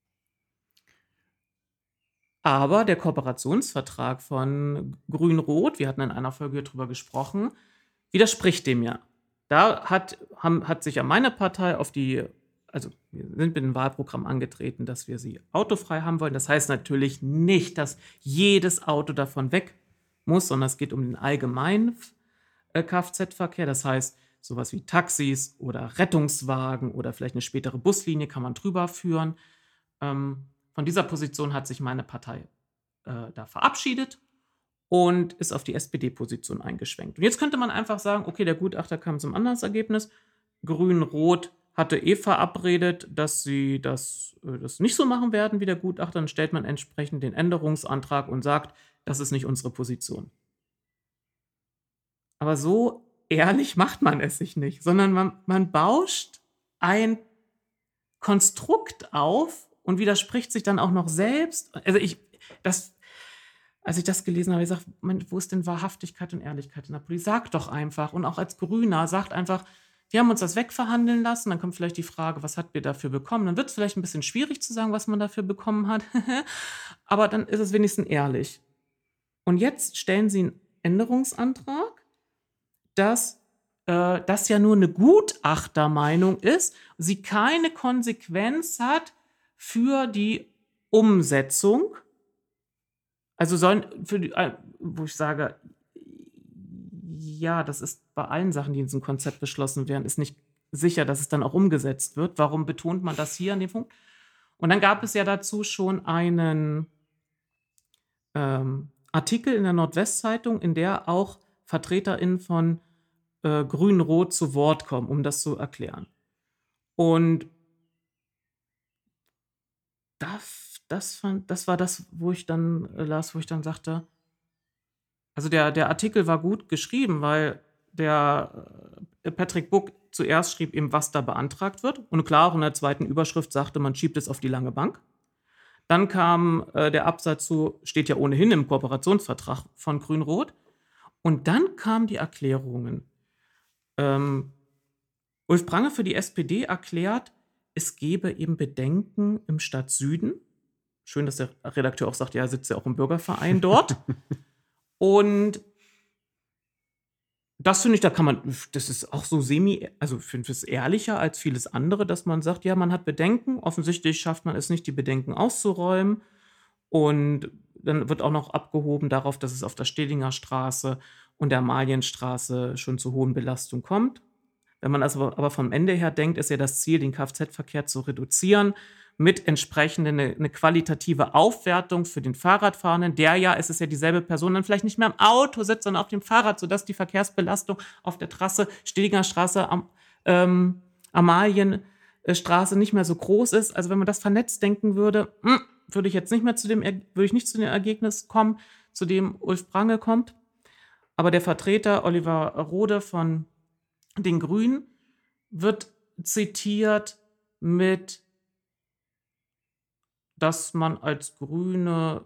Aber der Kooperationsvertrag von Grün-Rot, wir hatten in einer Folge darüber gesprochen, widerspricht dem ja. Da hat sich ja meine Partei also wir sind mit dem Wahlprogramm angetreten, dass wir sie autofrei haben wollen. Das heißt natürlich nicht, dass jedes Auto davon weg muss, sondern es geht um den allgemeinen Kfz-Verkehr. Das heißt, sowas wie Taxis oder Rettungswagen oder vielleicht eine spätere Buslinie kann man drüber führen. Von dieser Position hat sich meine Partei da verabschiedet und ist auf die SPD-Position eingeschwenkt. Und jetzt könnte man einfach sagen, okay, der Gutachter kam zum anderen Ergebnis. Grün-Rot hatte verabredet, dass sie das nicht so machen werden wie der Gutachter. Dann stellt man entsprechend den Änderungsantrag und sagt, das ist nicht unsere Position. Aber so ehrlich macht man es sich nicht, sondern man bauscht ein Konstrukt auf und widerspricht sich dann auch noch selbst. Also als ich das gelesen habe, habe ich gesagt, wo ist denn Wahrhaftigkeit und Ehrlichkeit in der Politik? Sag doch einfach. Und auch als Grüner sagt einfach, wir haben uns das wegverhandeln lassen. Dann kommt vielleicht die Frage, was habt ihr dafür bekommen? Dann wird es vielleicht ein bisschen schwierig zu sagen, was man dafür bekommen hat. Aber dann ist es wenigstens ehrlich. Und jetzt stellen sie einen Änderungsantrag, dass das ja nur eine Gutachtermeinung ist, sie keine Konsequenz hat für die Umsetzung. Also wo ich sage, ja, das ist bei allen Sachen, die in diesem Konzept beschlossen werden, ist nicht sicher, dass es dann auch umgesetzt wird. Warum betont man das hier an dem Punkt? Und dann gab es ja dazu schon einen Artikel in der Nordwestzeitung, in der auch VertreterInnen von Grün-Rot zu Wort kommen, um das zu erklären. Und das war das, wo ich dann las, wo ich dann sagte, also der Artikel war gut geschrieben, weil der Patrick Buck zuerst schrieb eben, was da beantragt wird. Und klar, auch in der zweiten Überschrift sagte, man schiebt es auf die lange Bank. Dann kam der Absatz zu, steht ja ohnehin im Kooperationsvertrag von Grün-Rot. Und dann kamen die Erklärungen. Ulf Prange für die SPD erklärt, es gebe eben Bedenken im Stadtsüden. Schön, dass der Redakteur auch sagt, ja, er sitzt ja auch im Bürgerverein dort. Und das finde ich, das ist auch so also ich finde es ehrlicher als vieles andere, dass man sagt, ja, man hat Bedenken. Offensichtlich schafft man es nicht, die Bedenken auszuräumen. Und dann wird auch noch abgehoben darauf, dass es auf der Stehlinger Straße und der Amalienstraße schon zu hohen Belastungen kommt. Wenn man also aber vom Ende her denkt, ist ja das Ziel, den Kfz-Verkehr zu reduzieren, mit entsprechend eine qualitative Aufwertung für den Fahrradfahrenden, es ist ja dieselbe Person, dann vielleicht nicht mehr im Auto sitzt, sondern auf dem Fahrrad, sodass die Verkehrsbelastung auf der Trasse Stehlinger Straße, Amalienstraße nicht mehr so groß ist. Also wenn man das vernetzt denken würde, würde ich nicht zu dem Ergebnis kommen, zu dem Ulf Prange kommt. Aber der Vertreter Oliver Rohde von den Grünen wird zitiert mit, dass man als Grüne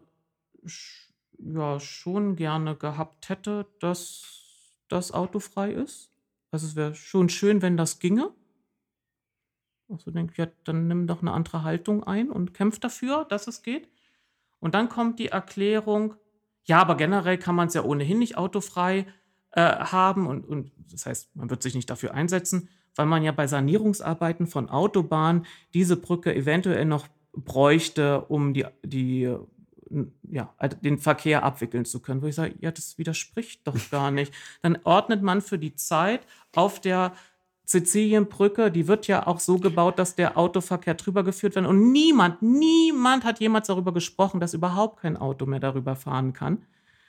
schon gerne gehabt hätte, dass das autofrei ist. Also es wäre schon schön, wenn das ginge. Also denke ich, ja, dann nimm doch eine andere Haltung ein und kämpf dafür, dass es geht. Und dann kommt die Erklärung, ja, aber generell kann man es ja ohnehin nicht autofrei haben. Und das heißt, man wird sich nicht dafür einsetzen, weil man ja bei Sanierungsarbeiten von Autobahnen diese Brücke eventuell noch bräuchte, um den Verkehr abwickeln zu können. Wo ich sage, ja, das widerspricht doch gar nicht. Dann ordnet man für die Zeit auf der Sizilienbrücke, die wird ja auch so gebaut, dass der Autoverkehr drüber geführt wird. Und niemand hat jemals darüber gesprochen, dass überhaupt kein Auto mehr darüber fahren kann.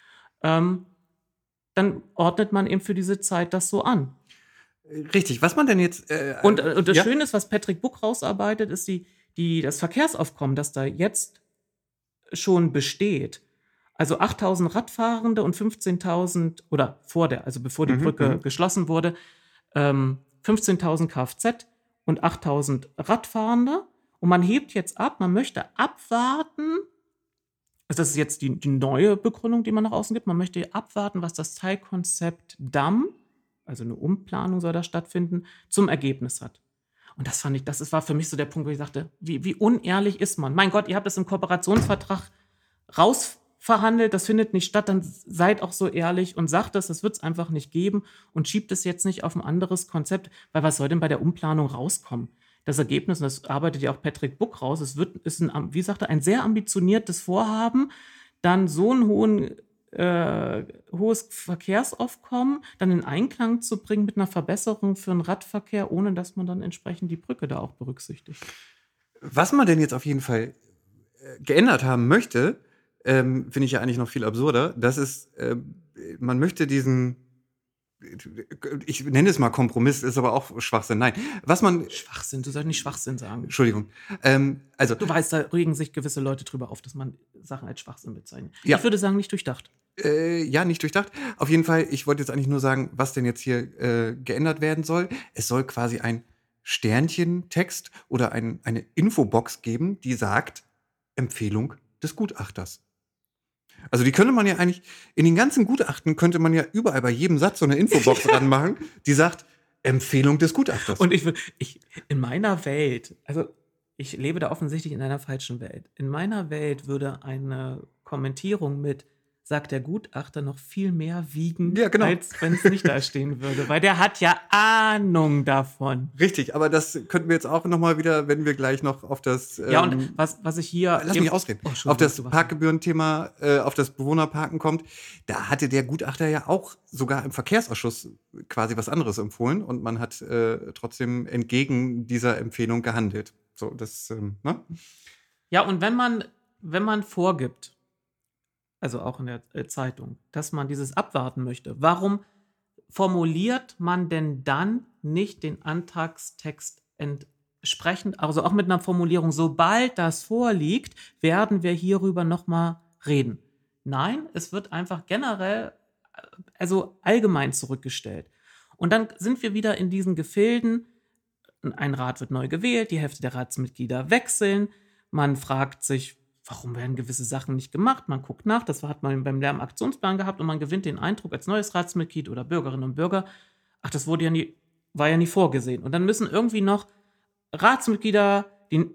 Dann ordnet man eben für diese Zeit das so an. Richtig, was man denn jetzt... Und das Schöne ist, was Patrick Buck rausarbeitet, ist das Verkehrsaufkommen, das da jetzt schon besteht. Also 8.000 Radfahrende und 15.000, oder bevor die Brücke geschlossen wurde, 15.000 Kfz und 8.000 Radfahrende. Und man hebt jetzt ab, man möchte abwarten. Also das ist jetzt die neue Begründung, die man nach außen gibt. Man möchte abwarten, was das Teilkonzept Damm, also eine Umplanung soll da stattfinden, zum Ergebnis hat. Und das fand ich, war für mich so der Punkt, wo ich sagte, wie unehrlich ist man? Mein Gott, ihr habt es im Kooperationsvertrag rausverhandelt, das findet nicht statt, dann seid auch so ehrlich und sagt es, das wird es einfach nicht geben und schiebt es jetzt nicht auf ein anderes Konzept, weil was soll denn bei der Umplanung rauskommen? Das Ergebnis, und das arbeitet ja auch Patrick Buck raus, ist ein, wie sagt er, ein sehr ambitioniertes Vorhaben, dann so ein hohes Verkehrsaufkommen dann in Einklang zu bringen mit einer Verbesserung für den Radverkehr, ohne dass man dann entsprechend die Brücke da auch berücksichtigt. Was man denn jetzt auf jeden Fall geändert haben möchte, finde ich ja eigentlich noch viel absurder. Das ist, man möchte diesen, ich nenne es mal Kompromiss, ist aber auch Schwachsinn. Nein, was man, Schwachsinn, du sollst nicht Schwachsinn sagen. Entschuldigung, also, Du weißt, da regen sich gewisse Leute drüber auf, dass man Sachen als Schwachsinn bezeichnet. Ja. Ich würde sagen, nicht durchdacht. Ja, nicht durchdacht. Auf jeden Fall, ich wollte jetzt eigentlich nur sagen, was denn jetzt hier geändert werden soll. Es soll quasi ein Sternchentext oder eine Infobox geben, die sagt, Empfehlung des Gutachters. Also die könnte man ja eigentlich, in den ganzen Gutachten könnte man ja überall bei jedem Satz so eine Infobox ranmachen, die sagt, Empfehlung des Gutachters. Und in meiner Welt, also ich lebe da offensichtlich in einer falschen Welt. In meiner Welt würde eine Kommentierung mit sagt der Gutachter noch viel mehr wiegen, Ja, genau. als wenn es nicht da stehen würde. Weil der hat ja Ahnung davon. Richtig, aber das könnten wir jetzt auch noch mal wieder, wenn wir gleich noch auf das Ja, und was ich hier lass mich ausreden. Auf das Parkgebührenthema, auf das Bewohnerparken kommt, da hatte der Gutachter ja auch sogar im Verkehrsausschuss quasi was anderes empfohlen und man hat trotzdem entgegen dieser Empfehlung gehandelt. So, das, ne? Ja, und wenn man vorgibt, also auch in der Zeitung, dass man dieses abwarten möchte, warum formuliert man denn dann nicht den Antragstext entsprechend, also auch mit einer Formulierung, sobald das vorliegt, werden wir hierüber nochmal reden? Nein, es wird einfach generell, also allgemein zurückgestellt. Und dann sind wir wieder in diesen Gefilden, ein Rat wird neu gewählt, die Hälfte der Ratsmitglieder wechseln, man fragt sich, warum werden gewisse Sachen nicht gemacht? Man guckt nach, das hat man beim Lärmaktionsplan gehabt und man gewinnt den Eindruck als neues Ratsmitglied oder Bürgerinnen und Bürger, ach, das war ja nie vorgesehen. Und dann müssen irgendwie noch Ratsmitglieder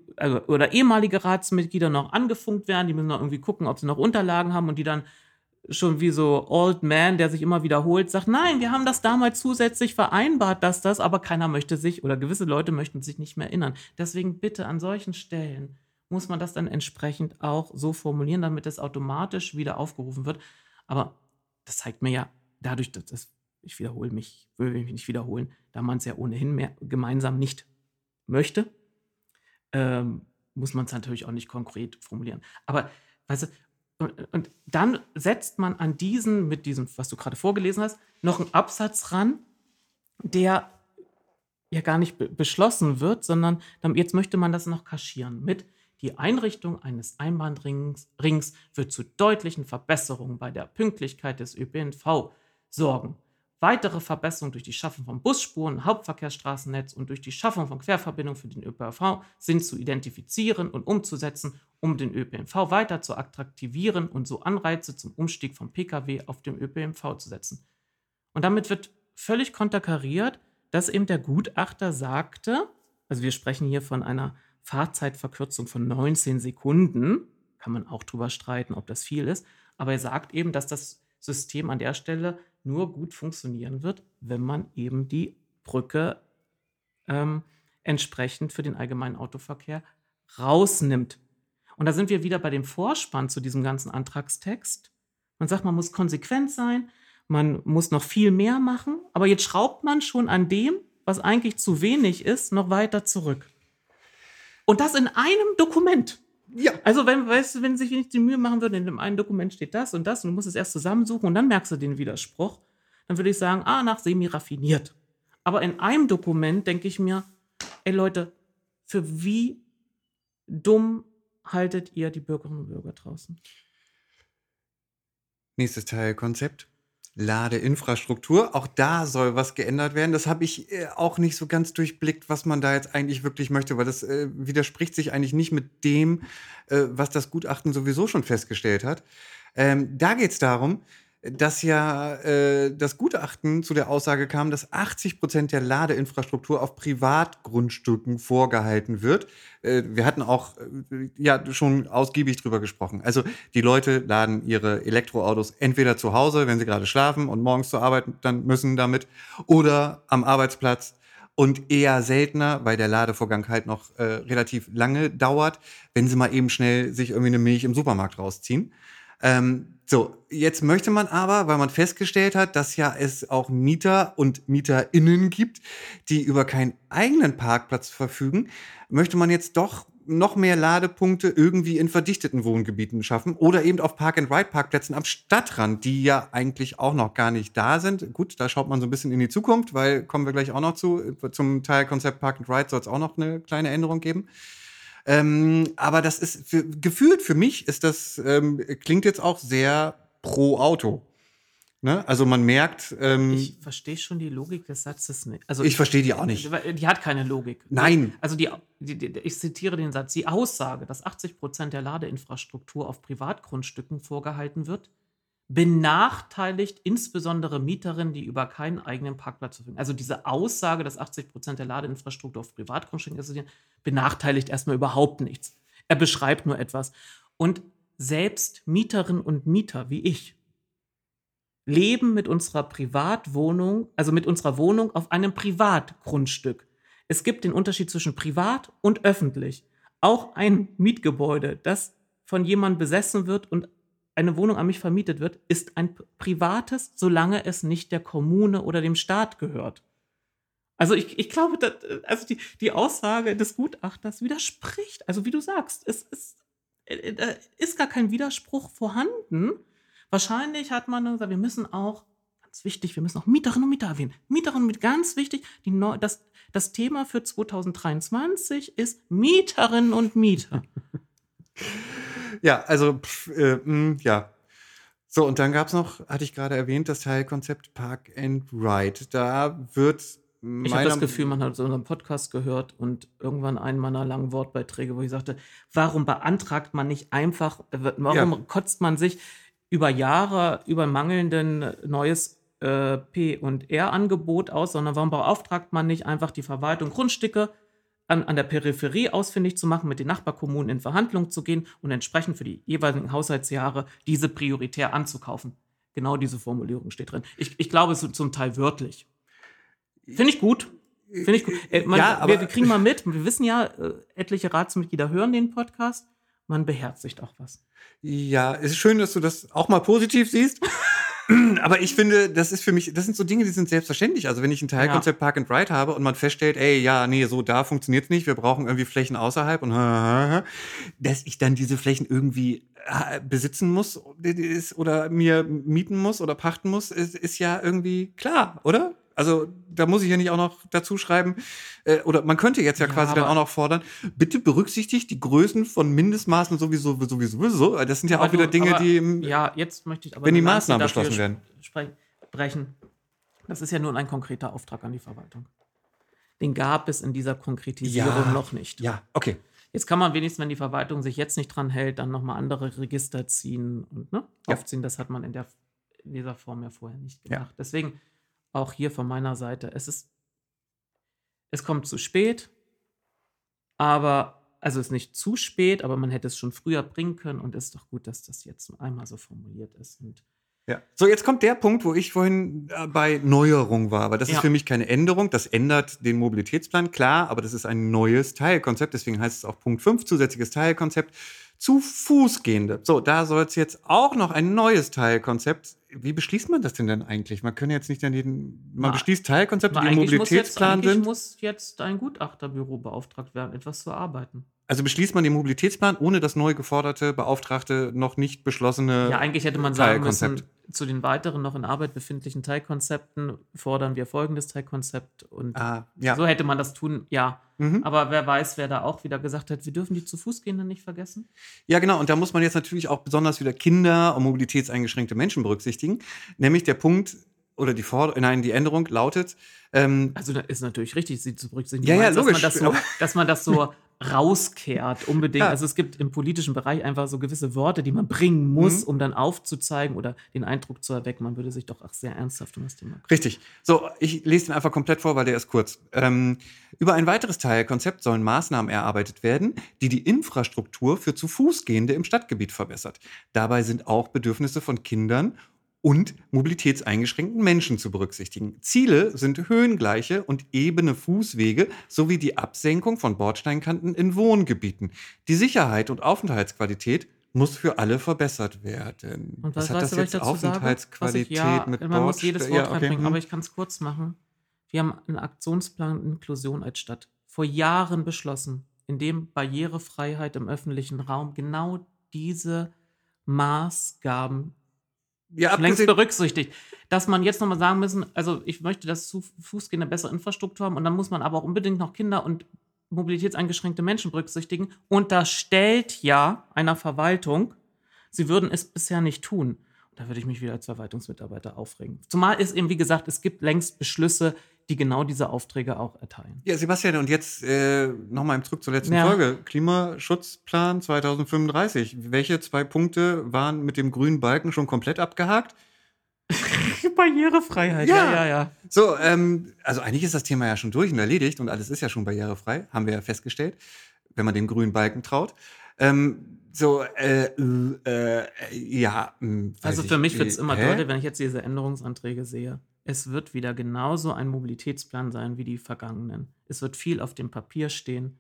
oder ehemalige Ratsmitglieder noch angefunkt werden, die müssen noch irgendwie gucken, ob sie noch Unterlagen haben und die dann schon wie so Old Man, der sich immer wiederholt, sagt, nein, wir haben das damals zusätzlich vereinbart, dass das, aber keiner möchte sich oder gewisse Leute möchten sich nicht mehr erinnern. Deswegen bitte an solchen Stellen muss man das dann entsprechend auch so formulieren, damit es automatisch wieder aufgerufen wird. Aber das zeigt mir ja, dadurch, dass ich will mich nicht wiederholen, da man es ja ohnehin mehr gemeinsam nicht möchte, muss man es natürlich auch nicht konkret formulieren. Aber, weißt du, und dann setzt man an mit diesem, was du gerade vorgelesen hast, noch einen Absatz ran, der ja gar nicht beschlossen wird, sondern jetzt möchte man das noch kaschieren mit die Einrichtung eines Einbahnrings wird zu deutlichen Verbesserungen bei der Pünktlichkeit des ÖPNV sorgen. Weitere Verbesserungen durch die Schaffung von Busspuren, Hauptverkehrsstraßennetz und durch die Schaffung von Querverbindungen für den ÖPNV sind zu identifizieren und umzusetzen, um den ÖPNV weiter zu attraktivieren und so Anreize zum Umstieg vom Pkw auf den ÖPNV zu setzen. Und damit wird völlig konterkariert, dass eben der Gutachter sagte, also wir sprechen hier von einer Fahrzeitverkürzung von 19 Sekunden, kann man auch drüber streiten, ob das viel ist, aber er sagt eben, dass das System an der Stelle nur gut funktionieren wird, wenn man eben die Brücke entsprechend für den allgemeinen Autoverkehr rausnimmt. Und da sind wir wieder bei dem Vorspann zu diesem ganzen Antragstext. Man sagt, man muss konsequent sein, man muss noch viel mehr machen, aber jetzt schraubt man schon an dem, was eigentlich zu wenig ist, noch weiter zurück. Und das in einem Dokument. Ja. Also, wenn sich nicht die Mühe machen würden, in dem einen Dokument steht das und du musst es erst zusammensuchen und dann merkst du den Widerspruch, dann würde ich sagen, nach semi-raffiniert. Aber in einem Dokument denke ich mir, ey Leute, für wie dumm haltet ihr die Bürgerinnen und Bürger draußen? Nächstes Teilkonzept. Ladeinfrastruktur. Auch da soll was geändert werden. Das habe ich auch nicht so ganz durchblickt, was man da jetzt eigentlich wirklich möchte, weil das widerspricht sich eigentlich nicht mit dem, was das Gutachten sowieso schon festgestellt hat. Da geht es darum, dass ja das Gutachten zu der Aussage kam, dass 80% der Ladeinfrastruktur auf Privatgrundstücken vorgehalten wird. Wir hatten auch ja schon ausgiebig drüber gesprochen. Also die Leute laden ihre Elektroautos entweder zu Hause, wenn sie gerade schlafen und morgens zur Arbeit dann müssen damit, oder am Arbeitsplatz. Und eher seltener, weil der Ladevorgang halt noch relativ lange dauert, wenn sie mal eben schnell sich irgendwie eine Milch im Supermarkt rausziehen. So, jetzt möchte man aber, weil man festgestellt hat, dass ja es auch Mieter und MieterInnen gibt, die über keinen eigenen Parkplatz verfügen, möchte man jetzt doch noch mehr Ladepunkte irgendwie in verdichteten Wohngebieten schaffen oder eben auf Park-and-Ride-Parkplätzen am Stadtrand, die ja eigentlich auch noch gar nicht da sind. Gut, da schaut man so ein bisschen in die Zukunft, weil kommen wir gleich auch noch zu. Zum Teilkonzept Park-and-Ride soll es auch noch eine kleine Änderung geben. Aber das ist gefühlt für mich ist das klingt jetzt auch sehr pro Auto. Ne? Also man merkt, Ich verstehe schon die Logik des Satzes nicht. Also ich verstehe die auch nicht. Die hat keine Logik. Nein. Also ich zitiere den Satz: Die Aussage, dass 80% der Ladeinfrastruktur auf Privatgrundstücken vorgehalten wird, benachteiligt insbesondere Mieterinnen, die über keinen eigenen Parkplatz verfügen. Also diese Aussage, dass 80% der Ladeinfrastruktur auf Privatgrundstücken existieren, benachteiligt erstmal überhaupt nichts. Er beschreibt nur etwas. Und selbst Mieterinnen und Mieter wie ich leben mit unserer Privatwohnung, also mit unserer Wohnung auf einem Privatgrundstück. Es gibt den Unterschied zwischen privat und öffentlich. Auch ein Mietgebäude, das von jemandem besessen wird und eine Wohnung an mich vermietet wird, ist ein privates, solange es nicht der Kommune oder dem Staat gehört. Also ich glaube, also die Aussage des Gutachters widerspricht. Also wie du sagst, es ist gar kein Widerspruch vorhanden. Wahrscheinlich hat man gesagt, wir müssen auch, ganz wichtig, wir müssen auch Mieterinnen und Mieter erwähnen. Mieterinnen und Mieter, ganz wichtig, das Thema für 2023 ist Mieterinnen und Mieter. Ja, also, ja. So, und dann gab es noch, hatte ich gerade erwähnt, das Teilkonzept Park and Ride. Da wird Ich habe das Gefühl, man hat so unseren Podcast gehört und irgendwann einen meiner langen Wortbeiträge, wo ich sagte, warum beantragt man nicht einfach, warum kotzt man sich über Jahre über mangelnden neues P&R-Angebot aus, sondern warum beauftragt man nicht einfach die Verwaltung, Grundstücke an der Peripherie ausfindig zu machen, mit den Nachbarkommunen in Verhandlungen zu gehen und entsprechend für die jeweiligen Haushaltsjahre diese prioritär anzukaufen. Genau diese Formulierung steht drin. Ich glaube, es ist zum Teil wörtlich. Finde ich gut. Wir kriegen mal mit, wir wissen ja, etliche Ratsmitglieder hören den Podcast, man beherzigt auch was. Ja, es ist schön, dass du das auch mal positiv siehst. Aber ich finde, das ist für mich, das sind so Dinge, die sind selbstverständlich. Also wenn ich ein Teilkonzept Park and Ride habe und man feststellt, ey, ja, nee, so da funktioniert's nicht, wir brauchen irgendwie Flächen außerhalb und dass ich dann diese Flächen irgendwie besitzen muss oder mir mieten muss oder pachten muss, ist ja irgendwie klar, oder? Also da muss ich ja nicht auch noch dazu schreiben, oder man könnte jetzt ja quasi dann auch noch fordern, bitte berücksichtigt die Größen von Mindestmaßen sowieso. Das sind ja auch wieder Dinge, die ja, jetzt möchte ich aber wenn die Maßnahmen beschlossen werden. Sprechen. Das ist ja nur ein konkreter Auftrag an die Verwaltung. Den gab es in dieser Konkretisierung noch nicht. Ja, okay. Jetzt kann man wenigstens, wenn die Verwaltung sich jetzt nicht dran hält, dann nochmal andere Register ziehen und aufziehen. Das hat man in dieser Form ja vorher nicht gemacht. Ja. Deswegen auch hier von meiner Seite, es kommt zu spät, aber, also es ist nicht zu spät, aber man hätte es schon früher bringen können und es ist doch gut, dass das jetzt einmal so formuliert ist. Und ja. So, jetzt kommt der Punkt, wo ich vorhin bei Neuerung war. Aber das ist für mich keine Änderung. Das ändert den Mobilitätsplan, klar, aber das ist ein neues Teilkonzept. Deswegen heißt es auch Punkt 5, zusätzliches Teilkonzept zu Fußgehende. So, da soll es jetzt auch noch ein neues Teilkonzept. Wie beschließt man das denn eigentlich? Man kann jetzt nicht man beschließt Teilkonzepte, die im Mobilitätsplan sind. Eigentlich muss jetzt ein Gutachterbüro beauftragt werden, etwas zu erarbeiten. Also beschließt man den Mobilitätsplan ohne das neu geforderte, beauftragte, noch nicht beschlossene Ja, eigentlich hätte man sagen Teilkonzept. müssen, zu den weiteren noch in Arbeit befindlichen Teilkonzepten fordern wir folgendes Teilkonzept und Ja. so hätte man das tun, ja. Mhm. Aber wer weiß, wer da auch wieder gesagt hat, wir dürfen die zu Fußgehenden nicht vergessen. Ja, genau. Und da muss man jetzt natürlich auch besonders wieder Kinder und mobilitätseingeschränkte Menschen berücksichtigen. Nämlich der Punkt oder die Änderung lautet, Also da ist natürlich richtig, sie zu berücksichtigen. Ja, Du ja, meinst, logisch. dass man das so rauskehrt, unbedingt. Ja. Also es gibt im politischen Bereich einfach so gewisse Worte, die man bringen muss, Mhm. um dann aufzuzeigen oder den Eindruck zu erwecken, man würde sich doch auch sehr ernsthaft um das Thema kümmern. Richtig. So, ich lese den einfach komplett vor, weil der ist kurz. Über ein weiteres Teilkonzept sollen Maßnahmen erarbeitet werden, die die Infrastruktur für zu Fußgehende im Stadtgebiet verbessert. Dabei sind auch Bedürfnisse von Kindern und mobilitätseingeschränkten Menschen zu berücksichtigen. Ziele sind höhengleiche und ebene Fußwege sowie die Absenkung von Bordsteinkanten in Wohngebieten. Die Sicherheit und Aufenthaltsqualität muss für alle verbessert werden. Und Was was hat weißt das du, was ich jetzt dazu sage? Aufenthaltsqualität mit Man muss jedes Bordstein? Wort Ja, okay. reinbringen, aber ich kann es kurz machen. Wir haben einen Aktionsplan Inklusion als Stadt vor Jahren beschlossen, in dem Barrierefreiheit im öffentlichen Raum genau diese Maßgaben Ja, schon längst abgesehen, berücksichtigt. Dass man jetzt nochmal sagen müssen, also ich möchte, dass Fußgänger bessere Infrastruktur haben und dann muss man aber auch unbedingt noch Kinder und mobilitätseingeschränkte Menschen berücksichtigen. Unterstellt ja einer Verwaltung, sie würden es bisher nicht tun. Und da würde ich mich wieder als Verwaltungsmitarbeiter aufregen. Zumal es eben, wie gesagt, es gibt längst Beschlüsse, die genau diese Aufträge auch erteilen. ja, Sebastian, und jetzt nochmal zurück zur letzten Ja. Folge. Klimaschutzplan 2035. Welche 2 Punkte waren mit dem grünen Balken schon komplett abgehakt? Barrierefreiheit, ja. So, also eigentlich ist das Thema ja schon durch und erledigt und alles ist ja schon barrierefrei, haben wir ja festgestellt, wenn man dem grünen Balken traut. Ja. Also für mich wird es immer deutlich, wenn ich jetzt diese Änderungsanträge sehe. Es wird wieder genauso ein Mobilitätsplan sein wie die vergangenen. Es wird viel auf dem Papier stehen.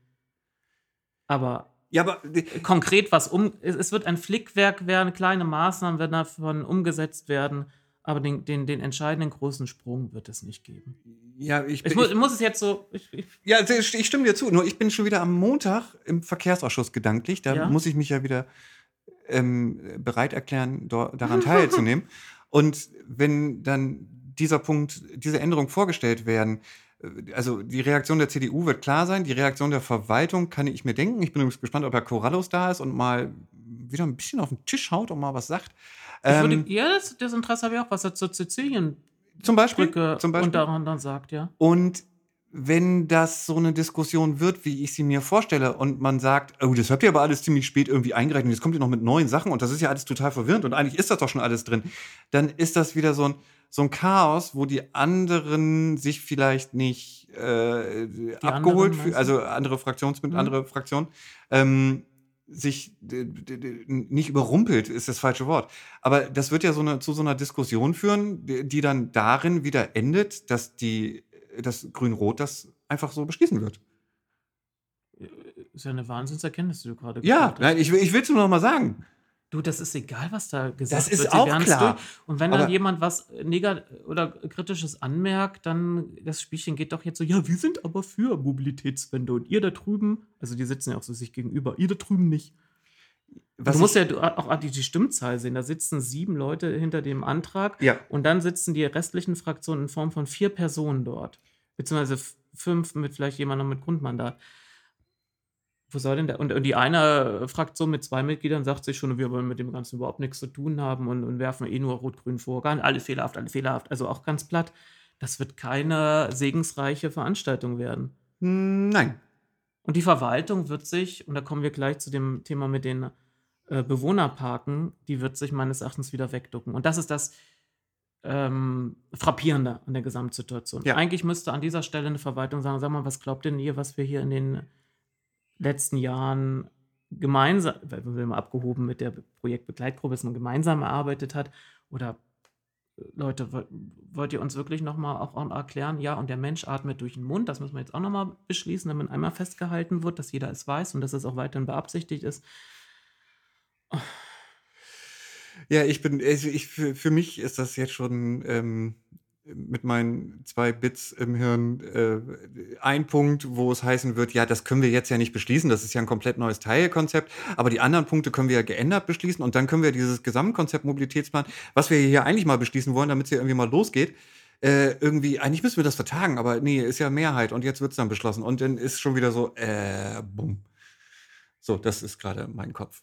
Aber Ja, aber konkret es wird ein Flickwerk werden, kleine Maßnahmen werden davon umgesetzt werden, aber den entscheidenden großen Sprung wird es nicht geben. ja, Ich muss es jetzt so. Ja, ich stimme dir zu. Nur ich bin schon wieder am Montag im Verkehrsausschuss gedanklich. Da Ja. muss ich mich ja wieder bereit erklären, daran teilzunehmen. Und wenn dann diese Änderung vorgestellt werden, also die Reaktion der CDU wird klar sein, die Reaktion der Verwaltung kann ich mir denken. Ich bin übrigens gespannt, ob Herr Corrales da ist und mal wieder ein bisschen auf den Tisch haut und mal was sagt. Das Interesse habe ich auch, was er zur Sizilienbrücke Zum Beispiel. unter anderem sagt, ja. Und wenn das so eine Diskussion wird, wie ich sie mir vorstelle, und man sagt, oh, das habt ihr aber alles ziemlich spät irgendwie eingereicht und jetzt kommt ihr noch mit neuen Sachen und das ist ja alles total verwirrend und eigentlich ist das doch schon alles drin, dann ist das wieder so ein Chaos, wo die anderen sich vielleicht nicht abgeholt, anderen, meinst du? also andere Fraktionen, sich nicht überrumpelt, ist das falsche Wort. Aber das wird ja zu so einer Diskussion führen, die dann darin wieder endet, dass Grün-Rot das einfach so beschließen wird. Ist ja eine Wahnsinnserkenntnis, die du gerade Ja, gebracht hast. nein, ich will es nur noch mal sagen. Du, das ist egal, was da gesagt Das ist wird. Sie auch werden's klar. durch. Und wenn dann Aber- jemand was oder Kritisches anmerkt, dann das Spielchen geht doch jetzt so, ja, wir sind aber für Mobilitätswende und ihr da drüben, also die sitzen ja auch so sich gegenüber, ihr da drüben nicht. Was Du musst ich- ja auch die Stimmzahl sehen. Da sitzen 7 Leute hinter dem Antrag Ja. und dann sitzen die restlichen Fraktionen in Form von 4 Personen dort. Beziehungsweise 5 mit vielleicht jemandem mit Grundmandat. Wo soll denn der? Und die eine Fraktion mit 2 Mitgliedern sagt sich schon, wir wollen mit dem Ganzen überhaupt nichts zu tun haben und werfen nur Rot-Grün vor. Alles fehlerhaft, also auch ganz platt. Das wird keine segensreiche Veranstaltung werden. Nein. Und die Verwaltung wird sich, und da kommen wir gleich zu dem Thema mit den Bewohnerparken, die wird sich meines Erachtens wieder wegducken. Und das ist das Frappierende an der Gesamtsituation. Ja. Eigentlich müsste an dieser Stelle eine Verwaltung sagen, sag mal, was glaubt denn ihr, was wir hier in den letzten Jahren gemeinsam, weil wir mal abgehoben mit der Projektbegleitgruppe, es man gemeinsam erarbeitet hat, oder Leute, wollt ihr uns wirklich nochmal auch erklären, ja, und der Mensch atmet durch den Mund, das müssen wir jetzt auch nochmal beschließen, damit einmal festgehalten wird, dass jeder es weiß und dass es auch weiterhin beabsichtigt ist. Ja, für mich ist das jetzt schon mit meinen 2 Bits im Hirn ein Punkt, wo es heißen wird, ja, das können wir jetzt ja nicht beschließen, das ist ja ein komplett neues Teilkonzept, aber die anderen Punkte können wir ja geändert beschließen und dann können wir dieses Gesamtkonzept Mobilitätsplan, was wir hier eigentlich mal beschließen wollen, damit es hier irgendwie mal losgeht, irgendwie, eigentlich müssen wir das vertagen, aber nee, ist ja Mehrheit und jetzt wird es dann beschlossen und dann ist schon wieder so, bumm. So, das ist gerade mein Kopf.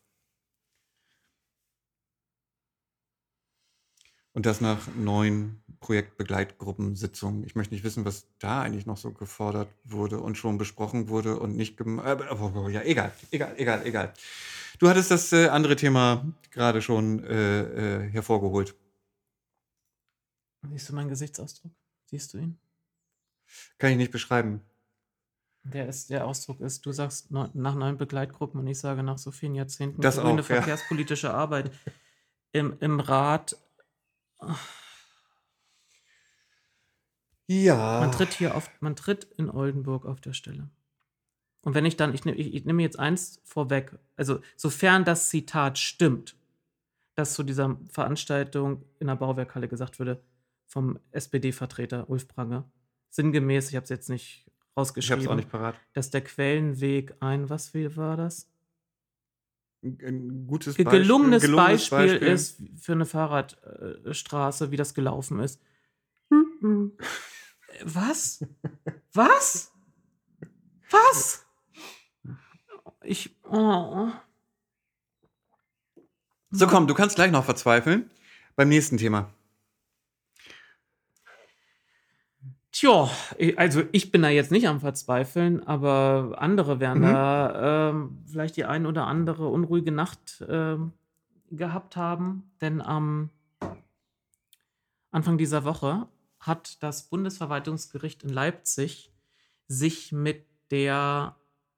Und das nach 9 Projektbegleitgruppensitzungen. Ich möchte nicht wissen, was da eigentlich noch so gefordert wurde und schon besprochen wurde und nicht ja, egal. Du hattest das andere Thema gerade schon hervorgeholt. Siehst du meinen Gesichtsausdruck? Siehst du ihn? Kann ich nicht beschreiben. Der Ausdruck ist, du sagst nach 9 Begleitgruppen und ich sage nach so vielen Jahrzehnten Das grüne auch, ja. verkehrspolitische Arbeit im Rat. Ja. Man tritt in Oldenburg auf der Stelle. Und wenn ich nehme jetzt eins vorweg, also sofern das Zitat stimmt, das zu dieser Veranstaltung in der Bauwerkhalle gesagt wurde vom SPD-Vertreter Ulf Prange, sinngemäß, ich habe es jetzt nicht Ich rausgeschrieben, hab's auch nicht parat. dass der Quellenweg wie war das? Ein gutes Gelungenes Beispiel ist für eine Fahrradstraße, wie das gelaufen ist. Was? Was? Was? So, komm, du kannst gleich noch verzweifeln. Beim nächsten Thema. Tja, also ich bin da jetzt nicht am Verzweifeln, aber andere werden da vielleicht die ein oder andere unruhige Nacht gehabt haben. Denn am Anfang dieser Woche hat das Bundesverwaltungsgericht in Leipzig sich mit der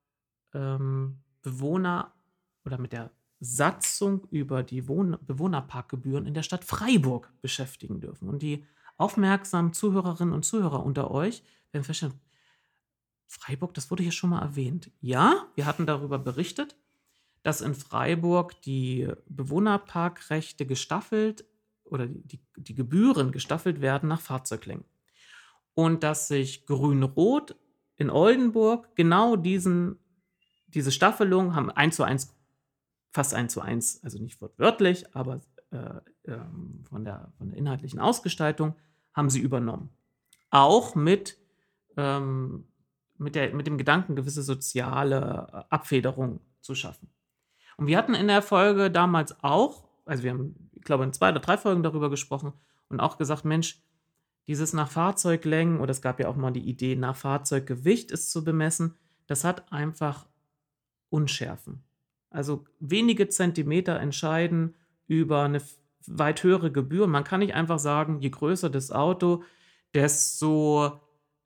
Bewohner- oder mit der Satzung über die Bewohnerparkgebühren in der Stadt Freiburg beschäftigen dürfen. Und die aufmerksamen Zuhörerinnen und Zuhörer unter euch werden feststellen, Freiburg, das wurde hier schon mal erwähnt. Ja, wir hatten darüber berichtet, dass in Freiburg die Bewohnerparkrechte gestaffelt oder die Gebühren gestaffelt werden nach Fahrzeuglängen. Und dass sich Grün-Rot in Oldenburg genau diese Staffelung haben 1:1, fast 1:1, also nicht wortwörtlich, aber von der inhaltlichen Ausgestaltung haben sie übernommen. Auch mit dem Gedanken, gewisse soziale Abfederung zu schaffen. Und wir hatten in der Folge damals auch, also wir haben, ich glaube, in 2 oder 3 Folgen darüber gesprochen und auch gesagt, Mensch, dieses nach Fahrzeuglängen, oder es gab ja auch mal die Idee, nach Fahrzeuggewicht es zu bemessen, das hat einfach Unschärfen. Also wenige Zentimeter entscheiden über eine weit höhere Gebühr. Man kann nicht einfach sagen, je größer das Auto, desto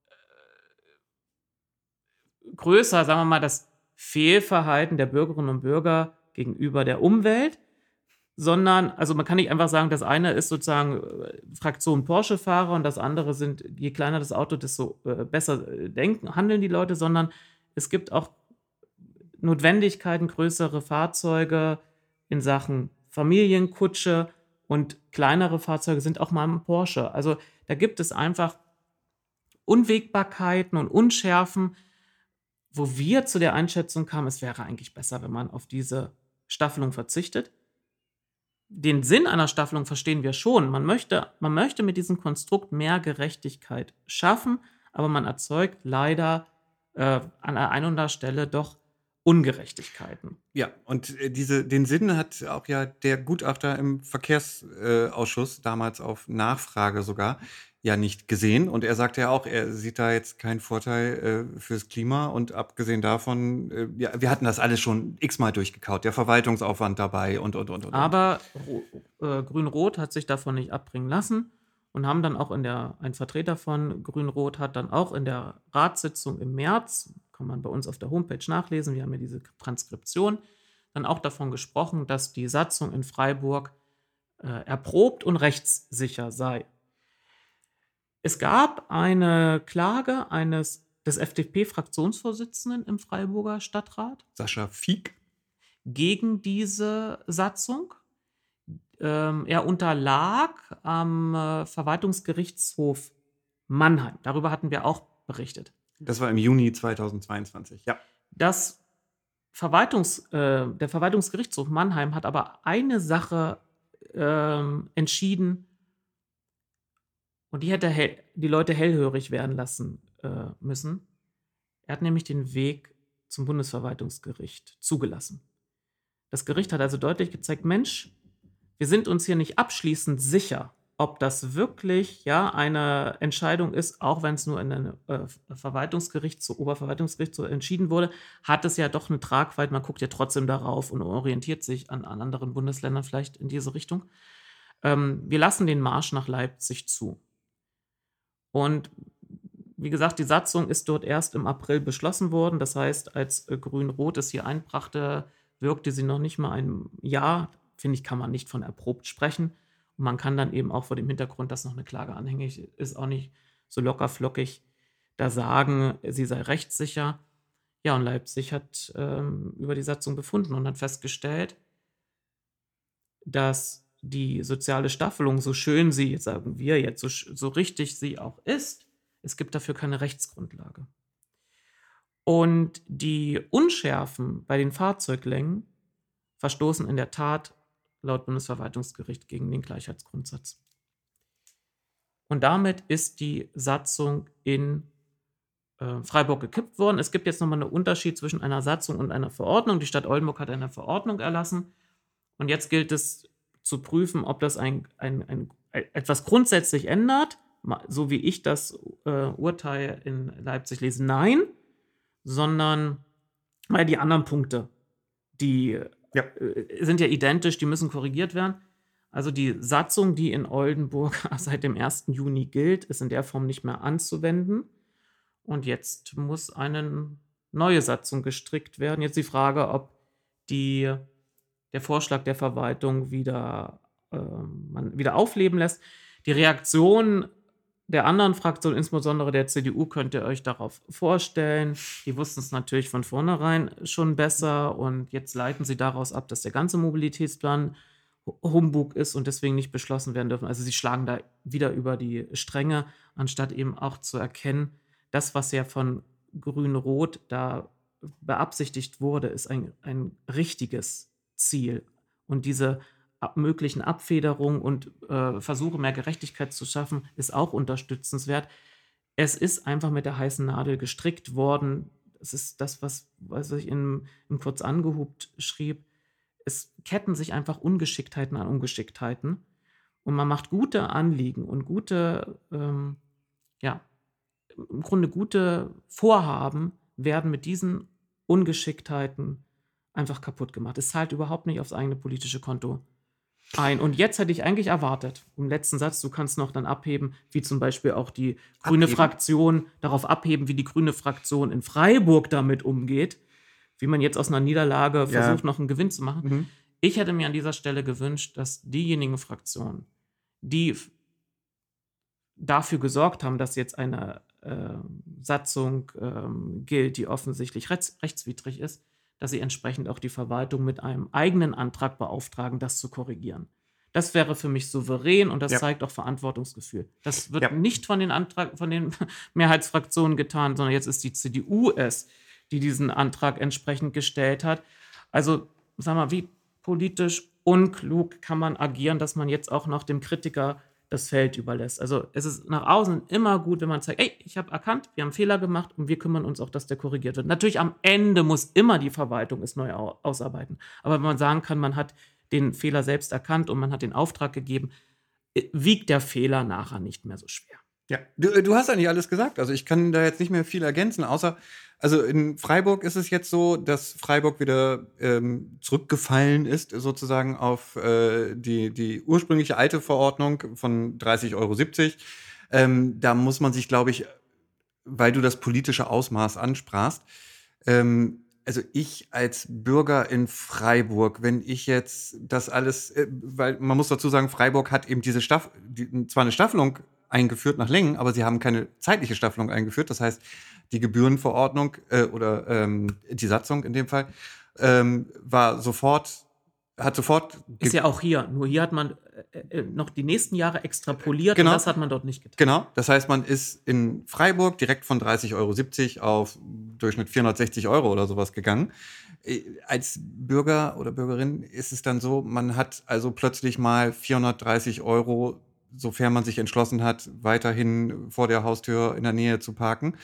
größer, sagen wir mal, das Fehlverhalten der Bürgerinnen und Bürger gegenüber der Umwelt, sondern, also man kann nicht einfach sagen, das eine ist sozusagen Fraktion Porsche-Fahrer und das andere sind, je kleiner das Auto, desto besser handeln die Leute, sondern es gibt auch Notwendigkeiten, größere Fahrzeuge in Sachen Familienkutsche und kleinere Fahrzeuge sind auch mal ein Porsche. Also da gibt es einfach Unwägbarkeiten und Unschärfen, wo wir zu der Einschätzung kamen, es wäre eigentlich besser, wenn man auf diese Staffelung verzichtet. Den Sinn einer Staffelung verstehen wir schon. Man möchte mit diesem Konstrukt mehr Gerechtigkeit schaffen, aber man erzeugt leider an der einen oder anderen Stelle doch Ungerechtigkeiten. Ja, und den Sinn hat auch ja der Gutachter im Verkehrsausschuss, damals auf Nachfrage sogar, ja nicht gesehen. Und er sagte ja auch, er sieht da jetzt keinen Vorteil fürs Klima. Und abgesehen davon, ja, wir hatten das alles schon x-mal durchgekaut. Der Verwaltungsaufwand dabei und. Aber Grün-Rot hat sich davon nicht abbringen lassen und haben dann auch ein Vertreter von Grün-Rot hat dann auch in der Ratssitzung im März, kann man bei uns auf der Homepage nachlesen, wir haben ja diese Transkription, dann auch davon gesprochen, dass die Satzung in Freiburg erprobt und rechtssicher sei. Es gab eine Klage des FDP-Fraktionsvorsitzenden im Freiburger Stadtrat, Sascha Fieck, gegen diese Satzung. er unterlag am Verwaltungsgerichtshof Mannheim. Darüber hatten wir auch berichtet. Das war im Juni 2022, ja. Der Verwaltungsgerichtshof Mannheim hat aber eine Sache entschieden, und die hätte die Leute hellhörig werden lassen müssen. Er hat nämlich den Weg zum Bundesverwaltungsgericht zugelassen. Das Gericht hat also deutlich gezeigt, Mensch, wir sind uns hier nicht abschließend sicher, ob das wirklich eine Entscheidung ist, auch wenn es nur in einem Oberverwaltungsgericht so entschieden wurde, hat es ja doch eine Tragweite. Man guckt ja trotzdem darauf und orientiert sich an anderen Bundesländern vielleicht in diese Richtung. Wir lassen den Marsch nach Leipzig zu. Und wie gesagt, die Satzung ist dort erst im April beschlossen worden. Das heißt, als Grün-Rot es hier einbrachte, wirkte sie noch nicht mal ein Jahr. Finde ich, kann man nicht von erprobt sprechen. Und man kann dann eben auch vor dem Hintergrund, dass noch eine Klage anhängig ist, auch nicht so locker flockig da sagen, sie sei rechtssicher. Ja, und Leipzig hat über die Satzung befunden und hat festgestellt, dass die soziale Staffelung, so schön sie, jetzt sagen wir jetzt, so richtig sie auch ist, es gibt dafür keine Rechtsgrundlage. Und die Unschärfen bei den Fahrzeuglängen verstoßen in der Tat laut Bundesverwaltungsgericht gegen den Gleichheitsgrundsatz. Und damit ist die Satzung in Freiburg gekippt worden. Es gibt jetzt nochmal einen Unterschied zwischen einer Satzung und einer Verordnung. Die Stadt Oldenburg hat eine Verordnung erlassen. Und jetzt gilt es zu prüfen, ob das etwas grundsätzlich ändert, so wie ich das Urteil in Leipzig lese. Nein, sondern weil die anderen Punkte, die sind ja identisch, die müssen korrigiert werden. Also die Satzung, die in Oldenburg seit dem 1. Juni gilt, ist in der Form nicht mehr anzuwenden. Und jetzt muss eine neue Satzung gestrickt werden. Jetzt die Frage, ob der Vorschlag der Verwaltung man wieder aufleben lässt. Die Reaktion der anderen Fraktionen, insbesondere der CDU, könnt ihr euch darauf vorstellen. Die wussten es natürlich von vornherein schon besser und jetzt leiten sie daraus ab, dass der ganze Mobilitätsplan Humbug ist und deswegen nicht beschlossen werden dürfen. Also sie schlagen da wieder über die Stränge, anstatt eben auch zu erkennen, das, was ja von Grün-Rot da beabsichtigt wurde, ist ein richtiges Ziel. Und diese möglichen Abfederungen und Versuche, mehr Gerechtigkeit zu schaffen, ist auch unterstützenswert. Es ist einfach mit der heißen Nadel gestrickt worden. Es ist das, was ich im Kurz angehubt schrieb. Es ketten sich einfach Ungeschicktheiten an Ungeschicktheiten. Und man macht gute Anliegen und im Grunde gute Vorhaben werden mit diesen Ungeschicktheiten einfach kaputt gemacht. Es zahlt überhaupt nicht aufs eigene politische Konto ein. Und jetzt hätte ich eigentlich erwartet, im letzten Satz, du kannst noch dann abheben, wie zum Beispiel auch die grüne Fraktion, darauf abheben, wie die grüne Fraktion in Freiburg damit umgeht, wie man jetzt aus einer Niederlage versucht, noch einen Gewinn zu machen. Mhm. Ich hätte mir an dieser Stelle gewünscht, dass diejenigen Fraktionen, die dafür gesorgt haben, dass jetzt eine Satzung gilt, die offensichtlich rechtswidrig ist, dass sie entsprechend auch die Verwaltung mit einem eigenen Antrag beauftragen, das zu korrigieren. Das wäre für mich souverän und das zeigt auch Verantwortungsgefühl. Das wird nicht von den Mehrheitsfraktionen getan, sondern jetzt ist die CDU es, die diesen Antrag entsprechend gestellt hat. Also, sag mal, wie politisch unklug kann man agieren, dass man jetzt auch noch dem Kritiker das Feld überlässt. Also es ist nach außen immer gut, wenn man sagt, ey, ich habe erkannt, wir haben Fehler gemacht und wir kümmern uns auch, dass der korrigiert wird. Natürlich am Ende muss immer die Verwaltung es neu ausarbeiten. Aber wenn man sagen kann, man hat den Fehler selbst erkannt und man hat den Auftrag gegeben, wiegt der Fehler nachher nicht mehr so schwer. Ja, du hast eigentlich alles gesagt. Also ich kann da jetzt nicht mehr viel ergänzen, außer, also in Freiburg ist es jetzt so, dass Freiburg wieder zurückgefallen ist, sozusagen auf die ursprüngliche alte Verordnung von 30,70 €. Da muss man sich, glaube ich, weil du das politische Ausmaß ansprachst, also ich als Bürger in Freiburg, wenn ich jetzt das alles, weil man muss dazu sagen, Freiburg hat eben zwar eine Staffelung eingeführt nach Längen, aber sie haben keine zeitliche Staffelung eingeführt. Das heißt, die Gebührenverordnung oder die Satzung in dem Fall war sofort hat sofort Ist ja auch hier. Nur hier hat man noch die nächsten Jahre extrapoliert und genau. das hat man dort nicht getan. Genau, das heißt, man ist in Freiburg direkt von 30,70 € auf Durchschnitt 460 € oder sowas gegangen. Als Bürger oder Bürgerin ist es dann so, man hat also plötzlich mal 430 €, sofern man sich entschlossen hat, weiterhin vor der Haustür in der Nähe zu parken,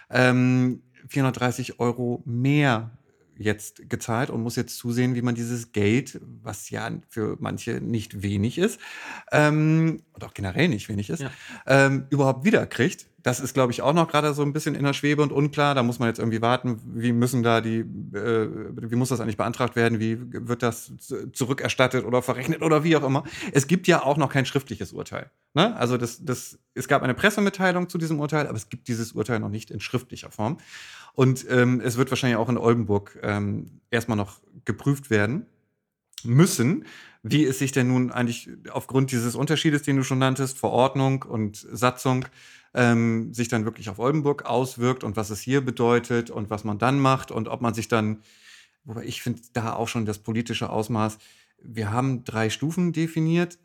430 € mehr jetzt gezahlt und muss jetzt zusehen, wie man dieses Geld, was ja für manche nicht wenig ist, und auch generell nicht wenig ist, Ja. überhaupt wiederkriegt. Das ist, glaube ich, auch noch gerade so ein bisschen in der Schwebe und unklar. Da muss man jetzt irgendwie warten, wie muss das eigentlich beantragt werden, wie wird das zurückerstattet oder verrechnet oder wie auch immer. Es gibt ja auch noch kein schriftliches Urteil. Ne? Also es gab eine Pressemitteilung zu diesem Urteil, aber es gibt dieses Urteil noch nicht in schriftlicher Form. Und es wird wahrscheinlich auch in Oldenburg erstmal noch geprüft werden müssen, wie es sich denn nun eigentlich aufgrund dieses Unterschiedes, den du schon nanntest, Verordnung und Satzung, sich dann wirklich auf Oldenburg auswirkt und was es hier bedeutet und was man dann macht und ob man sich dann, wobei ich finde da auch schon das politische Ausmaß, wir haben 3 Stufen definiert,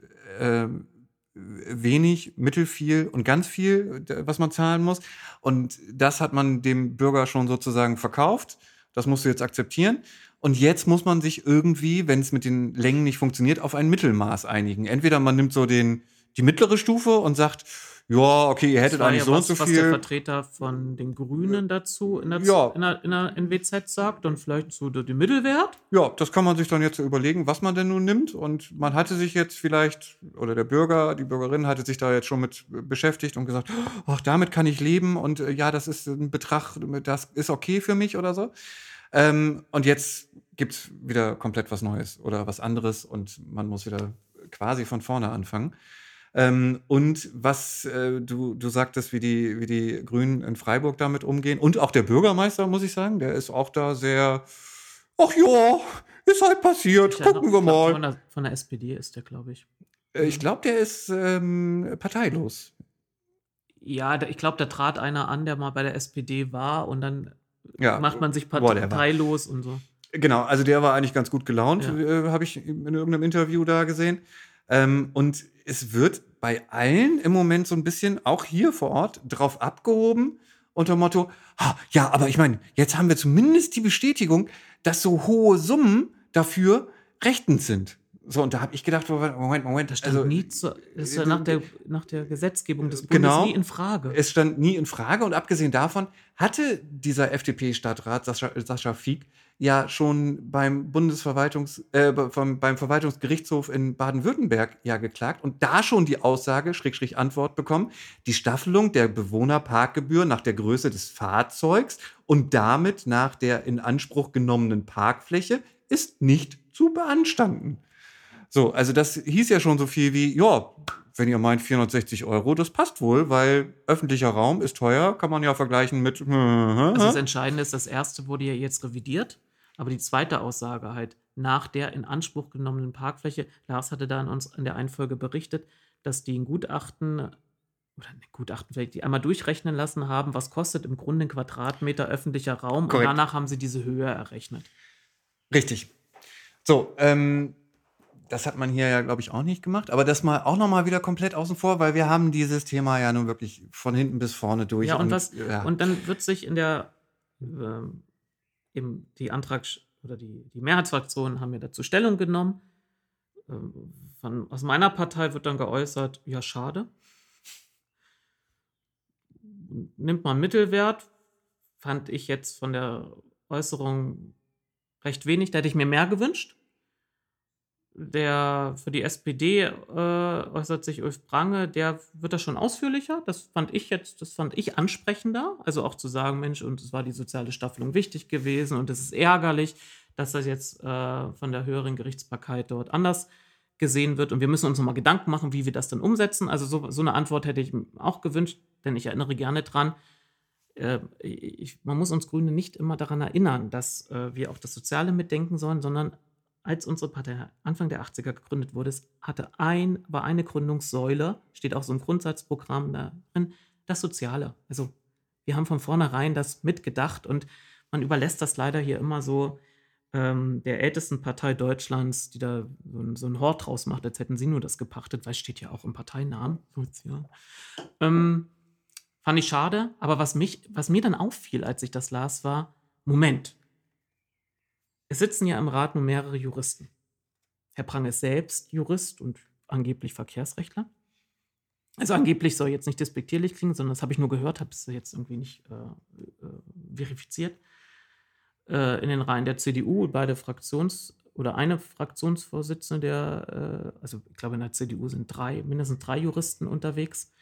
wenig, mittelfiel und ganz viel, was man zahlen muss. Und das hat man dem Bürger schon sozusagen verkauft. Das musst du jetzt akzeptieren. Und jetzt muss man sich irgendwie, wenn es mit den Längen nicht funktioniert, auf ein Mittelmaß einigen. Entweder man nimmt so die mittlere Stufe und sagt, ja, okay, ihr hättet eigentlich so und so was der viel. Vertreter von den Grünen dazu in der Ja. NWZ sagt und vielleicht so den Mittelwert. Ja, das kann man sich dann jetzt überlegen, was man denn nun nimmt. Und man hatte sich jetzt vielleicht, oder der Bürger, die Bürgerin hatte sich da jetzt schon mit beschäftigt und gesagt, ach, damit kann ich leben und ja, das ist ein Betrag, das ist okay für mich oder so. Und jetzt gibt's wieder komplett was Neues oder was anderes und man muss wieder quasi von vorne anfangen. Und was du sagtest, wie die Grünen in Freiburg damit umgehen und auch der Bürgermeister, muss ich sagen, der ist auch da sehr, ach ja, ist halt passiert, gucken wir mal. Von der SPD ist der, glaube ich. Ich glaube, der ist parteilos. Ja, ich glaube, da trat einer an, der mal bei der SPD war und dann Ja, macht man sich whatever. parteilos und so. Genau, also der war eigentlich ganz gut gelaunt, Ja. habe ich in irgendeinem Interview da gesehen. Und es wird bei allen im Moment so ein bisschen, auch hier vor Ort, drauf abgehoben, unter dem Motto, ja, aber ich meine, jetzt haben wir zumindest die Bestätigung, dass so hohe Summen dafür rechtens sind. So, und da habe ich gedacht, Moment. Das stand nie das ist ja nach der Gesetzgebung des Bundes Genau. nie in Frage. Es stand nie in Frage und abgesehen davon hatte dieser FDP-Stadtrat Sascha Fieck ja schon beim beim Verwaltungsgerichtshof in Baden-Württemberg ja geklagt und da schon die Aussage, / Antwort bekommen, die Staffelung der Bewohnerparkgebühr nach der Größe des Fahrzeugs und damit nach der in Anspruch genommenen Parkfläche ist nicht zu beanstanden. So, also das hieß ja schon so viel wie, ja, wenn ihr meint 460 €, das passt wohl, weil öffentlicher Raum ist teuer, kann man ja vergleichen mit. Also das Entscheidende ist, das erste wurde ja jetzt revidiert, aber die zweite Aussage halt, nach der in Anspruch genommenen Parkfläche, Lars hatte da in der Einfolge berichtet, dass die ein Gutachten vielleicht die einmal durchrechnen lassen haben, was kostet im Grunde ein Quadratmeter öffentlicher Raum Korrekt. und danach haben sie diese Höhe errechnet. Richtig. So, das hat man hier ja, glaube ich, auch nicht gemacht. Aber das mal auch nochmal wieder komplett außen vor, weil wir haben dieses Thema ja nun wirklich von hinten bis vorne durch. Ja, und dann wird sich in der eben die oder die Mehrheitsfraktionen haben ja dazu Stellung genommen. Aus meiner Partei wird dann geäußert, ja, schade. Nimmt man Mittelwert, fand ich jetzt von der Äußerung recht wenig. Da hätte ich mir mehr gewünscht. Der für die SPD äußert sich Ulf Prange, der wird da schon ausführlicher. Das fand ich ansprechender. Also auch zu sagen, Mensch, und es war die soziale Staffelung wichtig gewesen und es ist ärgerlich, dass das jetzt von der höheren Gerichtsbarkeit dort anders gesehen wird. Und wir müssen uns nochmal Gedanken machen, wie wir das dann umsetzen. Also so eine Antwort hätte ich auch gewünscht, denn ich erinnere gerne dran. Man muss uns Grüne nicht immer daran erinnern, dass wir auch das Soziale mitdenken sollen, sondern als unsere Partei Anfang der 80er gegründet wurde, war eine Gründungssäule, steht auch so im Grundsatzprogramm darin, das Soziale. Also wir haben von vornherein das mitgedacht und man überlässt das leider hier immer so der ältesten Partei Deutschlands, die da so einen Hort draus macht, als hätten sie nur das gepachtet, weil es steht ja auch im Parteinamen. Ja. Fand ich schade, aber was mir dann auffiel, als ich das las, war: Moment, es sitzen ja im Rat nur mehrere Juristen. Herr Prang ist selbst Jurist und angeblich Verkehrsrechtler. Also angeblich soll jetzt nicht despektierlich klingen, sondern das habe ich nur gehört, habe es jetzt irgendwie nicht verifiziert. In den Reihen der CDU, beide eine Fraktionsvorsitzende also ich glaube in der CDU sind mindestens 3 Juristen unterwegs.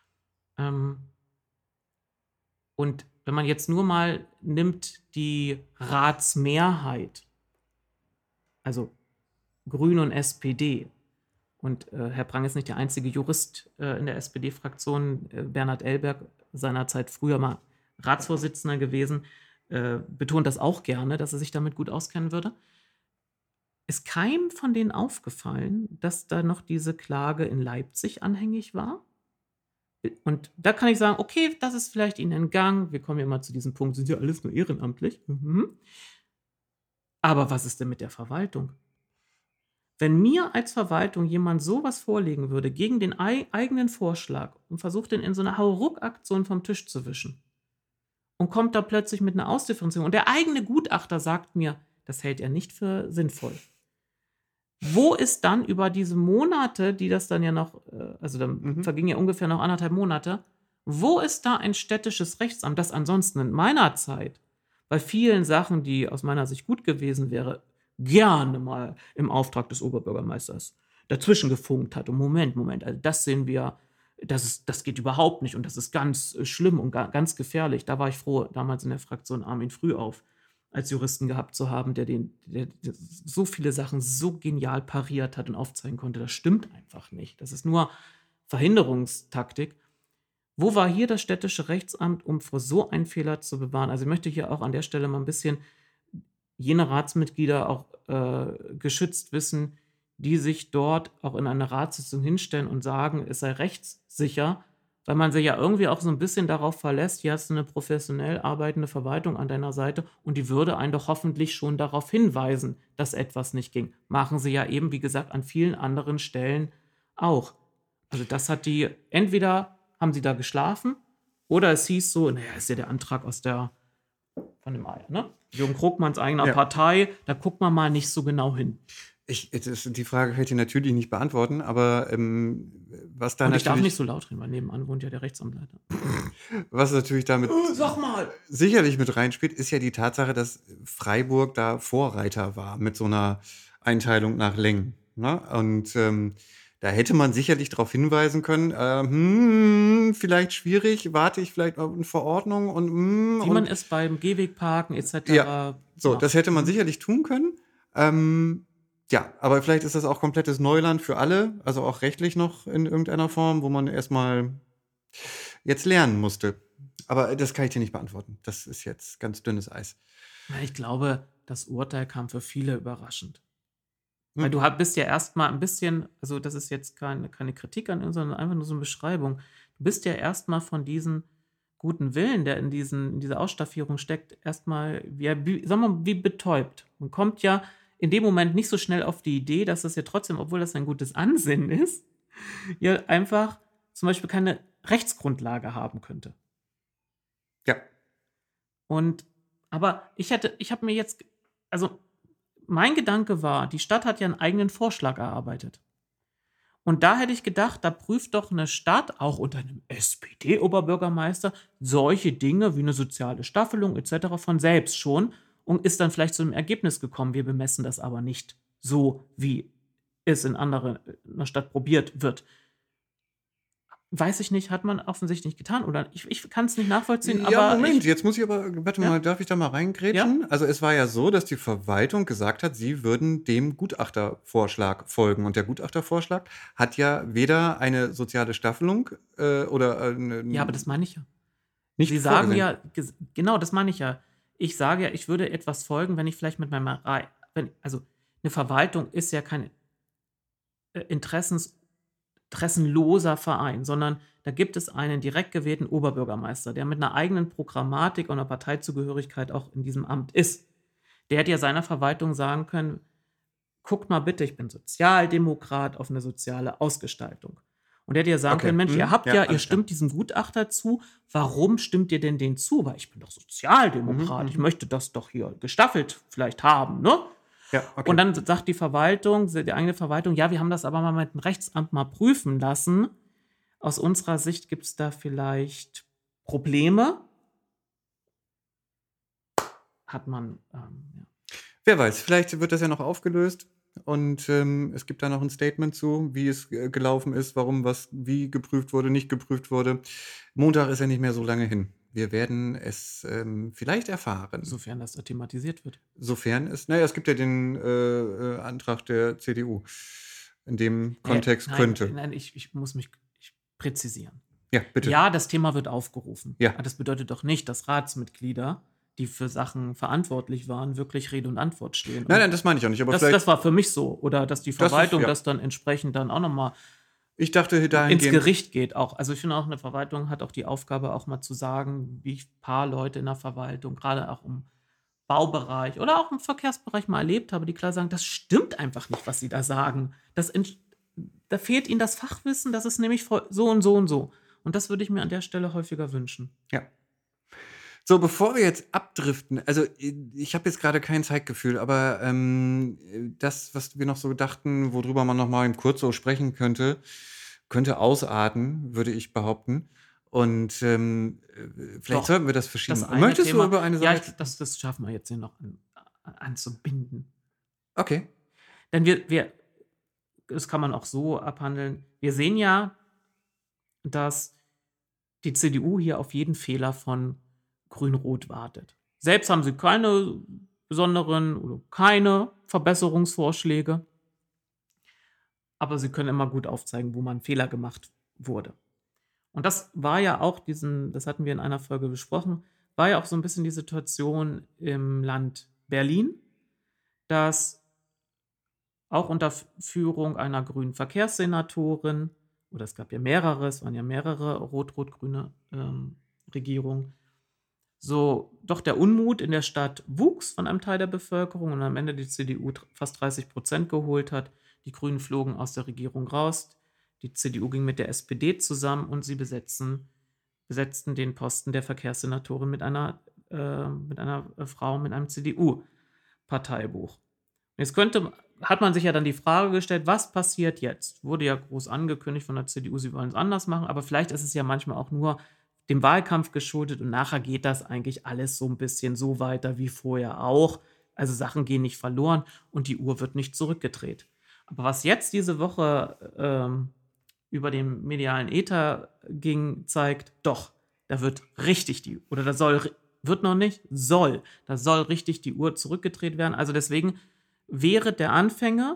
Und wenn man jetzt nur mal nimmt die Ratsmehrheit, also Grüne und SPD, und Herr Prang ist nicht der einzige Jurist in der SPD-Fraktion, Bernhard Ellberg, seinerzeit früher mal Ratsvorsitzender gewesen, betont das auch gerne, dass er sich damit gut auskennen würde. Ist keinem von denen aufgefallen, dass da noch diese Klage in Leipzig anhängig war? Und da kann ich sagen, okay, das ist vielleicht Ihnen entgangen. Wir kommen ja mal zu diesem Punkt, sind ja alles nur ehrenamtlich. Aber was ist denn mit der Verwaltung? Wenn mir als Verwaltung jemand sowas vorlegen würde gegen den eigenen Vorschlag und versucht, den in so einer Hauruck-Aktion vom Tisch zu wischen und kommt da plötzlich mit einer Ausdifferenzierung und der eigene Gutachter sagt mir, das hält er nicht für sinnvoll. Wo ist dann über diese Monate, die das dann ja noch, also dann vergingen ja ungefähr noch 1,5 Monate, wo ist da ein städtisches Rechtsamt, das ansonsten in meiner Zeit bei vielen Sachen, die aus meiner Sicht gut gewesen wäre, gerne mal im Auftrag des Oberbürgermeisters dazwischen gefunkt hat. Und Moment, also das sehen wir, das geht überhaupt nicht und das ist ganz schlimm und ganz gefährlich. Da war ich froh, damals in der Fraktion Armin Frühauf als Juristen gehabt zu haben, der so viele Sachen so genial pariert hat und aufzeigen konnte, das stimmt einfach nicht. Das ist nur Verhinderungstaktik. Wo war hier das städtische Rechtsamt, um vor so einen Fehler zu bewahren? Also ich möchte hier auch an der Stelle mal ein bisschen jene Ratsmitglieder auch geschützt wissen, die sich dort auch in einer Ratssitzung hinstellen und sagen, es sei rechtssicher, weil man sich ja irgendwie auch so ein bisschen darauf verlässt, hier hast du eine professionell arbeitende Verwaltung an deiner Seite und die würde einen doch hoffentlich schon darauf hinweisen, dass etwas nicht ging. Machen sie ja eben, wie gesagt, an vielen anderen Stellen auch. Also das hat entweder haben sie da geschlafen oder es hieß so, naja, ist ja der Antrag von dem Eier, ne? Jürgen Krogmanns eigener Partei, da guckt man mal nicht so genau hin. Die Frage kann ich dir natürlich nicht beantworten, aber was da Und ich natürlich. darf nicht so laut reden, weil nebenan wohnt ja der Rechtsamtleiter. Was natürlich damit Sag mal! sicherlich mit reinspielt, ist ja die Tatsache, dass Freiburg da Vorreiter war mit so einer Einteilung nach Längen. Ne? Und da hätte man sicherlich darauf hinweisen können, vielleicht schwierig, warte ich vielleicht auf eine Verordnung Wie man es beim Gehwegparken etc. Ja, so, das hätte man sicherlich tun können. Ja, aber vielleicht ist das auch komplettes Neuland für alle, also auch rechtlich noch in irgendeiner Form, wo man erstmal jetzt lernen musste. Aber das kann ich dir nicht beantworten. Das ist jetzt ganz dünnes Eis. Ich glaube, das Urteil kam für viele überraschend. Weil du bist ja erstmal ein bisschen, also das ist jetzt keine Kritik an uns, sondern einfach nur so eine Beschreibung. Du bist ja erstmal von diesem guten Willen, der in dieser Ausstaffierung steckt, erstmal wie betäubt. Man kommt ja in dem Moment nicht so schnell auf die Idee, dass das ja trotzdem, obwohl das ein gutes Ansinnen ist, ja einfach zum Beispiel keine Rechtsgrundlage haben könnte. Ja. Aber ich habe mir jetzt, also mein Gedanke war, die Stadt hat ja einen eigenen Vorschlag erarbeitet. Und da hätte ich gedacht, da prüft doch eine Stadt, auch unter einem SPD-Oberbürgermeister, solche Dinge wie eine soziale Staffelung etc. von selbst schon und ist dann vielleicht zu einem Ergebnis gekommen. Wir bemessen das aber nicht so, wie es in einer Stadt probiert wird. Weiß ich nicht, hat man offensichtlich nicht getan. Oder ich kann es nicht nachvollziehen. Ja, aber Moment, jetzt muss ich aber, warte mal, darf ich da mal Ja. reingrätschen? Also es war ja so, dass die Verwaltung gesagt hat, sie würden dem Gutachtervorschlag folgen. Und der Gutachtervorschlag hat ja weder eine soziale Staffelung oder Ja, aber das meine ich ja. nicht Sie sagen vorgesehen. ja, genau, das meine ich ja. Ich sage ja, ich würde etwas folgen, wenn ich vielleicht mit meinem also eine Verwaltung ist ja kein interessenloser Verein, sondern da gibt es einen direkt gewählten Oberbürgermeister, der mit einer eigenen Programmatik und einer Parteizugehörigkeit auch in diesem Amt ist. Der hätte ja seiner Verwaltung sagen können: „Guckt mal bitte, ich bin Sozialdemokrat auf eine soziale Ausgestaltung.“ Und der hätte ja sagen Okay. können: „Mensch, ihr habt Ja, ja ihr alles klar. stimmt diesem Gutachter zu. Warum stimmt ihr denn denen zu? Weil ich bin doch Mhm, Sozialdemokrat. Ich möchte das doch hier gestaffelt vielleicht haben, ne?“ Ja, Und okay. dann sagt die Verwaltung, die eigene Verwaltung: „Ja, wir haben das aber mal mit dem Rechtsamt mal prüfen lassen. Aus unserer Sicht gibt es da vielleicht Probleme.“ Hat man, ja. Wer weiß, vielleicht wird das ja noch aufgelöst und, es gibt da noch ein Statement zu, wie es, gelaufen ist, warum was wie geprüft wurde, nicht geprüft wurde. Montag ist ja nicht mehr so lange hin. Wir werden es, vielleicht erfahren, Sofern das da thematisiert wird. sofern es gibt ja den, Antrag der CDU. In dem Kontext Nein, könnte. nein, ich muss mich präzisieren. Ja, bitte. Ja, das Thema wird aufgerufen. Ja. Aber das bedeutet doch nicht, dass Ratsmitglieder, die für Sachen verantwortlich waren, wirklich Rede und Antwort stehen. Nein, Und nein, das meine ich auch nicht, aber das vielleicht war für mich so. Oder dass die das ist Verwaltung ja. das dann entsprechend dann auch noch mal Ich dachte ins dahingehend Gericht geht auch. Also, ich finde auch, eine Verwaltung hat auch die Aufgabe, auch mal zu sagen, wie ich paar Leute in der Verwaltung, gerade auch im Baubereich oder auch im Verkehrsbereich mal erlebt habe, die klar sagen: „Das stimmt einfach nicht, was Sie da sagen. Da fehlt Ihnen das Fachwissen, das ist nämlich so und so und so.“ Und das würde ich mir an der Stelle häufiger wünschen. ja. So, bevor wir jetzt abdriften, also, ich habe jetzt gerade kein Zeitgefühl, aber, das, was wir noch so dachten, worüber man noch mal im kurz so sprechen könnte ausarten, würde ich behaupten. Und, vielleicht Doch, sollten wir das das verschieben. eine Möchtest du Thema, über eine ja, Sache das schaffen wir jetzt hier noch anzubinden. Okay. Denn das kann man auch so abhandeln. Wir sehen ja, dass die CDU hier auf jeden Fehler von Grün-Rot wartet. Selbst haben sie keine besonderen oder keine Verbesserungsvorschläge, aber sie können immer gut aufzeigen, wo man Fehler gemacht wurde. Und das war ja auch das hatten wir in einer Folge besprochen, war ja auch so ein bisschen die Situation im Land Berlin, dass auch unter Führung einer grünen Verkehrssenatorin, oder es gab ja mehrere, es waren ja mehrere rot-rot-grüne, Regierungen, so doch der Unmut in der Stadt wuchs von einem Teil der Bevölkerung und am Ende die CDU fast 30% geholt hat. Die Grünen flogen aus der Regierung raus. Die CDU ging mit der SPD zusammen und sie besetzten den Posten der Verkehrssenatorin mit einer Frau mit einem CDU-Parteibuch. Jetzt hat man sich ja dann die Frage gestellt, was passiert jetzt? Wurde ja groß angekündigt von der CDU, sie wollen es anders machen, aber vielleicht ist es ja manchmal auch nur dem Wahlkampf geschuldet und nachher geht das eigentlich alles so ein bisschen so weiter wie vorher auch. Also Sachen gehen nicht verloren und die Uhr wird nicht zurückgedreht. Aber was jetzt diese Woche über den medialen Äther ging, zeigt, doch, da wird richtig oder wird noch nicht, da soll richtig die Uhr zurückgedreht werden. Also deswegen wäre der Anfänger,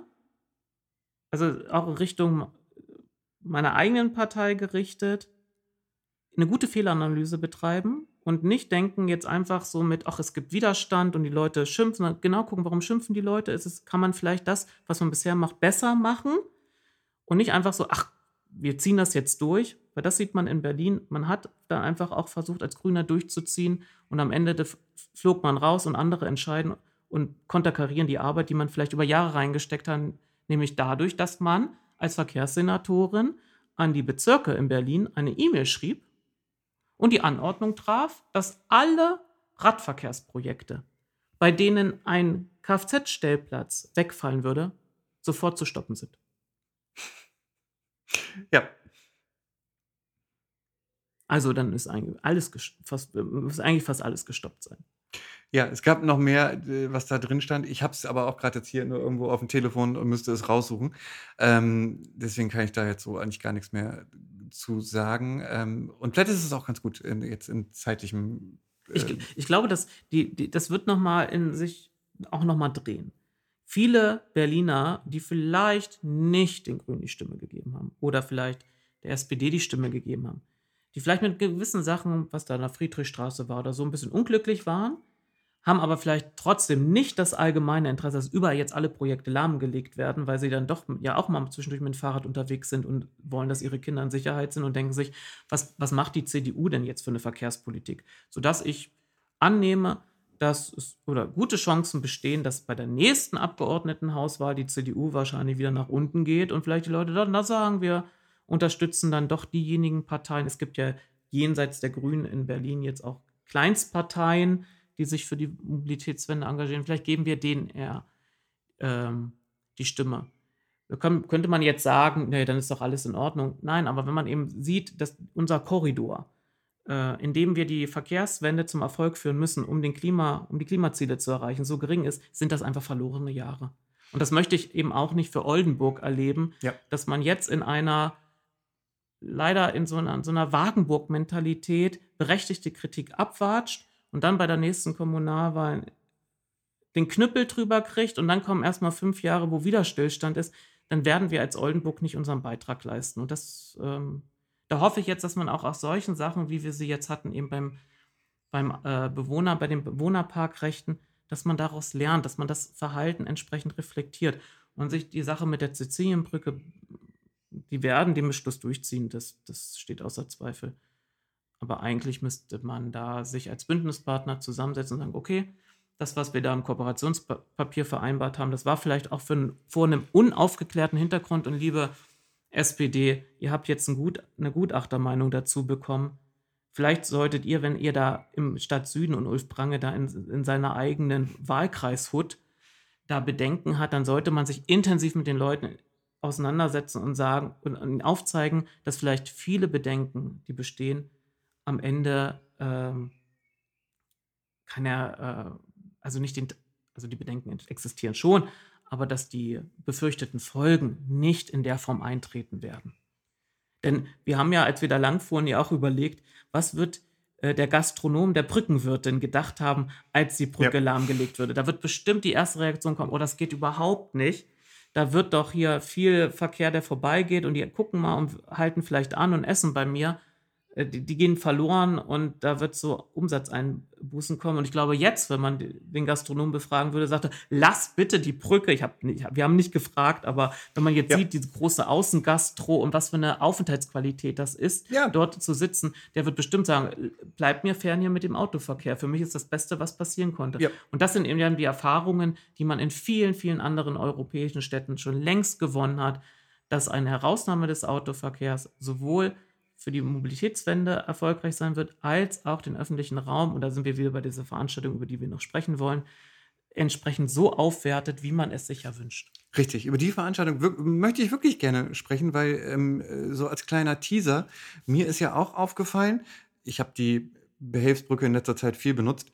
also auch in Richtung meiner eigenen Partei gerichtet, eine gute Fehleranalyse betreiben und nicht denken jetzt einfach so mit: „Ach, es gibt Widerstand und die Leute schimpfen“, sondern genau gucken, warum schimpfen die Leute? Kann man vielleicht das, was man bisher macht, besser machen und nicht einfach so: „Ach, wir ziehen das jetzt durch“, weil das sieht man in Berlin. Man hat da einfach auch versucht, als Grüner durchzuziehen und am Ende flog man raus und andere entscheiden und konterkarieren die Arbeit, die man vielleicht über Jahre reingesteckt hat, nämlich dadurch, dass man als Verkehrssenatorin an die Bezirke in Berlin eine E-Mail schrieb und die Anordnung traf, dass alle Radverkehrsprojekte, bei denen ein Kfz-Stellplatz wegfallen würde, sofort zu stoppen sind. Ja. Also, dann ist eigentlich fast alles gestoppt sein. Ja, es gab noch mehr, was da drin stand. Ich habe es aber auch gerade jetzt hier nur irgendwo auf dem Telefon und müsste es raussuchen. Deswegen kann ich da jetzt so eigentlich gar nichts mehr zu sagen. Und vielleicht ist es auch ganz gut jetzt in zeitlichem, Ich glaube, dass das wird noch mal in sich auch noch mal drehen. Viele Berliner, die vielleicht nicht den Grünen die Stimme gegeben haben oder vielleicht der SPD die Stimme gegeben haben, die vielleicht mit gewissen Sachen, was da in der Friedrichstraße war oder so, ein bisschen unglücklich waren, haben aber vielleicht trotzdem nicht das allgemeine Interesse, dass überall jetzt alle Projekte lahmgelegt werden, weil sie dann doch ja auch mal zwischendurch mit dem Fahrrad unterwegs sind und wollen, dass ihre Kinder in Sicherheit sind und denken sich: „Was macht die CDU denn jetzt für eine Verkehrspolitik?“ Sodass ich annehme, dass es oder gute Chancen bestehen, dass bei der nächsten Abgeordnetenhauswahl die CDU wahrscheinlich wieder nach unten geht und vielleicht die Leute dann da sagen, wir unterstützen dann doch diejenigen Parteien. Es gibt ja jenseits der Grünen in Berlin jetzt auch Kleinstparteien, die sich für die Mobilitätswende engagieren. Vielleicht geben wir denen eher die Stimme. Könnte man jetzt sagen, nee, dann ist doch alles in Ordnung. Nein, aber wenn man eben sieht, dass unser Korridor, in dem wir die Verkehrswende zum Erfolg führen müssen, um die Klimaziele zu erreichen, so gering ist, sind das einfach verlorene Jahre. Und das möchte ich eben auch nicht für Oldenburg erleben, dass man jetzt leider in so einer Wagenburg-Mentalität berechtigte Kritik abwatscht und dann bei der nächsten Kommunalwahl den Knüppel drüber kriegt und dann kommen erstmal 5 Jahre, wo wieder Stillstand ist, dann werden wir als Oldenburg nicht unseren Beitrag leisten. Und da hoffe ich jetzt, dass man auch aus solchen Sachen, wie wir sie jetzt hatten, eben bei den Bewohnerparkrechten, dass man daraus lernt, dass man das Verhalten entsprechend reflektiert und sich die Sache mit der Sizilienbrücke, die werden den Beschluss durchziehen, das steht außer Zweifel. Aber eigentlich müsste man da sich als Bündnispartner zusammensetzen und sagen, okay, das, was wir da im Kooperationspapier vereinbart haben, das war vielleicht auch vor einem unaufgeklärten Hintergrund. Und liebe SPD, ihr habt jetzt eine Gutachtermeinung dazu bekommen. Vielleicht solltet ihr, wenn ihr da im Stadtsüden und Ulf Prange da in seiner eigenen Wahlkreis da Bedenken hat, dann sollte man sich intensiv mit den Leuten auseinandersetzen und sagen und aufzeigen, dass vielleicht viele Bedenken, die bestehen, am Ende die Bedenken existieren schon, aber dass die befürchteten Folgen nicht in der Form eintreten werden. Denn wir haben ja, als wir da lang fuhren, ja auch überlegt, was wird der Gastronom, der Brückenwirtin gedacht haben, als die Brücke lahmgelegt würde. Da wird bestimmt die erste Reaktion kommen, oh, das geht überhaupt nicht. Da wird doch hier viel Verkehr, der vorbeigeht und die gucken mal und halten vielleicht an und essen bei mir. Die gehen verloren und da wird so Umsatzeinbußen kommen. Und ich glaube, jetzt, wenn man den Gastronomen befragen würde, sagte, lass bitte die Brücke, wir haben nicht gefragt, aber wenn man jetzt sieht, diese große Außengastro und was für eine Aufenthaltsqualität das ist, dort zu sitzen, der wird bestimmt sagen, bleib mir fern hier mit dem Autoverkehr. Für mich ist das Beste, was passieren konnte. Ja. Und das sind eben dann die Erfahrungen, die man in vielen, vielen anderen europäischen Städten schon längst gewonnen hat, dass eine Herausnahme des Autoverkehrs sowohl für die Mobilitätswende erfolgreich sein wird, als auch den öffentlichen Raum, und da sind wir wieder bei dieser Veranstaltung, über die wir noch sprechen wollen, entsprechend so aufwertet, wie man es sich ja wünscht. Richtig, über die Veranstaltung möchte ich wirklich gerne sprechen, weil so als kleiner Teaser, mir ist ja auch aufgefallen, ich habe die Behelfsbrücke in letzter Zeit viel benutzt,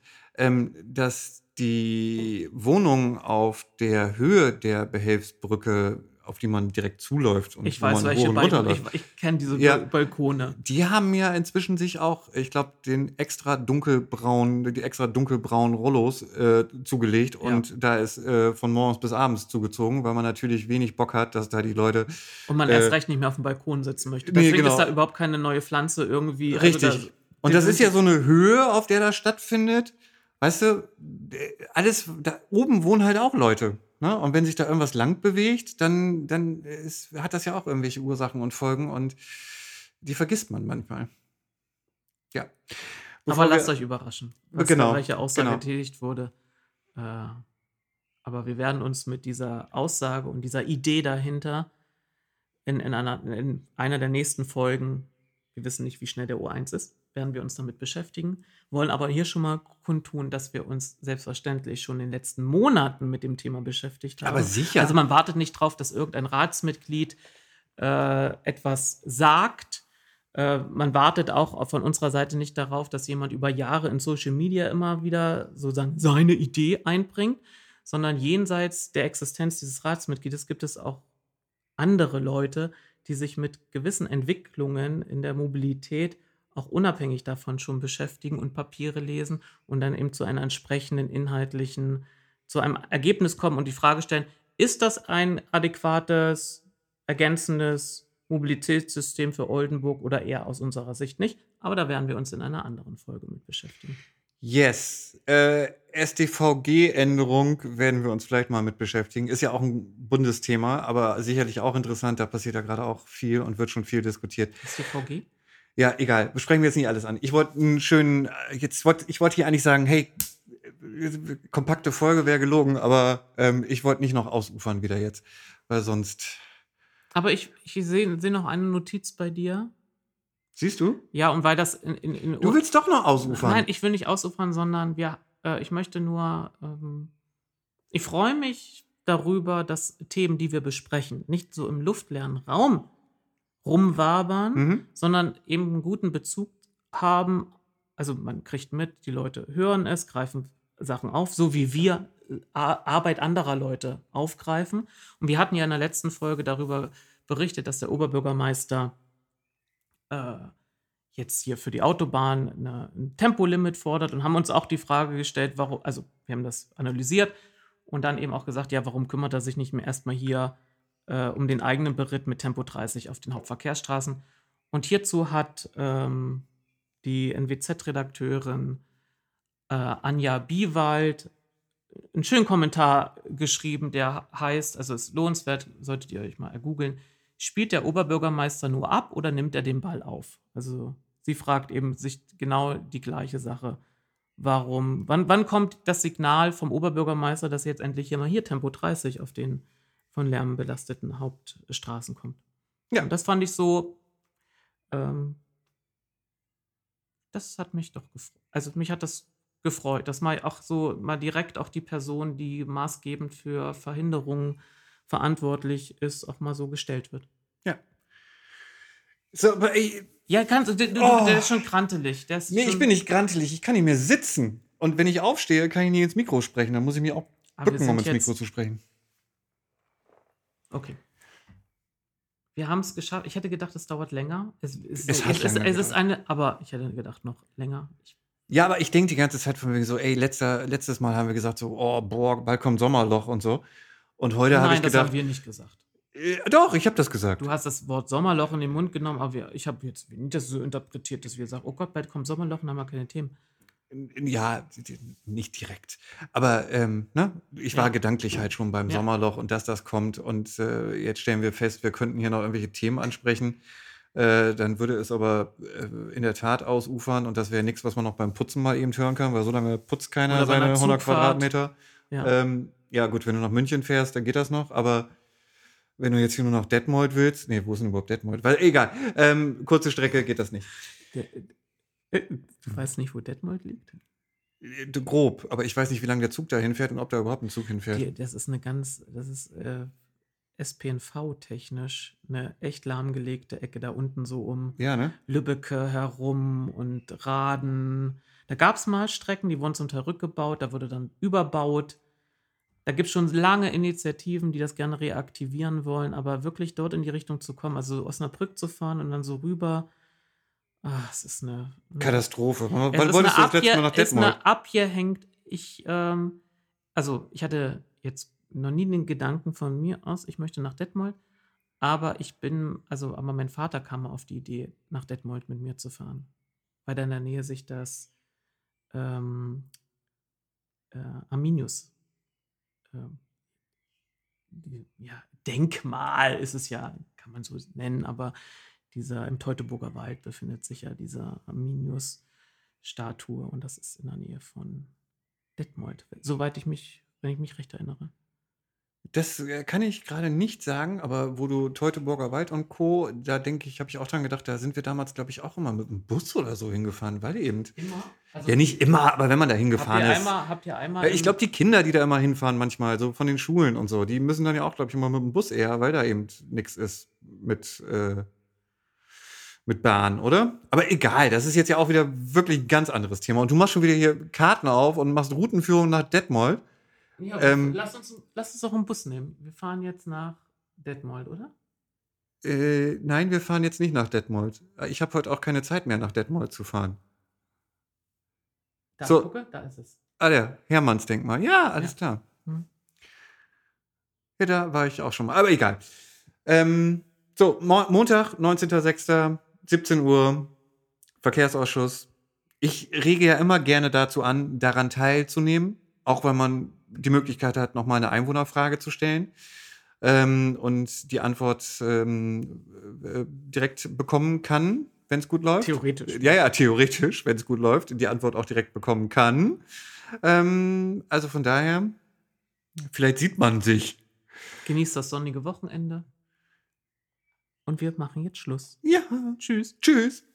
dass die Wohnungen auf der Höhe der Behelfsbrücke, auf die man direkt zuläuft und ich weiß, welche ich kenne diese Balkone. Die haben ja inzwischen sich auch, ich glaube, die extra dunkelbraunen Rollos zugelegt und da ist von morgens bis abends zugezogen, weil man natürlich wenig Bock hat, dass da die Leute und man erst recht nicht mehr auf dem Balkon sitzen möchte. Deswegen ist da überhaupt keine neue Pflanze irgendwie. Richtig. Also und das ist ja so eine Höhe, auf der das stattfindet. Weißt du, alles, da oben wohnen halt auch Leute. Ne? Und wenn sich da irgendwas lang bewegt, dann hat das ja auch irgendwelche Ursachen und Folgen und die vergisst man manchmal. Ja. Aber lasst euch überraschen, welche Aussage getätigt wurde. Aber wir werden uns mit dieser Aussage und dieser Idee dahinter in einer der nächsten Folgen, wir wissen nicht, wie schnell der O1 ist, werden wir uns damit beschäftigen, wollen aber hier schon mal kundtun, dass wir uns selbstverständlich schon in den letzten Monaten mit dem Thema beschäftigt haben. Aber sicher. Also man wartet nicht drauf, dass irgendein Ratsmitglied etwas sagt. Man wartet auch von unserer Seite nicht darauf, dass jemand über Jahre in Social Media immer wieder sozusagen seine Idee einbringt, sondern jenseits der Existenz dieses Ratsmitgliedes gibt es auch andere Leute, die sich mit gewissen Entwicklungen in der Mobilität auch unabhängig davon schon beschäftigen und Papiere lesen und dann eben zu einer entsprechenden zu einem Ergebnis kommen und die Frage stellen, ist das ein adäquates, ergänzendes Mobilitätssystem für Oldenburg oder eher aus unserer Sicht nicht? Aber da werden wir uns in einer anderen Folge mit beschäftigen. Yes. StVG-Änderung werden wir uns vielleicht mal mit beschäftigen. Ist ja auch ein Bundesthema, aber sicherlich auch interessant. Da passiert ja gerade auch viel und wird schon viel diskutiert. StVG? Ja, egal. Besprechen wir jetzt nicht alles an. Ich wollte hier eigentlich sagen, hey, kompakte Folge wäre gelogen, aber ich wollte nicht noch ausufern wieder jetzt, weil sonst. Aber ich seh noch eine Notiz bei dir. Siehst du? Ja, und weil das Du willst doch noch ausufern. Nein, ich will nicht ausufern, sondern ich möchte nur, ich freue mich darüber, dass Themen, die wir besprechen, nicht so im luftleeren Raum rumwabern, sondern eben einen guten Bezug haben. Also man kriegt mit, die Leute hören es, greifen Sachen auf, so wie wir Arbeit anderer Leute aufgreifen. Und wir hatten ja in der letzten Folge darüber berichtet, dass der Oberbürgermeister jetzt hier für die Autobahn ein Tempolimit fordert und haben uns auch die Frage gestellt, warum, also wir haben das analysiert und dann eben auch gesagt, ja, warum kümmert er sich nicht mehr erstmal hier um den eigenen Beritt mit Tempo 30 auf den Hauptverkehrsstraßen? Und hierzu hat die NWZ-Redakteurin Anja Biewald einen schönen Kommentar geschrieben, der heißt, also ist lohnenswert, solltet ihr euch mal googeln, spielt der Oberbürgermeister nur ab oder nimmt er den Ball auf? Also sie fragt eben sich genau die gleiche Sache. Wann kommt das Signal vom Oberbürgermeister, dass jetzt endlich hier mal hier Tempo 30 auf den von Lärm belasteten Hauptstraßen kommt? Ja. Und das fand ich so, das hat mich doch gefreut. Also mich hat das gefreut, dass mal direkt auch die Person, die maßgebend für Verhinderungen verantwortlich ist, auch mal so gestellt wird. Ja. So, aber ey. Ja, der ist schon krantelig. Ich bin nicht krantelig, ich kann nicht mehr sitzen. Und wenn ich aufstehe, kann ich nicht ins Mikro sprechen. Dann muss ich mich auch bücken, um ins Mikro zu sprechen. Okay. Wir haben es geschafft. Ich hätte gedacht, es dauert länger. Aber ich hätte gedacht, noch länger. Ja, aber ich denke die ganze Zeit von wegen so, ey, letztes Mal haben wir gesagt so, oh, boah, bald kommt Sommerloch und so. Und heute habe ich gedacht. Das haben wir nicht gesagt. Doch, ich habe das gesagt. Du hast das Wort Sommerloch in den Mund genommen, aber ich habe jetzt nicht das so interpretiert, dass wir sagen, oh Gott, bald kommt Sommerloch und haben wir keine Themen. Ja, nicht direkt. Aber ich war gedanklich halt schon beim Sommerloch und dass das kommt. Und jetzt stellen wir fest, wir könnten hier noch irgendwelche Themen ansprechen. Dann würde es aber in der Tat ausufern und das wäre nichts, was man noch beim Putzen mal eben hören kann, weil so lange putzt keiner seine 100 Quadratmeter. Ja, gut, wenn du nach München fährst, dann geht das noch, aber wenn du jetzt hier nur nach Detmold willst, nee, wo ist denn überhaupt Detmold? Weil, egal, kurze Strecke geht das nicht. Du weißt nicht, wo Detmold liegt? Grob, aber ich weiß nicht, wie lange der Zug da hinfährt und ob da überhaupt ein Zug hinfährt. Das ist SPNV-technisch eine echt lahmgelegte Ecke da unten so um Lübbecke herum und Raden. Da gab es mal Strecken, die wurden zum Teil rückgebaut, da wurde dann überbaut. Da gibt es schon lange Initiativen, die das gerne reaktivieren wollen, aber wirklich dort in die Richtung zu kommen, also Osnabrück zu fahren und dann so rüber, es ist eine Katastrophe. Wann wolltest du das letzte Mal nach Detmold? Ist eine abgehängt. Ich hatte jetzt noch nie den Gedanken von mir aus, ich möchte nach Detmold, aber aber mein Vater kam mal auf die Idee, nach Detmold mit mir zu fahren, weil da in der Nähe sich das Arminius Denkmal ist es ja, kann man so nennen, aber im Teutoburger Wald befindet sich ja diese Arminius-Statue und das ist in der Nähe von Detmold, wenn ich mich recht erinnere. Das kann ich gerade nicht sagen, aber wo du Teutoburger Wald und Co., da denke ich, habe ich auch dran gedacht, da sind wir damals, glaube ich, auch immer mit dem Bus oder so hingefahren, weil eben. Immer? Also ja, nicht immer, aber wenn man da hingefahren ist. Habt ihr einmal? Ich glaube, die Kinder, die da immer hinfahren, manchmal, so von den Schulen und so, die müssen dann ja auch, glaube ich, immer mit dem Bus eher, weil da eben nichts ist mit Bahn, oder? Aber egal, das ist jetzt ja auch wieder wirklich ein ganz anderes Thema. Und du machst schon wieder hier Karten auf und machst Routenführung nach Detmold. Ja, lass uns doch einen Bus nehmen. Wir fahren jetzt nach Detmold, oder? Nein, wir fahren jetzt nicht nach Detmold. Ich habe heute auch keine Zeit mehr, nach Detmold zu fahren. Gucke, da ist es. Der Hermannsdenkmal. Ja, alles klar. Ja, da war ich auch schon mal. Aber egal. Montag, 19.06., 17 Uhr, Verkehrsausschuss. Ich rege ja immer gerne dazu an, daran teilzunehmen, auch weil man die Möglichkeit hat, nochmal eine Einwohnerfrage zu stellen und die Antwort direkt bekommen kann, wenn es gut läuft. Theoretisch. Ja, theoretisch, wenn es gut läuft, die Antwort auch direkt bekommen kann. Also von daher, vielleicht sieht man sich. Genießt das sonnige Wochenende und wir machen jetzt Schluss. Ja, Tschüss. tschüss.